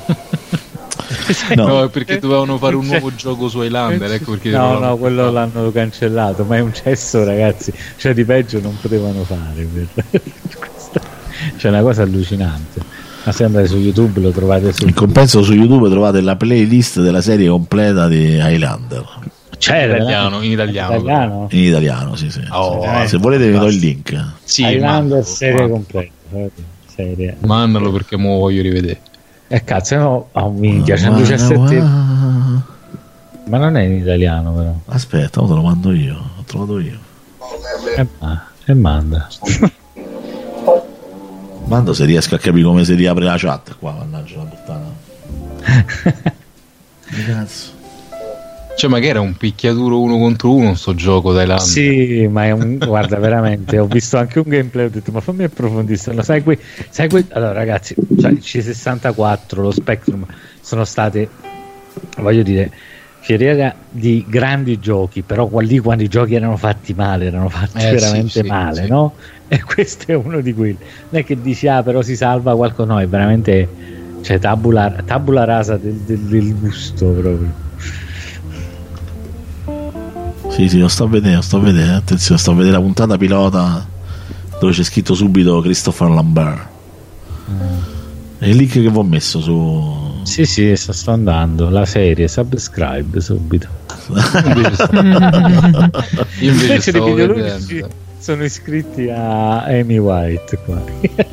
No. No, è perché dovevano fare un nuovo gioco su Highlander, ecco perché non No, l'hanno no, più quello fatto. l'hanno cancellato, ma è un cesso, ragazzi. Cioè, di peggio non potevano fare. Per... Questa- C'è una cosa allucinante. Ma se andate su YouTube lo trovate su. In compenso su YouTube trovate la playlist della serie completa di Highlander C'è in italiano, in italiano. italiano? in italiano, sì, sì. Oh, Se volete vi do il link. Sì, Highlander mandalo, serie mandalo. completa. Serie. Mandalo perché mo voglio rivedere. Eh cazzo, no, oh, minchia, centodiciassette. Ma non è in italiano, però. Aspetta, ora te lo mando io. L'ho trovato io. E ma- e manda. Mando se riesco a capire come si riapre la chat qua, mannaggia la puttana. Che cazzo. Cioè, ma che era un picchiaduro uno contro uno sto gioco Thailandia? Sì, ma è un guarda, veramente ho visto anche un gameplay, ho detto ma fammi approfondire, lo sai qui, sai qui, allora ragazzi, cioè, il C sessantaquattro, lo Spectrum sono state, voglio dire, fieriera di grandi giochi, però lì quando i giochi erano fatti male, erano fatti Eh, veramente sì, sì, male, sì. no? E questo è uno di quelli. Non è che dici ah però si salva qualcosa, no, è veramente, cioè tabula, tabula rasa del, del, del gusto proprio. Sì, sì, lo sto a vedere, lo sto a vedere. Attenzione, sto a vedere la puntata pilota dove c'è scritto subito Christopher Lambert. È il link che vi ho messo su. Sì, sì, sto, sto andando, la serie, subscribe subito. Invece stavo, io invece Invece stavo dei videoludici vedendo. sono iscritti a Amy White qua.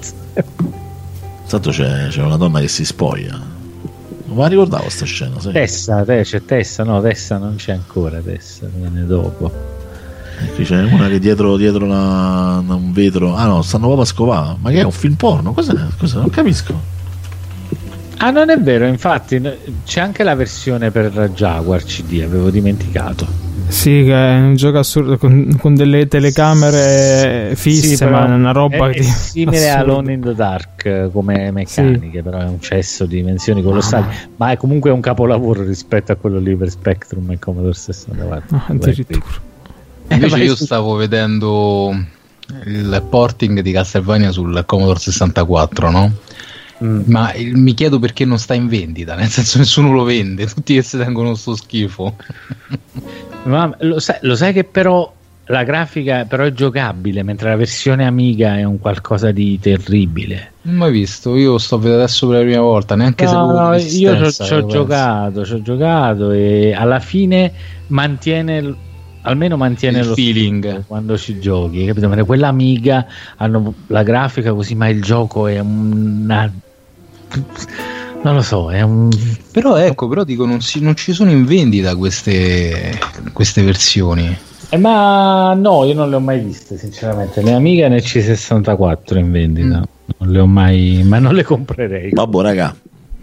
Tanto c'è, c'è una donna che si spoglia. Non me la ricordavo sta scena, sai? Tessa, te, c'è Tessa, no, Tessa non c'è ancora, Tessa viene dopo. E qui c'è una che dietro, dietro una, un vetro. Ah no, stanno proprio a scovare. Ma che è un film porno? Cos'è? Cos'è? Non capisco. Ah, non è vero, infatti n- c'è anche la versione per Jaguar C D, avevo dimenticato. Sì, che è un gioco assurdo con, con delle telecamere fisse, Sì, ma però è una roba è, di è simile a assurdo. Alone in the Dark eh, come meccaniche, però è un cesso di dimensioni colossali, ma è comunque un capolavoro rispetto a quello lì per Spectrum e Commodore sessantaquattro. Ah, addirittura. Invece vai io su- stavo vedendo il porting di Castlevania sul Commodore sessantaquattro, no? Mm. Ma il- mi chiedo perché non sta in vendita, nel senso nessuno lo vende, tutti che si tengono sto schifo. Ma lo sai, lo sai che però la grafica però è giocabile, mentre la versione Amiga è un qualcosa di terribile. Non mai visto, io sto vedendo adesso per la prima volta, neanche se No, avevo no, io ci ho- resistenza, ci ho penso. giocato, ci ho giocato e alla fine mantiene l- almeno mantiene Il lo feeling. stile quando ci giochi, capito? Mentre quella Amiga hanno la grafica così, ma il gioco è una non lo so, è un Però ecco, però dico non, si- non ci sono in vendita queste, queste versioni. eh, ma no, io non le ho mai viste sinceramente, né Amiga né C sessantaquattro in vendita. non le ho mai, ma non le comprerei. Vabbè, raga,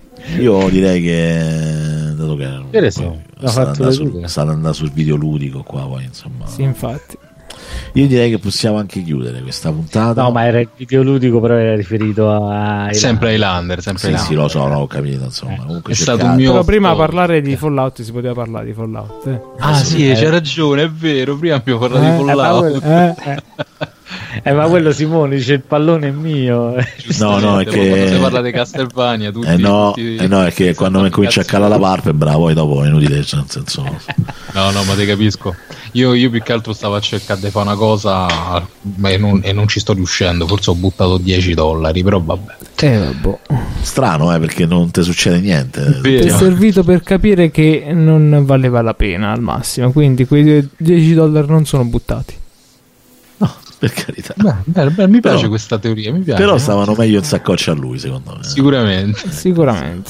io direi che dato che Che ne so, l'ho sta fatto andando sul, vedere. sta andando sul videoludico qua, poi insomma. Sì, infatti. Io direi che possiamo anche chiudere questa puntata. No, ma era il videoludico, però era riferito a Sempre Highlander, sempre Sì, Highlander. sì, lo so, no, ho capito, insomma. Eh, Comunque è cercate. stato un mio- Però prima Oh. parlare di Fallout si poteva parlare di Fallout. Eh. Ah sì, c'è ragione, è vero, prima abbiamo parlato Eh, di Eh, ma Fallout. quello, eh, eh. Eh, ma quello Simone dice il pallone è mio. No, no, è Giustamente, che- quando si parla di Castlevania, tutti, Eh no, tutti- eh no, è che quando mi comincia a calare la palpebra, poi dopo è inutile, cioè, nel senso. No, no, ma te capisco. Io, io più che altro stavo a cercare di fare una cosa ma e, non, e non ci sto riuscendo. Forse ho buttato dieci dollari, però vabbè. Eh, vabbè. Strano, eh, perché non ti succede niente. Ti è Vero. servito per capire che non valeva la pena al massimo, quindi quei dieci dollari non sono buttati. No, per carità. Beh, beh, beh, mi piace Però- questa teoria, mi piace. Però no? stavano meglio in saccoccia a lui, secondo me. Sicuramente. Sicuramente.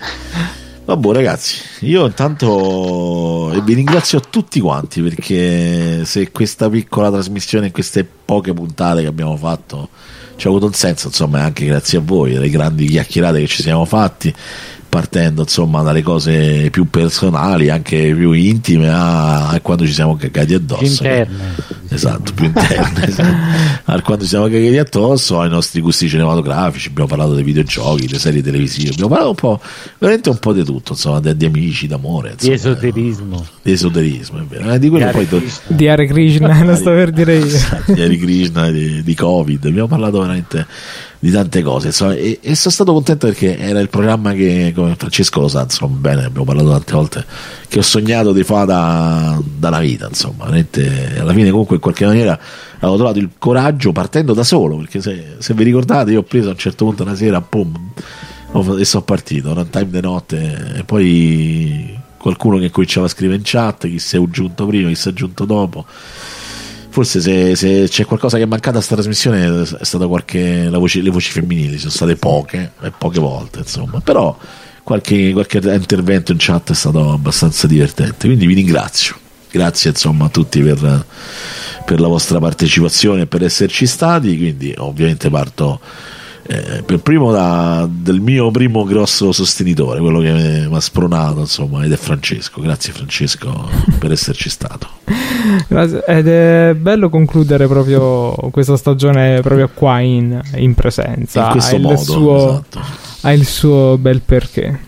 Vabbè, ragazzi, io intanto e vi ringrazio a tutti quanti, perché se questa piccola trasmissione, queste poche puntate che abbiamo fatto ci ha avuto un senso, insomma, è anche grazie a voi, alle grandi chiacchierate che ci siamo fatti, partendo insomma dalle cose più personali, anche più intime, a, a quando ci siamo cagati addosso. Interne. Esatto, più interne, esatto. A quando ci siamo cagati addosso, ai nostri gusti cinematografici, abbiamo parlato dei videogiochi, delle serie televisive, abbiamo parlato un po', veramente un po' di tutto, insomma, di, di amici, d'amore, Di insomma, esoterismo. di esoterismo, è vero. Eh, di quello Di poi Hare to- Di Hare Krishna, lo sto per dire io. Esatto, di Hare Krishna, di, di Covid, abbiamo parlato veramente di tante cose, insomma, e, e sono stato contento perché era il programma che, come Francesco lo sa, insomma, bene, abbiamo parlato tante volte, che ho sognato di fare da, dalla vita, insomma, veramente, alla fine comunque in qualche maniera avevo trovato il coraggio partendo da solo, perché se, se vi ricordate io ho preso a un certo punto una sera, pum, e sono partito, runtime di notte, e poi qualcuno che cominciava a scrivere in chat, chi si è aggiunto prima, chi si è aggiunto dopo. Forse se, se c'è qualcosa che è mancato a sta trasmissione è stata qualche la voce, le voci femminili sono state poche e poche volte, insomma, però qualche, qualche intervento in chat è stato abbastanza divertente, quindi vi ringrazio, grazie insomma a tutti per, per la vostra partecipazione e per esserci stati. Quindi ovviamente parto eh, per primo da, del mio primo grosso sostenitore, quello che mi ha spronato, insomma, ed è Francesco. Grazie Francesco per esserci stato. Grazie. Ed è bello concludere proprio questa stagione proprio qua in, in presenza. In questo ha il modo, suo, esatto. ha il suo bel perché.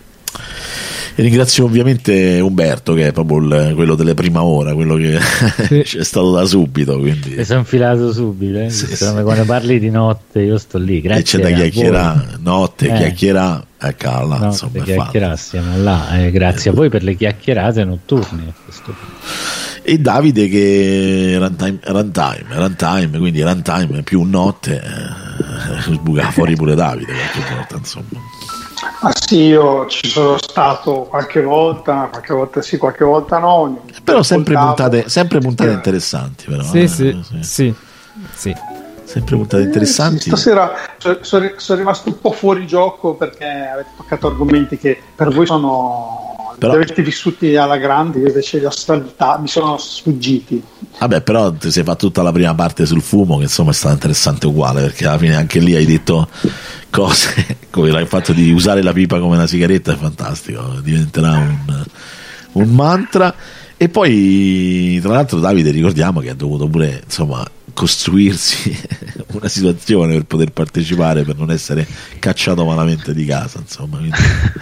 E ringrazio ovviamente Umberto, che è proprio il, quello delle prima ora, quello che Sì. c'è stato da subito, quindi Mi sono infilato subito, eh. Sì, Quando- sì. quando parli di notte io sto lì, e grazie c'è da a voi. chiacchierare, notte, Eh. chiacchierare, ecco là, Notte, insomma, è fatto. chiacchierare, siamo là, eh, grazie a voi per le chiacchierate notturne a questo punto. E Davide che runtime, runtime, runtime, quindi runtime più notte, eh, sbuca fuori pure Davide qualche volta, insomma. Ah sì, io ci sono stato qualche volta, qualche volta sì, qualche volta no. Però sempre Ascoltavo. puntate, sempre puntate Eh, interessanti, però. Sì, eh, sì, sì, sì. Sempre puntate Eh, interessanti. sì, stasera so- sono, sono rimasto un po' fuori gioco perché avete toccato argomenti che per voi sono Però- li avete vissuti alla grande, io invece li ho saltati, mi sono sfuggiti. Vabbè, però ti sei fatto tutta la prima parte sul fumo, che insomma è stata interessante uguale, perché alla fine anche lì hai detto cose come il fatto di usare la pipa come una sigaretta, è fantastico, diventerà un, un mantra. E poi tra l'altro Davide, ricordiamo che ha dovuto pure insomma costruirsi una situazione per poter partecipare, per non essere cacciato malamente di casa, insomma, quindi,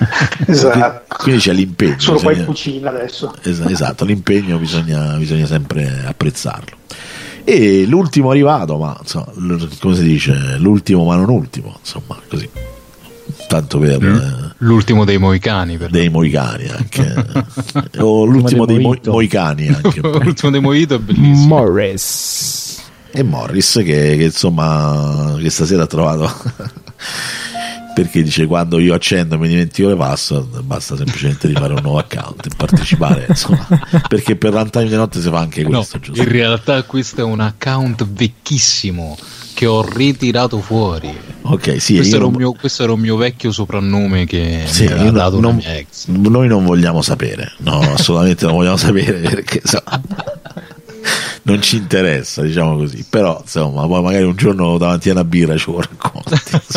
Esatto. quindi c'è l'impegno, Sono qua in bisogna- cucina adesso. Es- esatto, l'impegno bisogna, bisogna sempre apprezzarlo. E l'ultimo arrivato, ma insomma, l- come si dice, l'ultimo ma non ultimo, insomma, così, tanto per eh, L'ultimo dei Moicani. Per dei moicani anche, o l'ultimo dei dei mo- Mojito. moicani anche. un po'. L'ultimo dei Mojito è bellissimo. Morris. E Morris che, che insomma che stasera ha trovato perché dice quando io accendo e mi dimentico le password basta semplicemente rifare un nuovo account e partecipare, insomma, perché per runtime di notte si fa anche No, questo, giusto? in realtà questo è un account vecchissimo che ho ritirato fuori. Ok, sì, Questo io era, un non- mio, questo era un mio vecchio soprannome che Sì, mi aveva io dato non- una mia ex. noi non vogliamo sapere, no, assolutamente non vogliamo sapere perché so- non ci interessa, diciamo così. Però insomma, poi magari un giorno davanti a una birra ce lo racconti.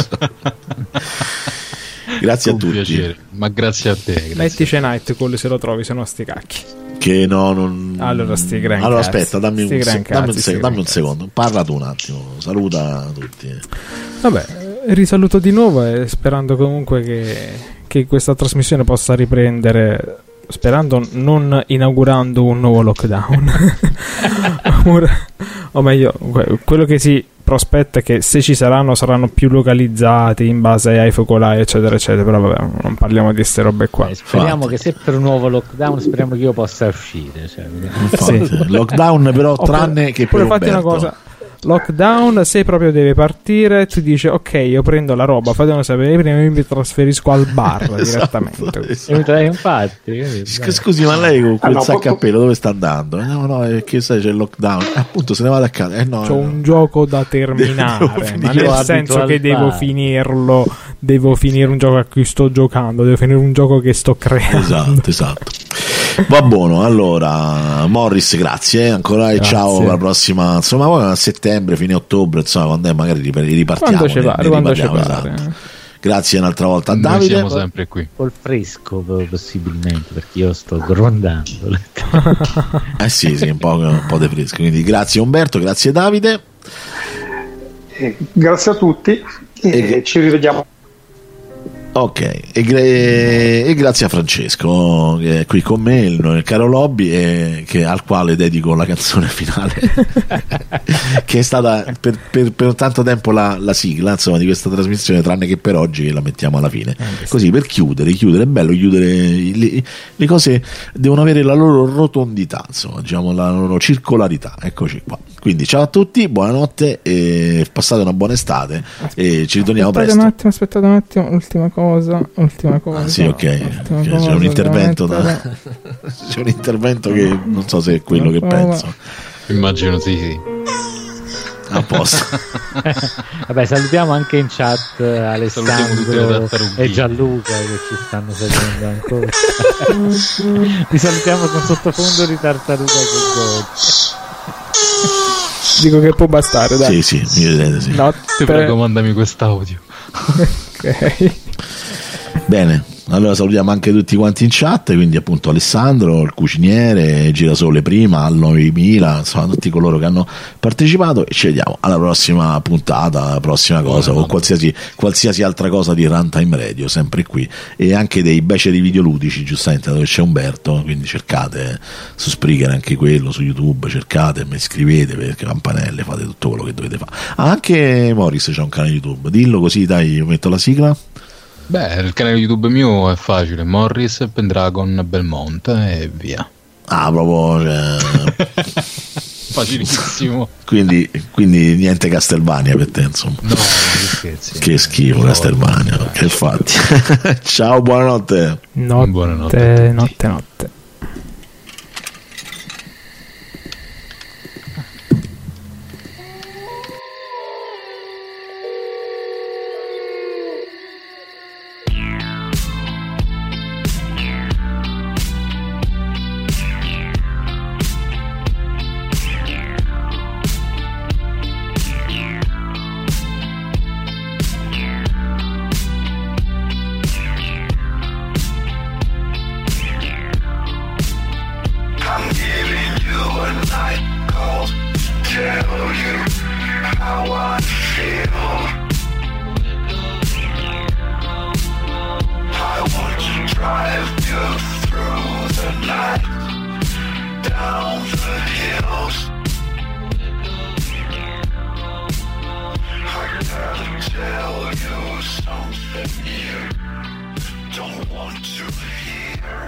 Grazie Con a tutti. Piacere. Ma grazie a te. Grazie. Mettici Night Call se lo trovi, se no sti cacchi. Che no, non... Allora sti gran Allora cazzi. aspetta, dammi un, Sti gran se- dammi un, cazzi, se- sti dammi gran un cazzi. secondo. Parla tu un attimo. Saluta tutti. Vabbè, risaluto di nuovo e sperando comunque che, che questa trasmissione possa riprendere, sperando non inaugurando un nuovo lockdown. Ora- o meglio, que- quello che si prospetta è che se ci saranno saranno più localizzati in base ai focolai eccetera eccetera, però vabbè, non parliamo di ste robe qua. Eh, speriamo Infatti. che se per un nuovo lockdown speriamo che io possa uscire, cioè, vediamo. Infatti, Sì. Lockdown però Oppure- tranne che per oppure fatti una Umberto. cosa, lockdown, se proprio deve partire tu dici ok, io prendo la roba, fatemelo sapere prima, io mi trasferisco al bar direttamente. Esatto. Eh, infatti, Sc- Scusi, ma lei con quel Ah, no, sacco po- a pelo dove sta andando? Eh, No, no, è che sai, c'è il lockdown. Eh, appunto, se ne vado a casa. Eh, no, C'ho eh, un gioco da terminare, Devo ma finire. nel Io senso abito che al devo bar. finirlo, devo finire un gioco a cui sto giocando, devo finire un gioco che sto creando. Esatto, esatto. Va buono, allora Morris, grazie eh, ancora e Grazie. ciao, alla prossima. Insomma, poi a settembre, fine ottobre, insomma, quando è magari rip- ripartiamo. Quando ci ne- pare, ne quando ci riparliamo, pare. esatto. Grazie un'altra volta a Noi Davide. siamo sempre qui. col fresco possibilmente, perché io sto grondando. Eh sì, sì, un po', un po' di fresco. Quindi grazie Umberto, grazie Davide. Eh, grazie a tutti e E- ci rivediamo. Ok, e, gra- e grazie a Francesco che è qui con me, il, il caro Lobby, e che, al quale dedico la canzone finale, che è stata per, per- per tanto tempo la, la sigla, insomma, di questa trasmissione, tranne che per oggi, che la mettiamo alla fine. Così per chiudere, chiudere, è bello chiudere, le, le cose devono avere la loro rotondità, insomma, diciamo la loro circolarità. Eccoci qua. Quindi ciao a tutti, buonanotte e passate una buona estate e ci ritorniamo Aspettate presto. un attimo, aspettate un attimo, ultima cosa, ultima cosa. Ah, sì, ok, ultima ok, cosa, c'è un intervento devo da... mettere- c'è un intervento che non so se è quello che Prova. penso. Immagino sì, sì. A posto. Vabbè, salutiamo anche in chat eh, Salutiamo tutte le Alessandro tartarughe. e Gianluca che ci stanno seguendo ancora. Vi salutiamo con sottofondo di tartaruga che gode. Dico che può bastare, dai. Sì, sì, mi vedete, sì. Notte. Ti prego, mandami quest'audio. Ok. Bene, allora salutiamo anche tutti quanti in chat, quindi appunto Alessandro, il cuciniere, Girasole prima, al novemila, insomma tutti coloro che hanno partecipato, e ci vediamo alla prossima puntata, alla prossima cosa, o qualsiasi, qualsiasi altra cosa di Runtime Radio, sempre qui, e anche dei beceri videoludici, giustamente, dove c'è Umberto, quindi cercate su Spreaker anche quello, su YouTube, cercate, mi iscrivete, perché campanelle, fate tutto quello che dovete fare. Ah, anche Morris c'ha un canale YouTube, dillo così, dai, io metto la sigla. Beh, il canale YouTube mio è facile, Morris, Pendragon, Belmont e via. Ah, proprio, cioè, Facilissimo. quindi, quindi niente Castlevania per te, insomma. No, che scherzi. Che schifo No, Castlevania, no, che fatti. Ciao, buonanotte. Notte, Buonanotte a tutti. notte, notte. I'm giving you a night call to tell you how I feel. I want to drive you through the night, down the hills. I gotta tell you something you don't want to hear.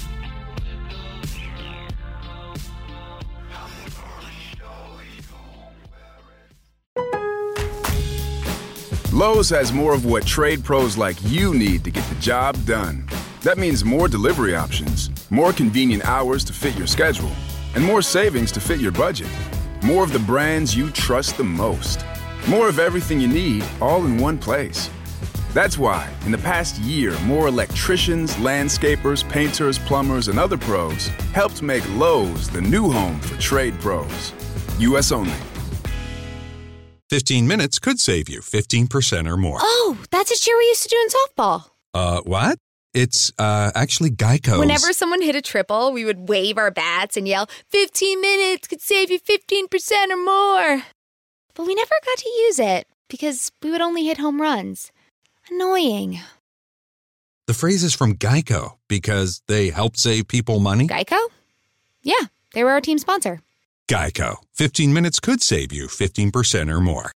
Lowe's has more of what trade pros like you need to get the job done. That means more delivery options, more convenient hours to fit your schedule, and more savings to fit your budget. More of the brands you trust the most. More of everything you need, all in one place. That's why, in the past year, more electricians, landscapers, painters, plumbers, and other pros helped make Lowe's the new home for trade pros. U S only. fifteen minutes could save you fifteen percent or more. Oh, that's a cheer we used to do in softball. Uh, what? It's, uh, actually Geico's. Whenever someone hit a triple, we would wave our bats and yell, fifteen minutes could save you fifteen percent or more. But we never got to use it because we would only hit home runs. Annoying. The phrase is from Geico because they help save people money. Geico? Yeah, they were our team sponsor. Geico. fifteen minutes could save you fifteen percent or more.